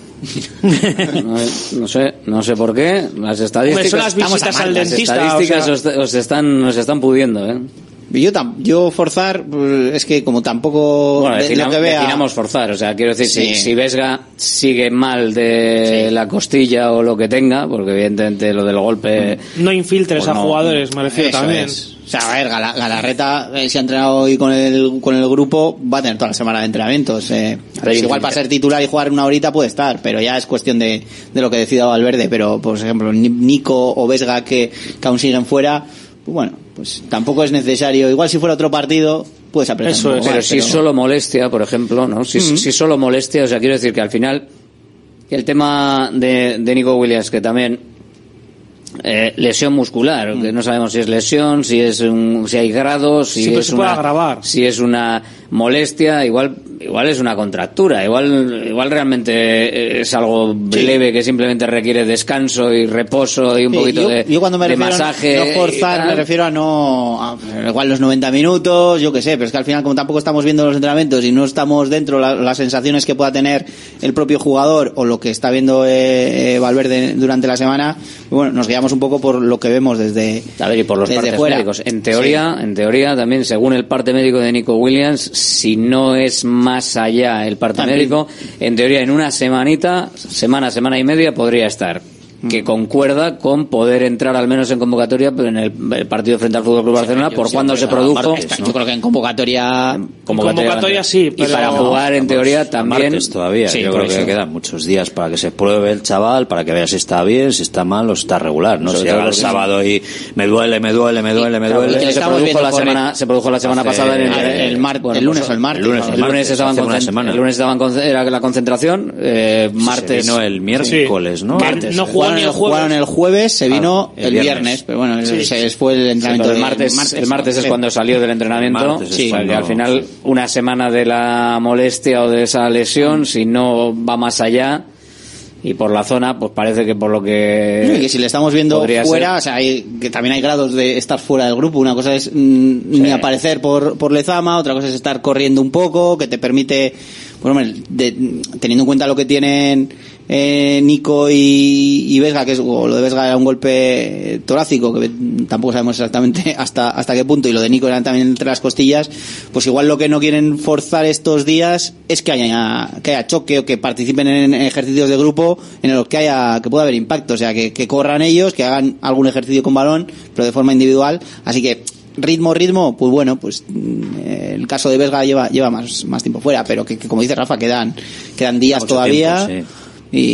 no, no sé, no sé por qué. Las estadísticas, son las visitas al dentista, las estadísticas o sea... os, os están, os están pudiendo, ¿eh? Yo, tam- yo forzar, es que como tampoco bueno, de, definam- lo que vea... definamos forzar, o sea, quiero decir, sí. si, si Vesga sigue mal de sí. la costilla o lo que tenga, porque evidentemente lo del golpe... No infiltres pues a no, jugadores, me refiero también. Es. O sea, a ver, Gal- Galarreta, eh, si ha entrenado hoy con el con el grupo, va a tener toda la semana de entrenamientos. Eh. Pues igual para ser titular y jugar una horita puede estar, pero ya es cuestión de, de lo que decida Valverde. Pero, por ejemplo, Nico o Vesga que, que aún siguen fuera... Pues bueno, pues tampoco es necesario. Igual si fuera otro partido, puedes apretar Eso un es, poco pero más, si pero... solo molestia, por ejemplo, ¿no? Si, Mm-hmm. si solo molestia, o sea, quiero decir que al final el tema de, de Nico Williams, que también eh, lesión muscular, mm. que no sabemos si es lesión, si es un, si hay grados, si sí, es se una, puede agravar. si es una molestia, igual igual es una contractura, igual igual realmente es algo sí. leve que simplemente requiere descanso y reposo y un sí, poquito yo, de, yo cuando me de refiero masaje. A no forzar, me refiero a no a, igual los noventa minutos, yo qué sé, pero es que al final como tampoco estamos viendo los entrenamientos y no estamos dentro la, las sensaciones que pueda tener el propio jugador o lo que está viendo eh, eh, Valverde durante la semana, bueno, nos guiamos un poco por lo que vemos desde a ver, y por los desde partes fuera. médicos. En teoría, sí. en teoría también según el parte médico de Nico Williams, si no es más allá el parte también. médico, en teoría en una semanita, semana, semana y media podría estar. Que concuerda con poder entrar al menos en convocatoria en el, el partido frente al F C Barcelona sí, por cuando se produjo. Martes, ¿no? Yo creo que en convocatoria convocatoria, convocatoria sí, pero y para jugar en teoría también todavía. Sí, yo creo que quedan muchos días para que se pruebe el chaval, para que vea si está bien, si está mal o si está regular, no se llega el sábado y me duele, me duele, me duele, me duele. Claro, se produjo la semana, el, se produjo la semana pasada en el, el, el, mar, bueno, el lunes o el martes. El lunes, el lunes estaban el lunes estaban era la concentración, eh, martes no el miércoles, ¿no? Martes. No jugaron el jueves. El jueves se vino ah, el, el viernes. viernes, pero bueno, sí. se fue el entrenamiento. Sí, el martes, martes, el martes es cuando salió del entrenamiento. Sí, cuando, al final, sí. una semana de la molestia o de esa lesión, si no va más allá y por la zona, pues parece que por lo que. Y que si le estamos viendo fuera, ser. o sea, hay, que también hay grados de estar fuera del grupo. Una cosa es mm, sí. ni aparecer por, por Lezama, otra cosa es estar corriendo un poco, que te permite, bueno, de, teniendo en cuenta lo que tienen. Eh, Nico y, y Vesga, que es o lo de Vesga era un golpe torácico que tampoco sabemos exactamente hasta hasta qué punto, y lo de Nico era también entre las costillas, pues igual lo que no quieren forzar estos días es que haya que haya choque o que participen en ejercicios de grupo en los que haya que pueda haber impacto, o sea que, que corran ellos, que hagan algún ejercicio con balón pero de forma individual, así que ritmo, ritmo, pues bueno, pues eh, el caso de Vesga lleva lleva más más tiempo fuera, pero que, que como dice Rafa quedan quedan días Mucho todavía tiempo, sí.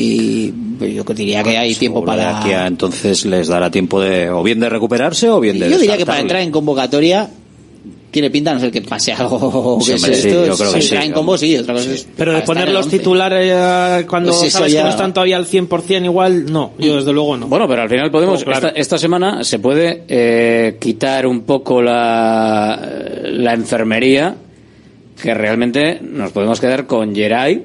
Y yo diría que hay tiempo para aquí a, entonces les dará tiempo de o bien de recuperarse o bien de yo diría que para entrar en convocatoria tiene pinta, a no ser que pase algo sí, que hombre, sí, esto, yo creo que sí, entrar en combo sí, otra cosa es pero de poner los titulares eh, cuando pues sabes ya... que no están todavía al cien por ciento igual, no, yo desde luego no. Bueno, pero al final podemos, oh, claro. esta, esta semana se puede eh, quitar un poco la, la enfermería, que realmente nos podemos quedar con Geray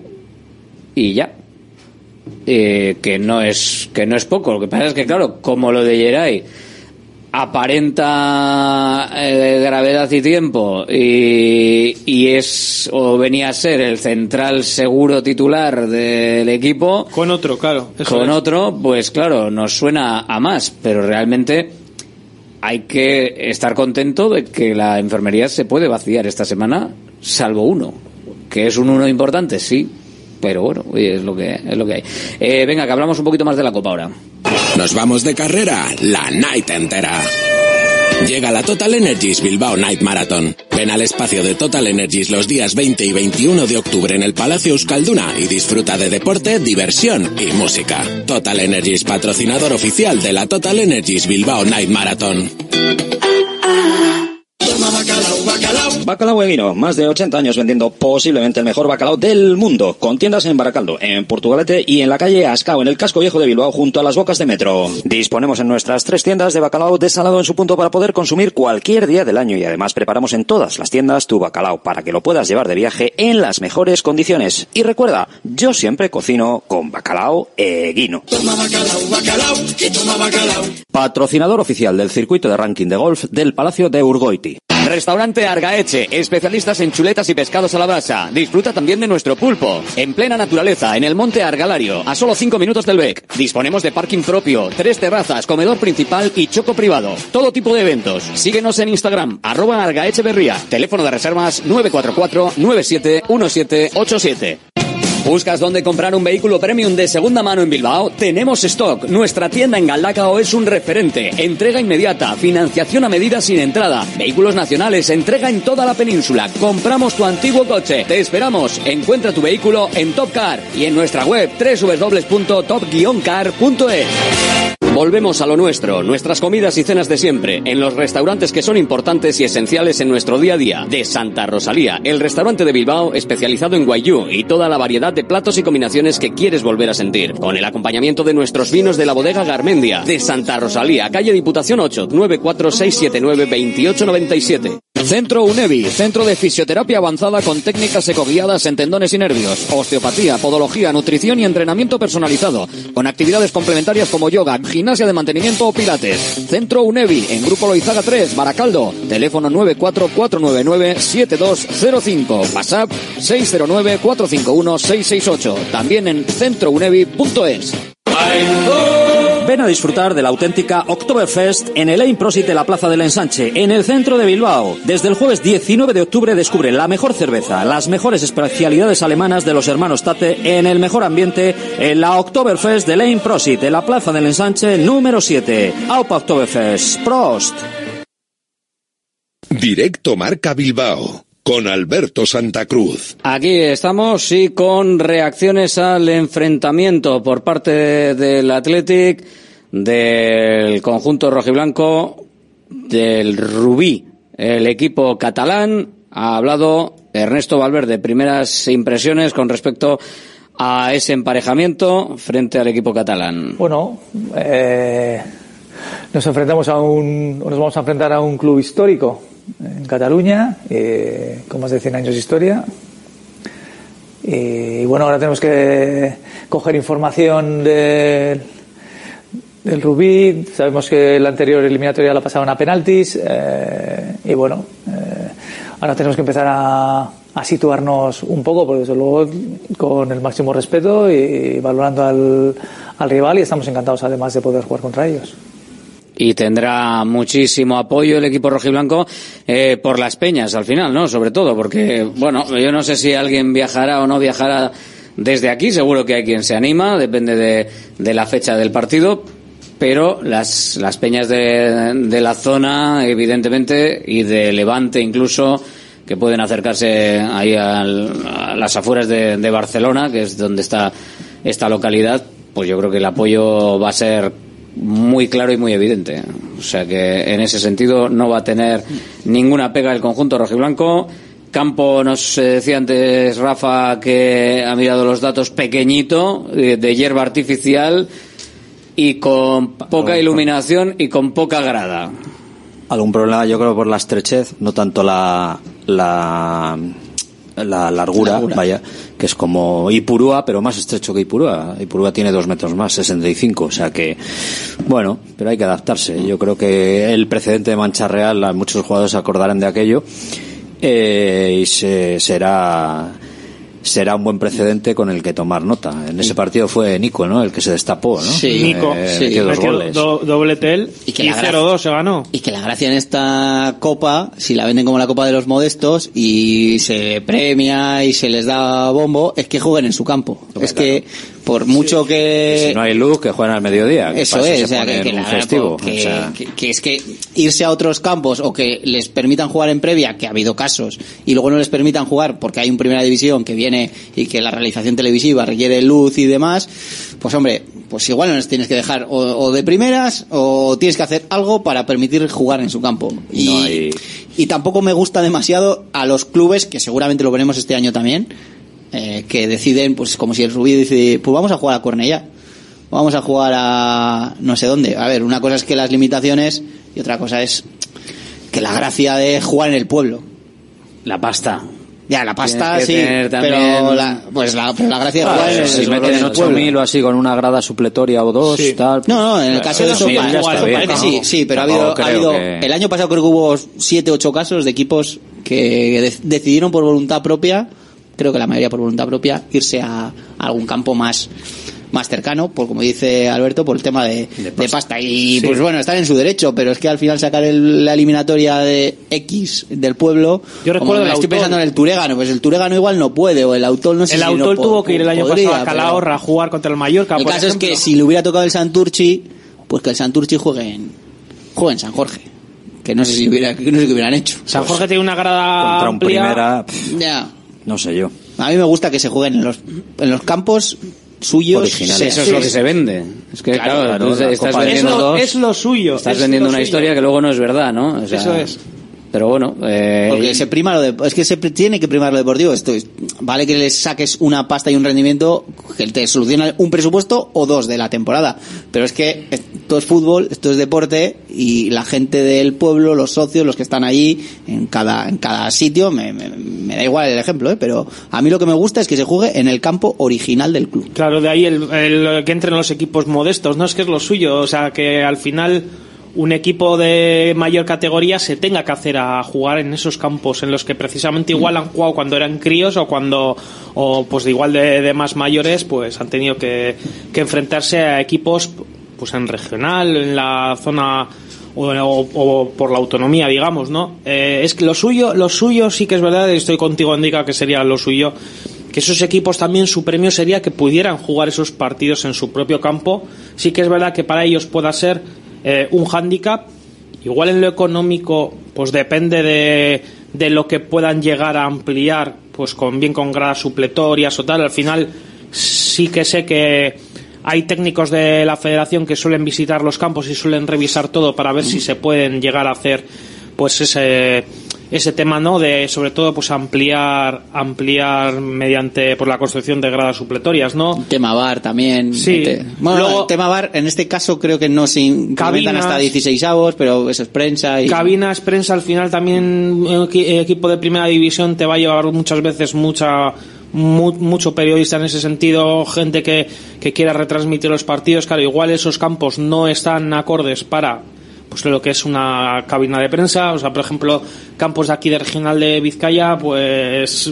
y ya. Eh, que no es que no es poco. Lo que pasa es que claro, como lo de Geray aparenta eh, gravedad y tiempo y, y es o venía a ser el central seguro titular del equipo con otro, claro, eso con es. otro, pues claro, nos suena a más, pero realmente hay que estar contento de que la enfermería se puede vaciar esta semana, salvo uno, que es un uno importante, sí, pero bueno, oye, es lo que es lo que hay. Eh, venga, que hablamos un poquito más de la Copa ahora. Nos vamos de carrera la night entera. Llega la Total Energies Bilbao Night Marathon. Ven al espacio de Total Energies los días veinte y veintiuno de octubre en el Palacio Euskalduna y disfruta de deporte, diversión y música. Total Energies, patrocinador oficial de la Total Energies Bilbao Night Marathon. Bacalao Eguino, más de ochenta años vendiendo posiblemente el mejor bacalao del mundo, con tiendas en Baracaldo, en Portugalete y en la calle Ascao, en el casco viejo de Bilbao, junto a las bocas de metro. Disponemos en nuestras tres tiendas de bacalao desalado en su punto para poder consumir cualquier día del año y además preparamos en todas las tiendas tu bacalao para que lo puedas llevar de viaje en las mejores condiciones. Y recuerda, yo siempre cocino con Bacalao Eguino. Toma bacalao, bacalao, que toma bacalao. Patrocinador oficial del circuito de ranking de golf del Palacio de Urgoiti. Restaurante Argaeche, especialistas en chuletas y pescados a la brasa. Disfruta también de nuestro pulpo. En plena naturaleza, en el monte Argalario, a solo cinco minutos del B E C. Disponemos de parking propio, tres terrazas, comedor principal y choco privado. Todo tipo de eventos. Síguenos en Instagram, arroba Argaecheverría. Teléfono de reservas nueve cuatro cuatro nueve siete uno siete ocho siete. ¿Buscas dónde comprar un vehículo premium de segunda mano en Bilbao? Tenemos stock. Nuestra tienda en Galdakao es un referente. Entrega inmediata, financiación a medida sin entrada, vehículos nacionales, entrega en toda la península. Compramos tu antiguo coche. Te esperamos. Encuentra tu vehículo en Top Car y en nuestra web doble u doble u doble u punto top guion car punto es. Volvemos a lo nuestro, nuestras comidas y cenas de siempre, en los restaurantes que son importantes y esenciales en nuestro día a día. De Santa Rosalía, el restaurante de Bilbao especializado en guayú y toda la variedad de platos y combinaciones que quieres volver a sentir. Con el acompañamiento de nuestros vinos de la bodega Garmendia. De Santa Rosalía, calle Diputación ocho, nueve cuatro seis siete nueve dos ocho nueve siete. Centro UNEVI, centro de fisioterapia avanzada con técnicas ecoguiadas en tendones y nervios, osteopatía, podología, nutrición y entrenamiento personalizado, con actividades complementarias como yoga, gimnasia de mantenimiento o pilates. Centro UNEVI, en Grupo Loizaga tres, Baracaldo, teléfono nueve cuatro cuatro nueve nueve siete dos cero cinco, WhatsApp seis cero nueve cuatro cinco uno seis seis ocho, también en centro unevi punto es. Ven a disfrutar de la auténtica Oktoberfest en el Einprosit de la Plaza del Ensanche, en el centro de Bilbao. Desde el jueves diecinueve de octubre descubre la mejor cerveza, las mejores especialidades alemanas de los hermanos Tate en el mejor ambiente en la Oktoberfest del Einprosit de la Plaza del Ensanche número siete. Aupa Oktoberfest. Prost. Directo Marca Bilbao. Con Alberto Santa Cruz. Aquí estamos y con reacciones al enfrentamiento por parte del Athletic, del conjunto rojiblanco, del Rubí, el equipo catalán. Ha hablado Ernesto Valverde, primeras impresiones con respecto a ese emparejamiento frente al equipo catalán. Bueno, eh, nos enfrentamos a un, nos vamos a enfrentar a un club histórico en Cataluña, eh, con más de cien años de historia. Y bueno, ahora tenemos que coger información de, del Rubí. Sabemos que la anterior eliminatoria la pasaron a penaltis. Eh, y bueno, eh, ahora tenemos que empezar a, a situarnos un poco, porque desde luego con el máximo respeto y valorando al, al rival, y estamos encantados además de poder jugar contra ellos. Y tendrá muchísimo apoyo el equipo rojiblanco eh, por las peñas al final, ¿no? Sobre todo porque, bueno, yo no sé si alguien viajará o no viajará desde aquí, seguro que hay quien se anima, depende de, de la fecha del partido, pero las, las peñas de, de la zona, evidentemente, y de Levante incluso, que pueden acercarse ahí al, a las afueras de, de Barcelona, que es donde está esta localidad, pues yo creo que el apoyo va a ser muy claro y muy evidente. O sea que en ese sentido no va a tener ninguna pega el conjunto rojiblanco. Campo, nos decía antes Rafa que ha mirado los datos pequeñito, de, de hierba artificial y con poca iluminación y con poca grada. Algún problema, yo creo, por la estrechez, no tanto la la la largura, largura, vaya, que es como Ipurúa, pero más estrecho que Ipurúa. Ipurúa tiene dos metros más, sesenta y cinco, o sea que, bueno, pero hay que adaptarse. Yo creo que el precedente de Mancha Real, muchos jugadores se acordarán de aquello, eh, y se, será... será un buen precedente con el que tomar nota. En ese partido fue Nico, ¿no? El que se destapó, ¿no? Sí, Nico, eh, sí. metió dos metió goles. Do, doblete él y, y cero dos se ganó. Y que la gracia en esta copa, si la venden como la copa de los modestos y se premia y se les da bombo, es que jueguen en su campo. Hombre, es claro. que por mucho que... Y si no hay luz, que jueguen al mediodía. Eso es, o sea, que, que, la, festivo, que, o sea... que, que es que irse a otros campos o que les permitan jugar en previa, que ha habido casos, y luego no les permitan jugar porque hay un primera división que viene y que la realización televisiva requiere luz y demás, pues hombre, pues igual no les tienes que dejar o, o de primeras o tienes que hacer algo para permitir jugar en su campo. Y, no hay... y tampoco me gusta demasiado a los clubes, que seguramente lo veremos este año también, eh, que deciden, pues como si el Rubí dice, pues vamos a jugar a Cornellá, vamos a jugar a no sé dónde. A ver, una cosa es que las limitaciones y otra cosa es que la gracia de jugar en el pueblo. La pasta. Ya, la pasta sí, también... pero la, pues la, pero la gracia de jugar ah, en el, si meten en ocho mil o así con una grada supletoria o dos, sí. tal. No, no, en el bueno, caso de eso, ya está bien, ¿no? ¿no? sí, sí, pero Tampoco ha habido, ha habido que... el año pasado creo que hubo siete, ocho casos de equipos que de, decidieron por voluntad propia, creo que la mayoría por voluntad propia, irse a, a algún campo más más cercano, por como dice Alberto, por el tema de, de, pasta. de pasta. Y sí. pues bueno, están en su derecho, pero es que al final sacar el, la eliminatoria de X del pueblo, yo recuerdo estoy pensando en el Turégano, pues el Turégano igual no puede, o el Autol no sé el si Autol no tuvo po- que ir el año podría, pasado a Calahorra a jugar contra el Mallorca. El por caso ejemplo. es que si le hubiera tocado el Santurchi, pues que el Santurchi juegue en, juegue en San Jorge. Que no sé si hubiera, que no sé qué hubieran hecho. San Jorge pues, tiene una grada contra un amplia. primera, ya. No sé yo. A mí me gusta que se jueguen en los, en los campos suyos. Originales. Eso es sí. lo que se vende. Es que, claro, claro, claro estás vendiendo es lo, dos, es lo suyo. Estás es vendiendo lo una suyo. historia que luego no es verdad, ¿no? O sea, eso es. Pero bueno, eh, porque se prima lo de, es que se tiene que primar lo deportivo. Esto es, vale que les saques una pasta y un rendimiento que te soluciona un presupuesto o dos de la temporada, pero es que esto es fútbol, esto es deporte y la gente del pueblo, los socios, los que están allí en cada en cada sitio, me, me, me da igual el ejemplo, ¿eh? Pero a mí lo que me gusta es que se juegue en el campo original del club. Claro, de ahí el, el que entren los equipos modestos, no es que es lo suyo, o sea que al final un equipo de mayor categoría se tenga que hacer a jugar en esos campos en los que precisamente igual han jugado cuando eran críos o cuando o pues de igual de, de más mayores, pues han tenido que, que enfrentarse a equipos pues en regional, en la zona o, o, o por la autonomía, digamos, ¿no? Eh, es que lo suyo, lo suyo sí que es verdad, estoy contigo, Indica, que sería lo suyo, que esos equipos también su premio sería que pudieran jugar esos partidos en su propio campo. Sí que es verdad que para ellos pueda ser Eh, un hándicap, igual en lo económico pues depende de, de lo que puedan llegar a ampliar, pues con bien con gradas supletorias o tal. Al final sí que sé que hay técnicos de la federación que suelen visitar los campos y suelen revisar todo para ver si se pueden llegar a hacer pues ese ese tema, ¿no? De sobre todo pues ampliar ampliar mediante por la construcción de gradas supletorias, ¿no? Tema bar también. Sí. Te, bueno, luego, el tema bar en este caso creo que no se incrementan hasta dieciséis avos, pero eso es prensa y cabinas, prensa, al final también equipo de primera división te va a llevar muchas veces mucha mu, mucho periodista en ese sentido, gente que que quiera retransmitir los partidos. Claro, igual esos campos no están acordes para pues lo que es una cabina de prensa, o sea, por ejemplo, campos de aquí de regional de Vizcaya, pues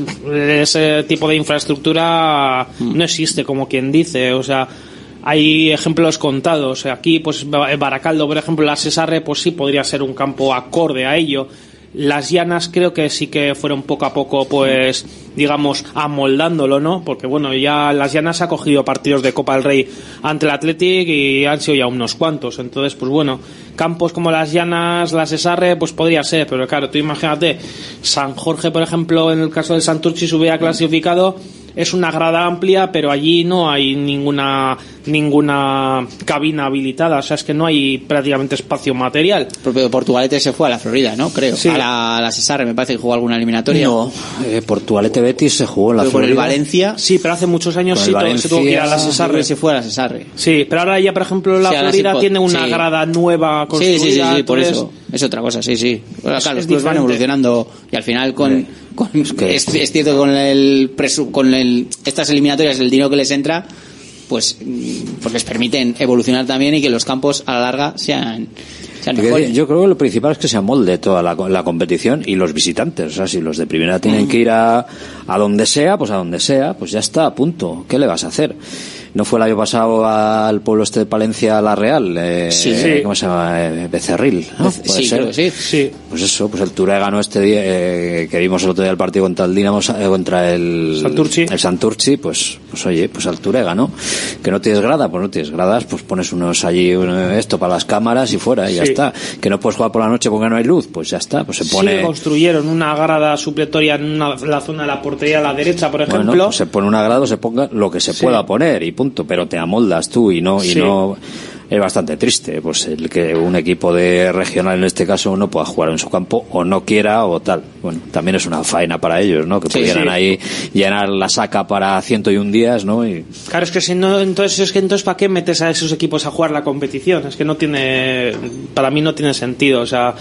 ese tipo de infraestructura no existe, como quien dice, o sea, hay ejemplos contados. Aquí, pues Baracaldo, por ejemplo, la Cesarre, pues sí podría ser un campo acorde a ello. Las Llanas creo que sí que fueron poco a poco, pues, digamos, amoldándolo, ¿no? Porque, bueno, ya Las Llanas ha cogido partidos de Copa del Rey ante el Athletic y han sido ya unos cuantos. Entonces, pues bueno, campos como Las Llanas, la Cesarre, pues podría ser. Pero claro, tú imagínate, San Jorge, por ejemplo, en el caso del Santurchi se hubiera clasificado, es una grada amplia, pero allí no hay ninguna ninguna cabina habilitada, o sea, es que no hay prácticamente espacio material. El propio Portugalete se fue a la Florida, ¿no? Creo. Sí. A la, a la Cesarre me parece que jugó alguna eliminatoria. No, eh, Portugalete Betis se jugó en la pero Florida. Con el Valencia. Sí, pero hace muchos años con sí todo, se tuvo que ir a la Cesarre. Se fue a la Cesarre. Sí, pero ahora ya, por ejemplo, la sí, Florida sí, tiene una sí. grada nueva construida. Sí, sí, sí, sí por entonces... eso. Es otra cosa, sí, sí. Claro, Es, los es clubes van diferente. evolucionando y al final con, con, es, es cierto que con el presu, con el estas eliminatorias el dinero que les entra, pues pues les permiten evolucionar también y que los campos a la larga sean, sean mejores. Yo creo que lo principal es que se amolde toda la, la competición y los visitantes. O sea, si los de primera tienen que ir a, a donde sea, pues a donde sea, pues ya está, punto. ¿Qué le vas a hacer? ¿No fue el año pasado al pueblo este de Palencia, La Real? Eh, sí. ¿Cómo se llama? Eh, Becerril, ¿no? Sí, creo que sí. sí. Pues eso, pues el Turé ganó este día, eh, que vimos el otro día el partido contra el Dinamo, eh, contra el Santurci. el Santurci, pues, pues oye, pues al Turé ganó. Que no tienes grada, pues no tienes gradas, pues pones unos allí, uno, esto para las cámaras y fuera, y ya sí. está. Que no puedes jugar por la noche porque no hay luz, pues ya está, pues se pone... Sí, construyeron una grada supletoria en una, la zona de la portería a la derecha, por ejemplo. Bueno, pues se pone una grada o se ponga lo que se sí. pueda poner y punto, pero te amoldas tú y no y sí. no es bastante triste pues el que un equipo de regional en este caso no pueda jugar en su campo o no quiera o tal. Bueno, también es una faena para ellos, ¿no? Que sí, pudieran sí. ahí llenar la saca para ciento y un días, ¿no? Y... Claro, es que si no, entonces es que entonces ¿para qué metes a esos equipos a jugar la competición? Es que no tiene, para mí no tiene sentido, o sea,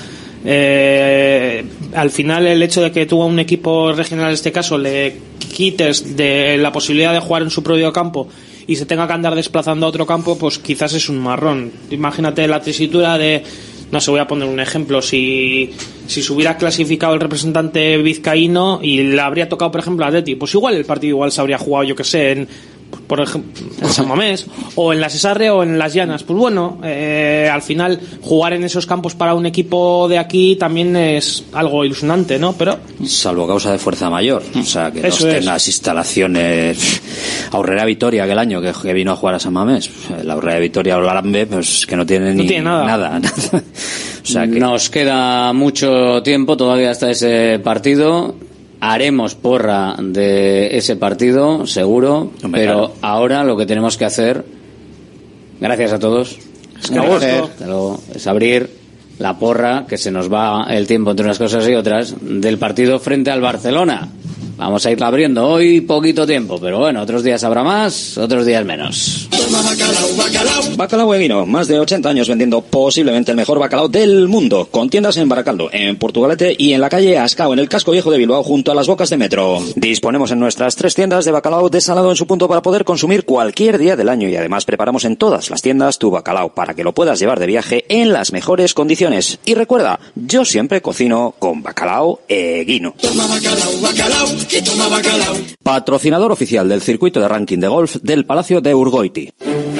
eh, al final el hecho de que tú a un equipo regional en este caso le quites de la posibilidad de jugar en su propio campo y se tenga que andar desplazando a otro campo, pues quizás es un marrón. Imagínate la tesitura de, no sé, voy a poner un ejemplo, si, si se hubiera clasificado el representante vizcaíno y le habría tocado, por ejemplo, a Atleti, pues igual el partido igual se habría jugado, yo que sé, en, por ejemplo, en San Mamés, o en la Cesarre o en las Llanas. Pues bueno, eh, al final jugar en esos campos para un equipo de aquí también es algo ilusionante, ¿no? Pero salvo causa de fuerza mayor, o sea, que Eso no es. tengas instalaciones. Aurrera Vitoria aquel año que, que vino a jugar a San Mamés, la Aurrera Vitoria o la Arambe, pues que no tiene No ni tiene nada. nada. O sea, que nos queda mucho tiempo todavía hasta ese partido. Haremos porra de ese partido, seguro, Hombre, pero claro. ahora lo que tenemos que hacer, gracias a todos, Es que gusto. es abrir la porra, que se nos va el tiempo entre unas cosas y otras, del partido frente al Barcelona. Vamos a irla abriendo hoy, poquito tiempo, pero bueno, otros días habrá más, otros días menos. Bacalao Eguino, más de ochenta años vendiendo posiblemente el mejor bacalao del mundo, con tiendas en Baracaldo, en Portugalete y en la calle Ascao, en el casco viejo de Bilbao, junto a las bocas de metro. Disponemos en nuestras tres tiendas de bacalao desalado en su punto para poder consumir cualquier día del año y además preparamos en todas las tiendas tu bacalao para que lo puedas llevar de viaje en las mejores condiciones. Y recuerda, yo siempre cocino con Bacalao Eguino. Toma bacalao, bacalao, que toma bacalao. Patrocinador oficial del circuito de ranking de golf del Palacio de Urgoiti.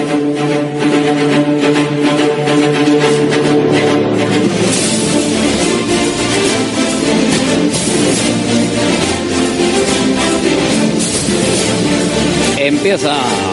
Empieza.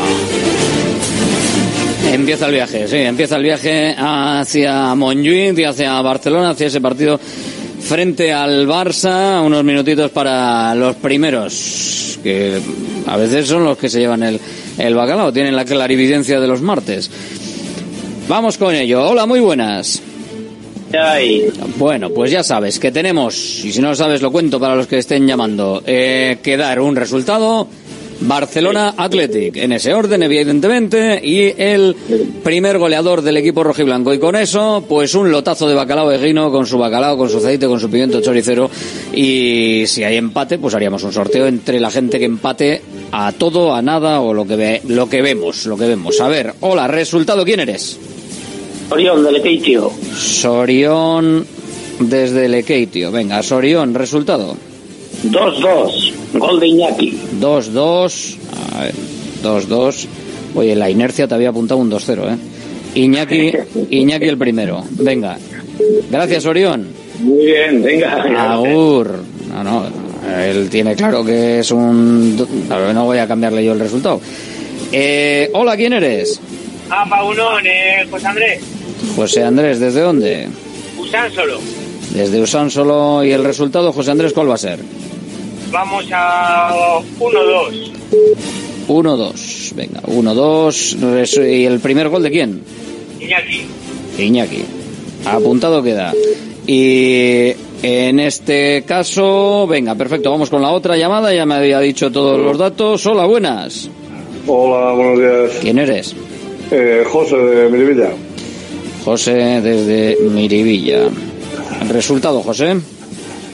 Empieza el viaje, sí, empieza el viaje hacia Montjuïc y hacia Barcelona, hacia ese partido frente al Barça. Unos minutitos para los primeros, que a veces son los que se llevan el, el bacalao, tienen la clarividencia de los martes. Vamos con ello. Hola, muy buenas. Ay. Bueno, pues ya sabes que tenemos, y si no lo sabes lo cuento para los que estén llamando, eh, que dar un resultado. Barcelona Athletic, en ese orden evidentemente, y el primer goleador del equipo rojiblanco, y con eso pues un lotazo de Bacalao Eguino, con su bacalao, con su aceite, con su pimiento choricero, y si hay empate pues haríamos un sorteo entre la gente que empate a todo, a nada, o lo que ve, lo que vemos, lo que vemos. A ver, hola, resultado, ¿quién eres? Sorión de Lekeitio. Sorión desde Lekeitio. Venga, Sorión, resultado. dos dos, gol de Iñaki. dos dos, a ver, dos dos. Oye, la inercia te había apuntado un dos cero, ¿eh? Iñaki, Iñaki el primero. Venga. Gracias, Orión. Muy bien, venga. Agur. No, no, él tiene claro que es un... No voy a cambiarle yo el resultado. Eh, hola, ¿quién eres? Ah, Paulón, eh, José Andrés. José Andrés, ¿desde dónde? Usánsolo. Desde Usánsolo. ¿Y el resultado, José Andrés, cuál va a ser? Vamos a uno dos. uno dos. Venga, uno dos. ¿Y el primer gol de quién? Iñaki. Iñaki. Apuntado queda. Y en este caso, venga, perfecto, vamos con la otra llamada. Ya me había dicho todos los datos. Hola, buenas. Hola, buenos días. ¿Quién eres? Eh, José de Miribilla. José desde Miribilla. ¿El resultado, José?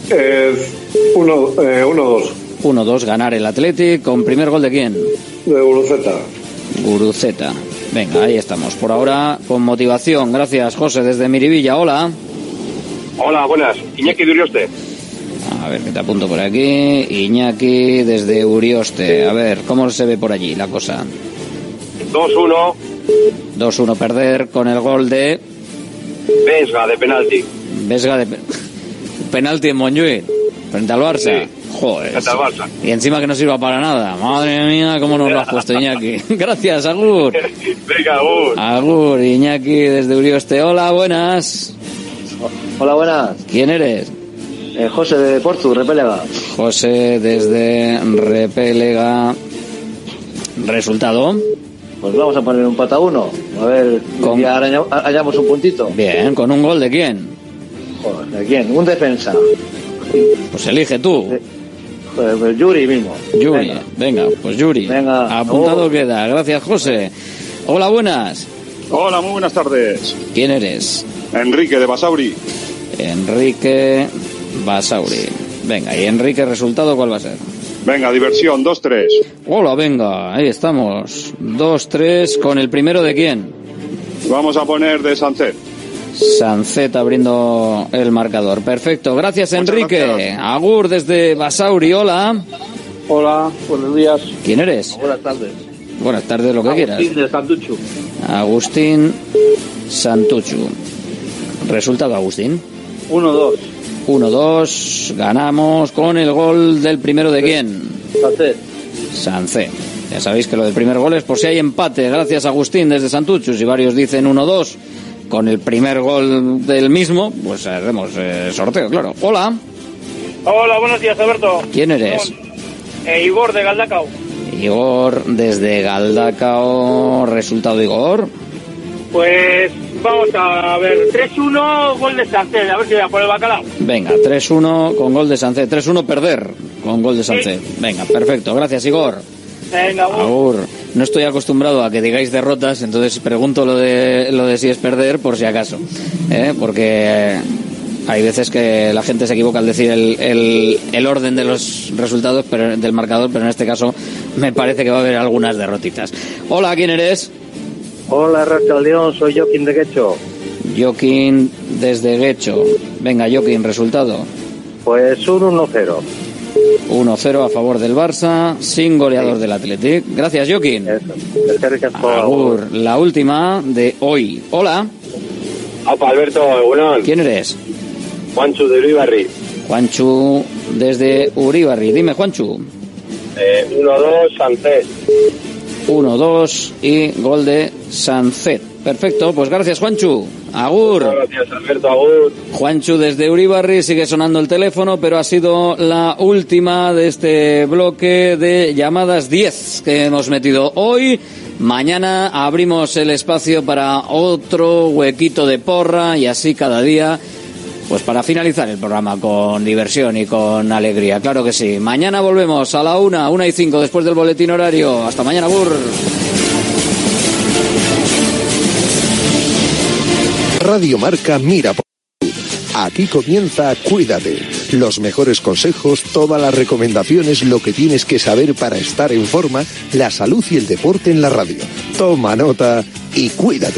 Eh, uno, eh, uno dos. uno dos, ganar el Athletic. ¿Con primer gol de quién? De Guruceta. Guruceta. Venga, ahí estamos. Por ahora, con motivación. Gracias, José, desde Miribilla. Hola. Hola, buenas. Iñaki de Urioste. A ver, que te apunto por aquí. Iñaki desde Urioste. A ver, ¿cómo se ve por allí la cosa? dos uno. dos uno perder con el gol de... Vesga, de penalti. Vesga de... penalti en Montjuïc, frente al Barça. Sí. Joder. Frente al Barça. Y encima que no sirva para nada. Madre mía, cómo nos lo has puesto, Iñaki. Gracias, Agur. Venga, Agur. Agur, Iñaki desde Urioste. Hola, buenas. Hola, buenas. ¿Quién eres? Eh, José de Portu, Repélega. José desde Repélega. ¿Resultado? Pues vamos a poner un pata uno. A ver, Con... ya hallamos un puntito. Bien, ¿con un gol de quién? Joder, ¿de quién? Un defensa. Pues elige tú. Eh, joder, pues Yuri mismo. Yuri, venga, venga pues Yuri. Venga. Apuntado Oh. queda. Gracias, José. Hola, buenas. Hola, muy buenas tardes. ¿Quién eres? Enrique de Basauri. Enrique Basauri. Venga, y Enrique, ¿resultado cuál va a ser? Venga, diversión, dos tres. Hola, venga, ahí estamos. dos tres, ¿con el primero de quién? Vamos a poner de Sancet. Sancet abriendo el marcador. Perfecto, gracias, Muchas Enrique. gracias. Agur desde Basauri, hola. Hola, buenos días. ¿Quién eres? Buenas tardes. Buenas tardes, lo que quieras. Agustín de Santuchu. Agustín Santuchu. ¿Resultado, Agustín? uno dos. uno dos, ganamos con el gol del primero de quién. Sancet. Sancet. Ya sabéis que lo del primer gol es por si hay empate. Gracias, Agustín, desde Santuchu. Si varios dicen uno dos con el primer gol del mismo, pues haremos eh, sorteo, claro. Hola. Hola, buenos días, Alberto. ¿Quién eres? Eh, Igor de Galdacao. Igor desde Galdacao. ¿Resultado, Igor? Pues vamos a ver, tres uno, gol de Sancet, a ver si voy a por el bacalao. Venga, tres uno con gol de Sancet. tres uno perder con gol de Sancet. Sí. Venga, perfecto. Gracias, Igor. Venga, Agur. Agur. No estoy acostumbrado a que digáis derrotas, entonces pregunto lo de lo de si es perder por si acaso. ¿eh? Porque hay veces que la gente se equivoca al decir el, el, el orden de los resultados pero, del marcador, pero en este caso me parece que va a haber algunas derrotitas. Hola, ¿quién eres? Hola, Rachaldeón, soy Joaquín de Guecho. Joaquín desde Guecho. Venga, Joaquín, ¿resultado? Pues un uno cero. uno cero a favor del Barça, sin goleador sí. del Athletic. Gracias, Joaquín. Agur, la última de hoy. Hola. Opa, Alberto, bueno. ¿Quién eres? Juanchu de Uribarri. Juanchu desde Uribarri. Dime, Juanchu. Eh, uno dos, Sancet. uno dos y gol de Sancet. Perfecto, pues gracias, Juanchu. Agur. Gracias, Alberto, agur. Juanchu desde Uribarri, sigue sonando el teléfono, pero ha sido la última de este bloque de llamadas diez que hemos metido hoy. Mañana abrimos el espacio para otro huequito de porra y así cada día, pues para finalizar el programa con diversión y con alegría. Claro que sí. Mañana volvemos a la una, una y cinco después del boletín horario. Hasta mañana, agur. Radio Marca mira por ti. Aquí comienza Cuídate. Los mejores consejos, todas las recomendaciones, lo que tienes que saber para estar en forma, la salud y el deporte en la radio. Toma nota y cuídate.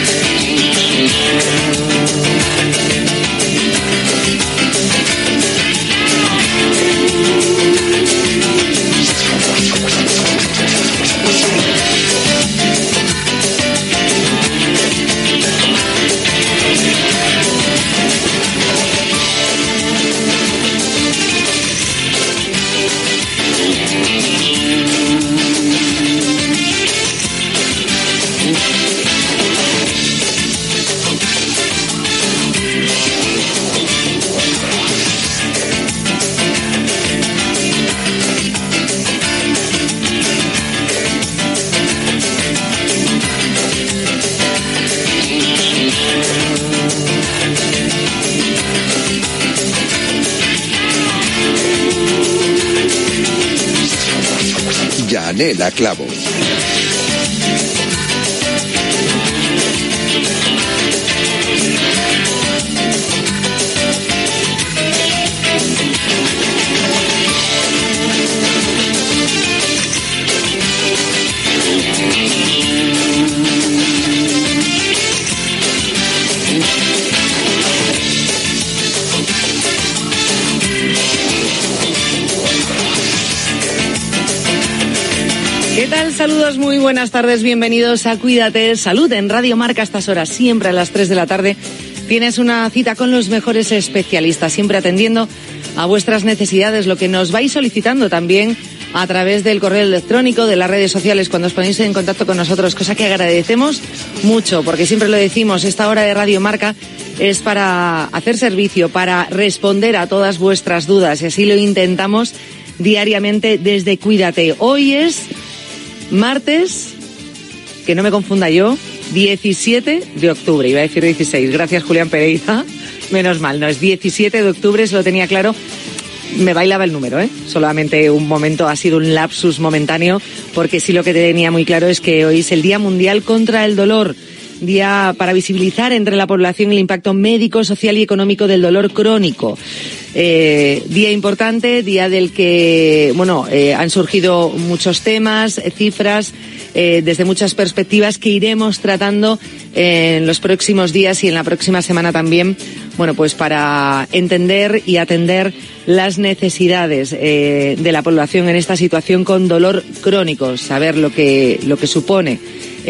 Yanela Clavo. Saludos, muy buenas tardes, bienvenidos a Cuídate Salud en Radio Marca a estas horas, siempre a las tres de la tarde. Tienes una cita con los mejores especialistas, siempre atendiendo a vuestras necesidades, lo que nos vais solicitando también a través del correo electrónico, de las redes sociales, cuando os ponéis en contacto con nosotros, cosa que agradecemos mucho, porque siempre lo decimos, esta hora de Radio Marca es para hacer servicio, para responder a todas vuestras dudas, y así lo intentamos diariamente desde Cuídate. Hoy es martes, que no me confunda yo, diecisiete de octubre, iba a decir dieciséis, gracias Julián Pereira, menos mal, no, es diecisiete de octubre, se lo tenía claro, me bailaba el número, ¿eh? Solamente un momento, ha sido un lapsus momentáneo, porque sí lo que tenía muy claro es que hoy es el Día Mundial contra el Dolor, día para visibilizar entre la población el impacto médico, social y económico del dolor crónico. Eh, día importante, día del que, bueno, eh, han surgido muchos temas, eh, cifras, eh, desde muchas perspectivas que iremos tratando en los próximos días y en la próxima semana también, bueno, pues para entender y atender las necesidades eh, de la población en esta situación con dolor crónico, saber lo que, lo que supone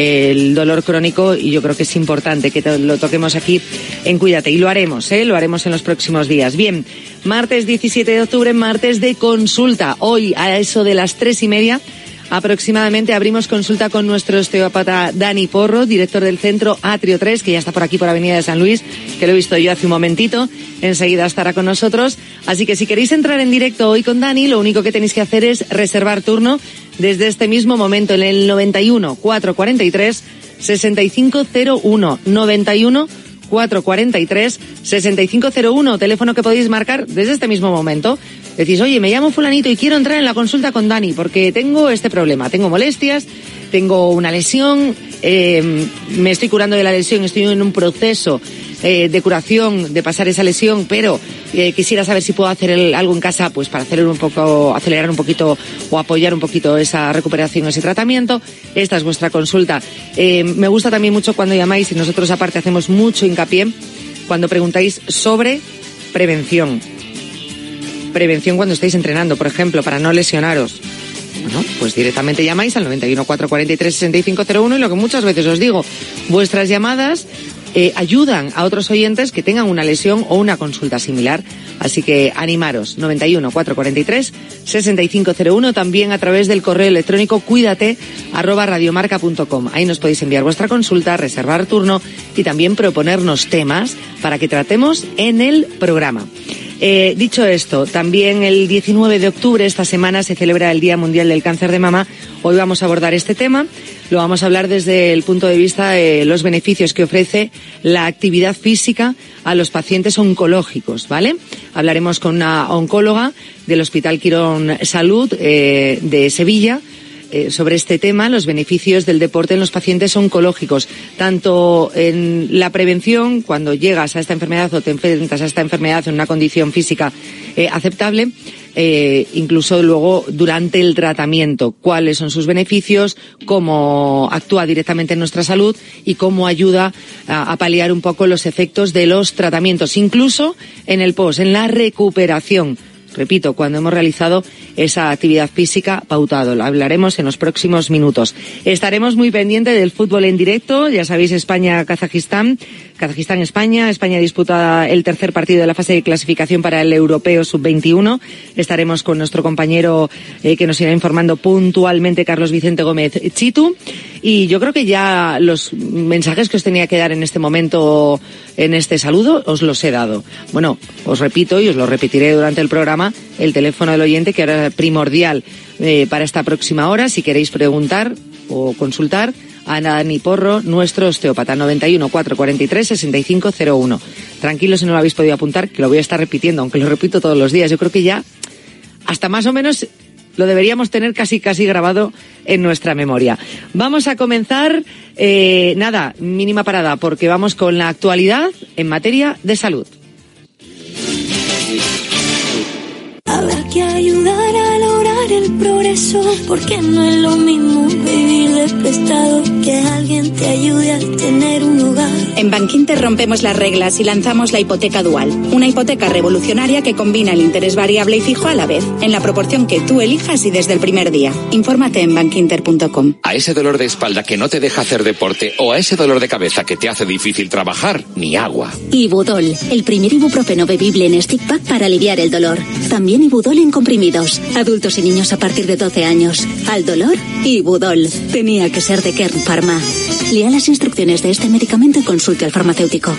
el dolor crónico, y yo creo que es importante que te, lo toquemos aquí en Cuídate, y lo haremos, ¿eh? Lo haremos en los próximos días. Bien, martes diecisiete de octubre, martes de consulta. Hoy a eso de las tres y media aproximadamente abrimos consulta con nuestro osteópata Dani Porro, director del centro Atrio tres, que ya está por aquí por Avenida de San Luis, que lo he visto yo hace un momentito, enseguida estará con nosotros. Así que si queréis entrar en directo hoy con Dani, lo único que tenéis que hacer es reservar turno desde este mismo momento en el noventa y uno, cuatrocientos cuarenta y tres, sesenta y cinco cero uno, noventa y uno, cuatrocientos cuarenta y tres, sesenta y cinco cero uno, teléfono que podéis marcar desde este mismo momento. Decís, oye, me llamo fulanito y quiero entrar en la consulta con Dani porque tengo este problema, tengo molestias, tengo una lesión, eh, me estoy curando de la lesión, estoy en un proceso eh, de curación, de pasar esa lesión, pero eh, quisiera saber si puedo hacer el, algo en casa, pues para hacer un poco, acelerar un poquito o apoyar un poquito esa recuperación o ese tratamiento. Esta es vuestra consulta. Eh, me gusta también mucho cuando llamáis, y nosotros aparte hacemos mucho hincapié cuando preguntáis sobre prevención. Prevención cuando estáis entrenando, por ejemplo, para no lesionaros. Bueno, pues directamente llamáis al noventa y uno, cuatrocientos cuarenta y tres, sesenta y cinco cero uno, y lo que muchas veces os digo, vuestras llamadas eh, ayudan a otros oyentes que tengan una lesión o una consulta similar. Así que animaros, noventa y uno, cuatrocientos cuarenta y tres, sesenta y cinco cero uno, también a través del correo electrónico cuídate arroba radiomarca punto com. Ahí nos podéis enviar vuestra consulta, reservar turno y también proponernos temas para que tratemos en el programa. Eh, dicho esto, también el diecinueve de octubre, esta semana, se celebra el Día Mundial del Cáncer de Mama. Hoy vamos a abordar este tema. Lo vamos a hablar desde el punto de vista de los beneficios que ofrece la actividad física a los pacientes oncológicos, ¿vale? Hablaremos con una oncóloga del Hospital Quirón Salud eh, de Sevilla, Eh, sobre este tema, los beneficios del deporte en los pacientes oncológicos, tanto en la prevención, cuando llegas a esta enfermedad o te enfrentas a esta enfermedad en una condición física eh, aceptable, eh, incluso luego durante el tratamiento, cuáles son sus beneficios, cómo actúa directamente en nuestra salud y cómo ayuda a, a paliar un poco los efectos de los tratamientos, incluso en el post, en la recuperación. Repito, cuando hemos realizado esa actividad física pautado. Lo hablaremos en los próximos minutos. Estaremos muy pendientes del fútbol en directo. Ya sabéis, España-Kazajistán. Kazajistán-España. España disputa el tercer partido de la fase de clasificación para el Europeo sub veintiuno. Estaremos con nuestro compañero eh, que nos irá informando puntualmente, Carlos Vicente Gómez Chitu. Y yo creo que ya los mensajes que os tenía que dar en este momento, en este saludo, os los he dado. Bueno, os repito y os lo repetiré durante el programa, el teléfono del oyente, que ahora es primordial eh, para esta próxima hora, si queréis preguntar o consultar a Dani Porro, nuestro osteópata, noventa y uno, cuatrocientos cuarenta y tres, sesenta y cinco cero uno. Tranquilos si no lo habéis podido apuntar, que lo voy a estar repitiendo, aunque lo repito todos los días. Yo creo que ya, hasta más o menos, lo deberíamos tener casi casi grabado en nuestra memoria. Vamos a comenzar, eh, nada, mínima parada, porque vamos con la actualidad en materia de salud. Habrá que ayudar a lograr para el progreso, porque no es lo mismo vivir de prestado que alguien te ayude a tener un hogar. En Bankinter rompemos las reglas y lanzamos la hipoteca dual, una hipoteca revolucionaria que combina el interés variable y fijo a la vez, en la proporción que tú elijas y desde el primer día. Infórmate en bankinter punto com. A ese dolor de espalda que no te deja hacer deporte o a ese dolor de cabeza que te hace difícil trabajar, ni agua. Ibudol, el primer ibuprofeno bebible en stick pack para aliviar el dolor. También Ibudol en comprimidos. Adultos y niños a partir de doce años. Al dolor, Ibudol. Tenía que ser de Kern Pharma. Lea las instrucciones de este medicamento y consulte al farmacéutico.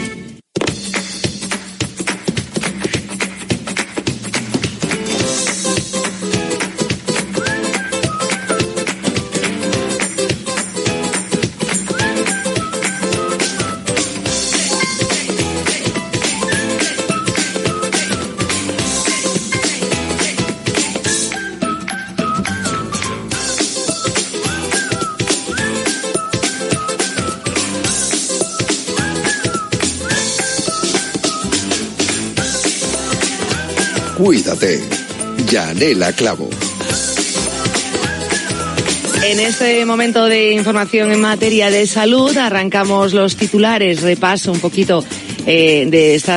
Cuídate. Yanela Clavo. En este momento de información en materia de salud arrancamos los titulares, repaso un poquito eh, de estas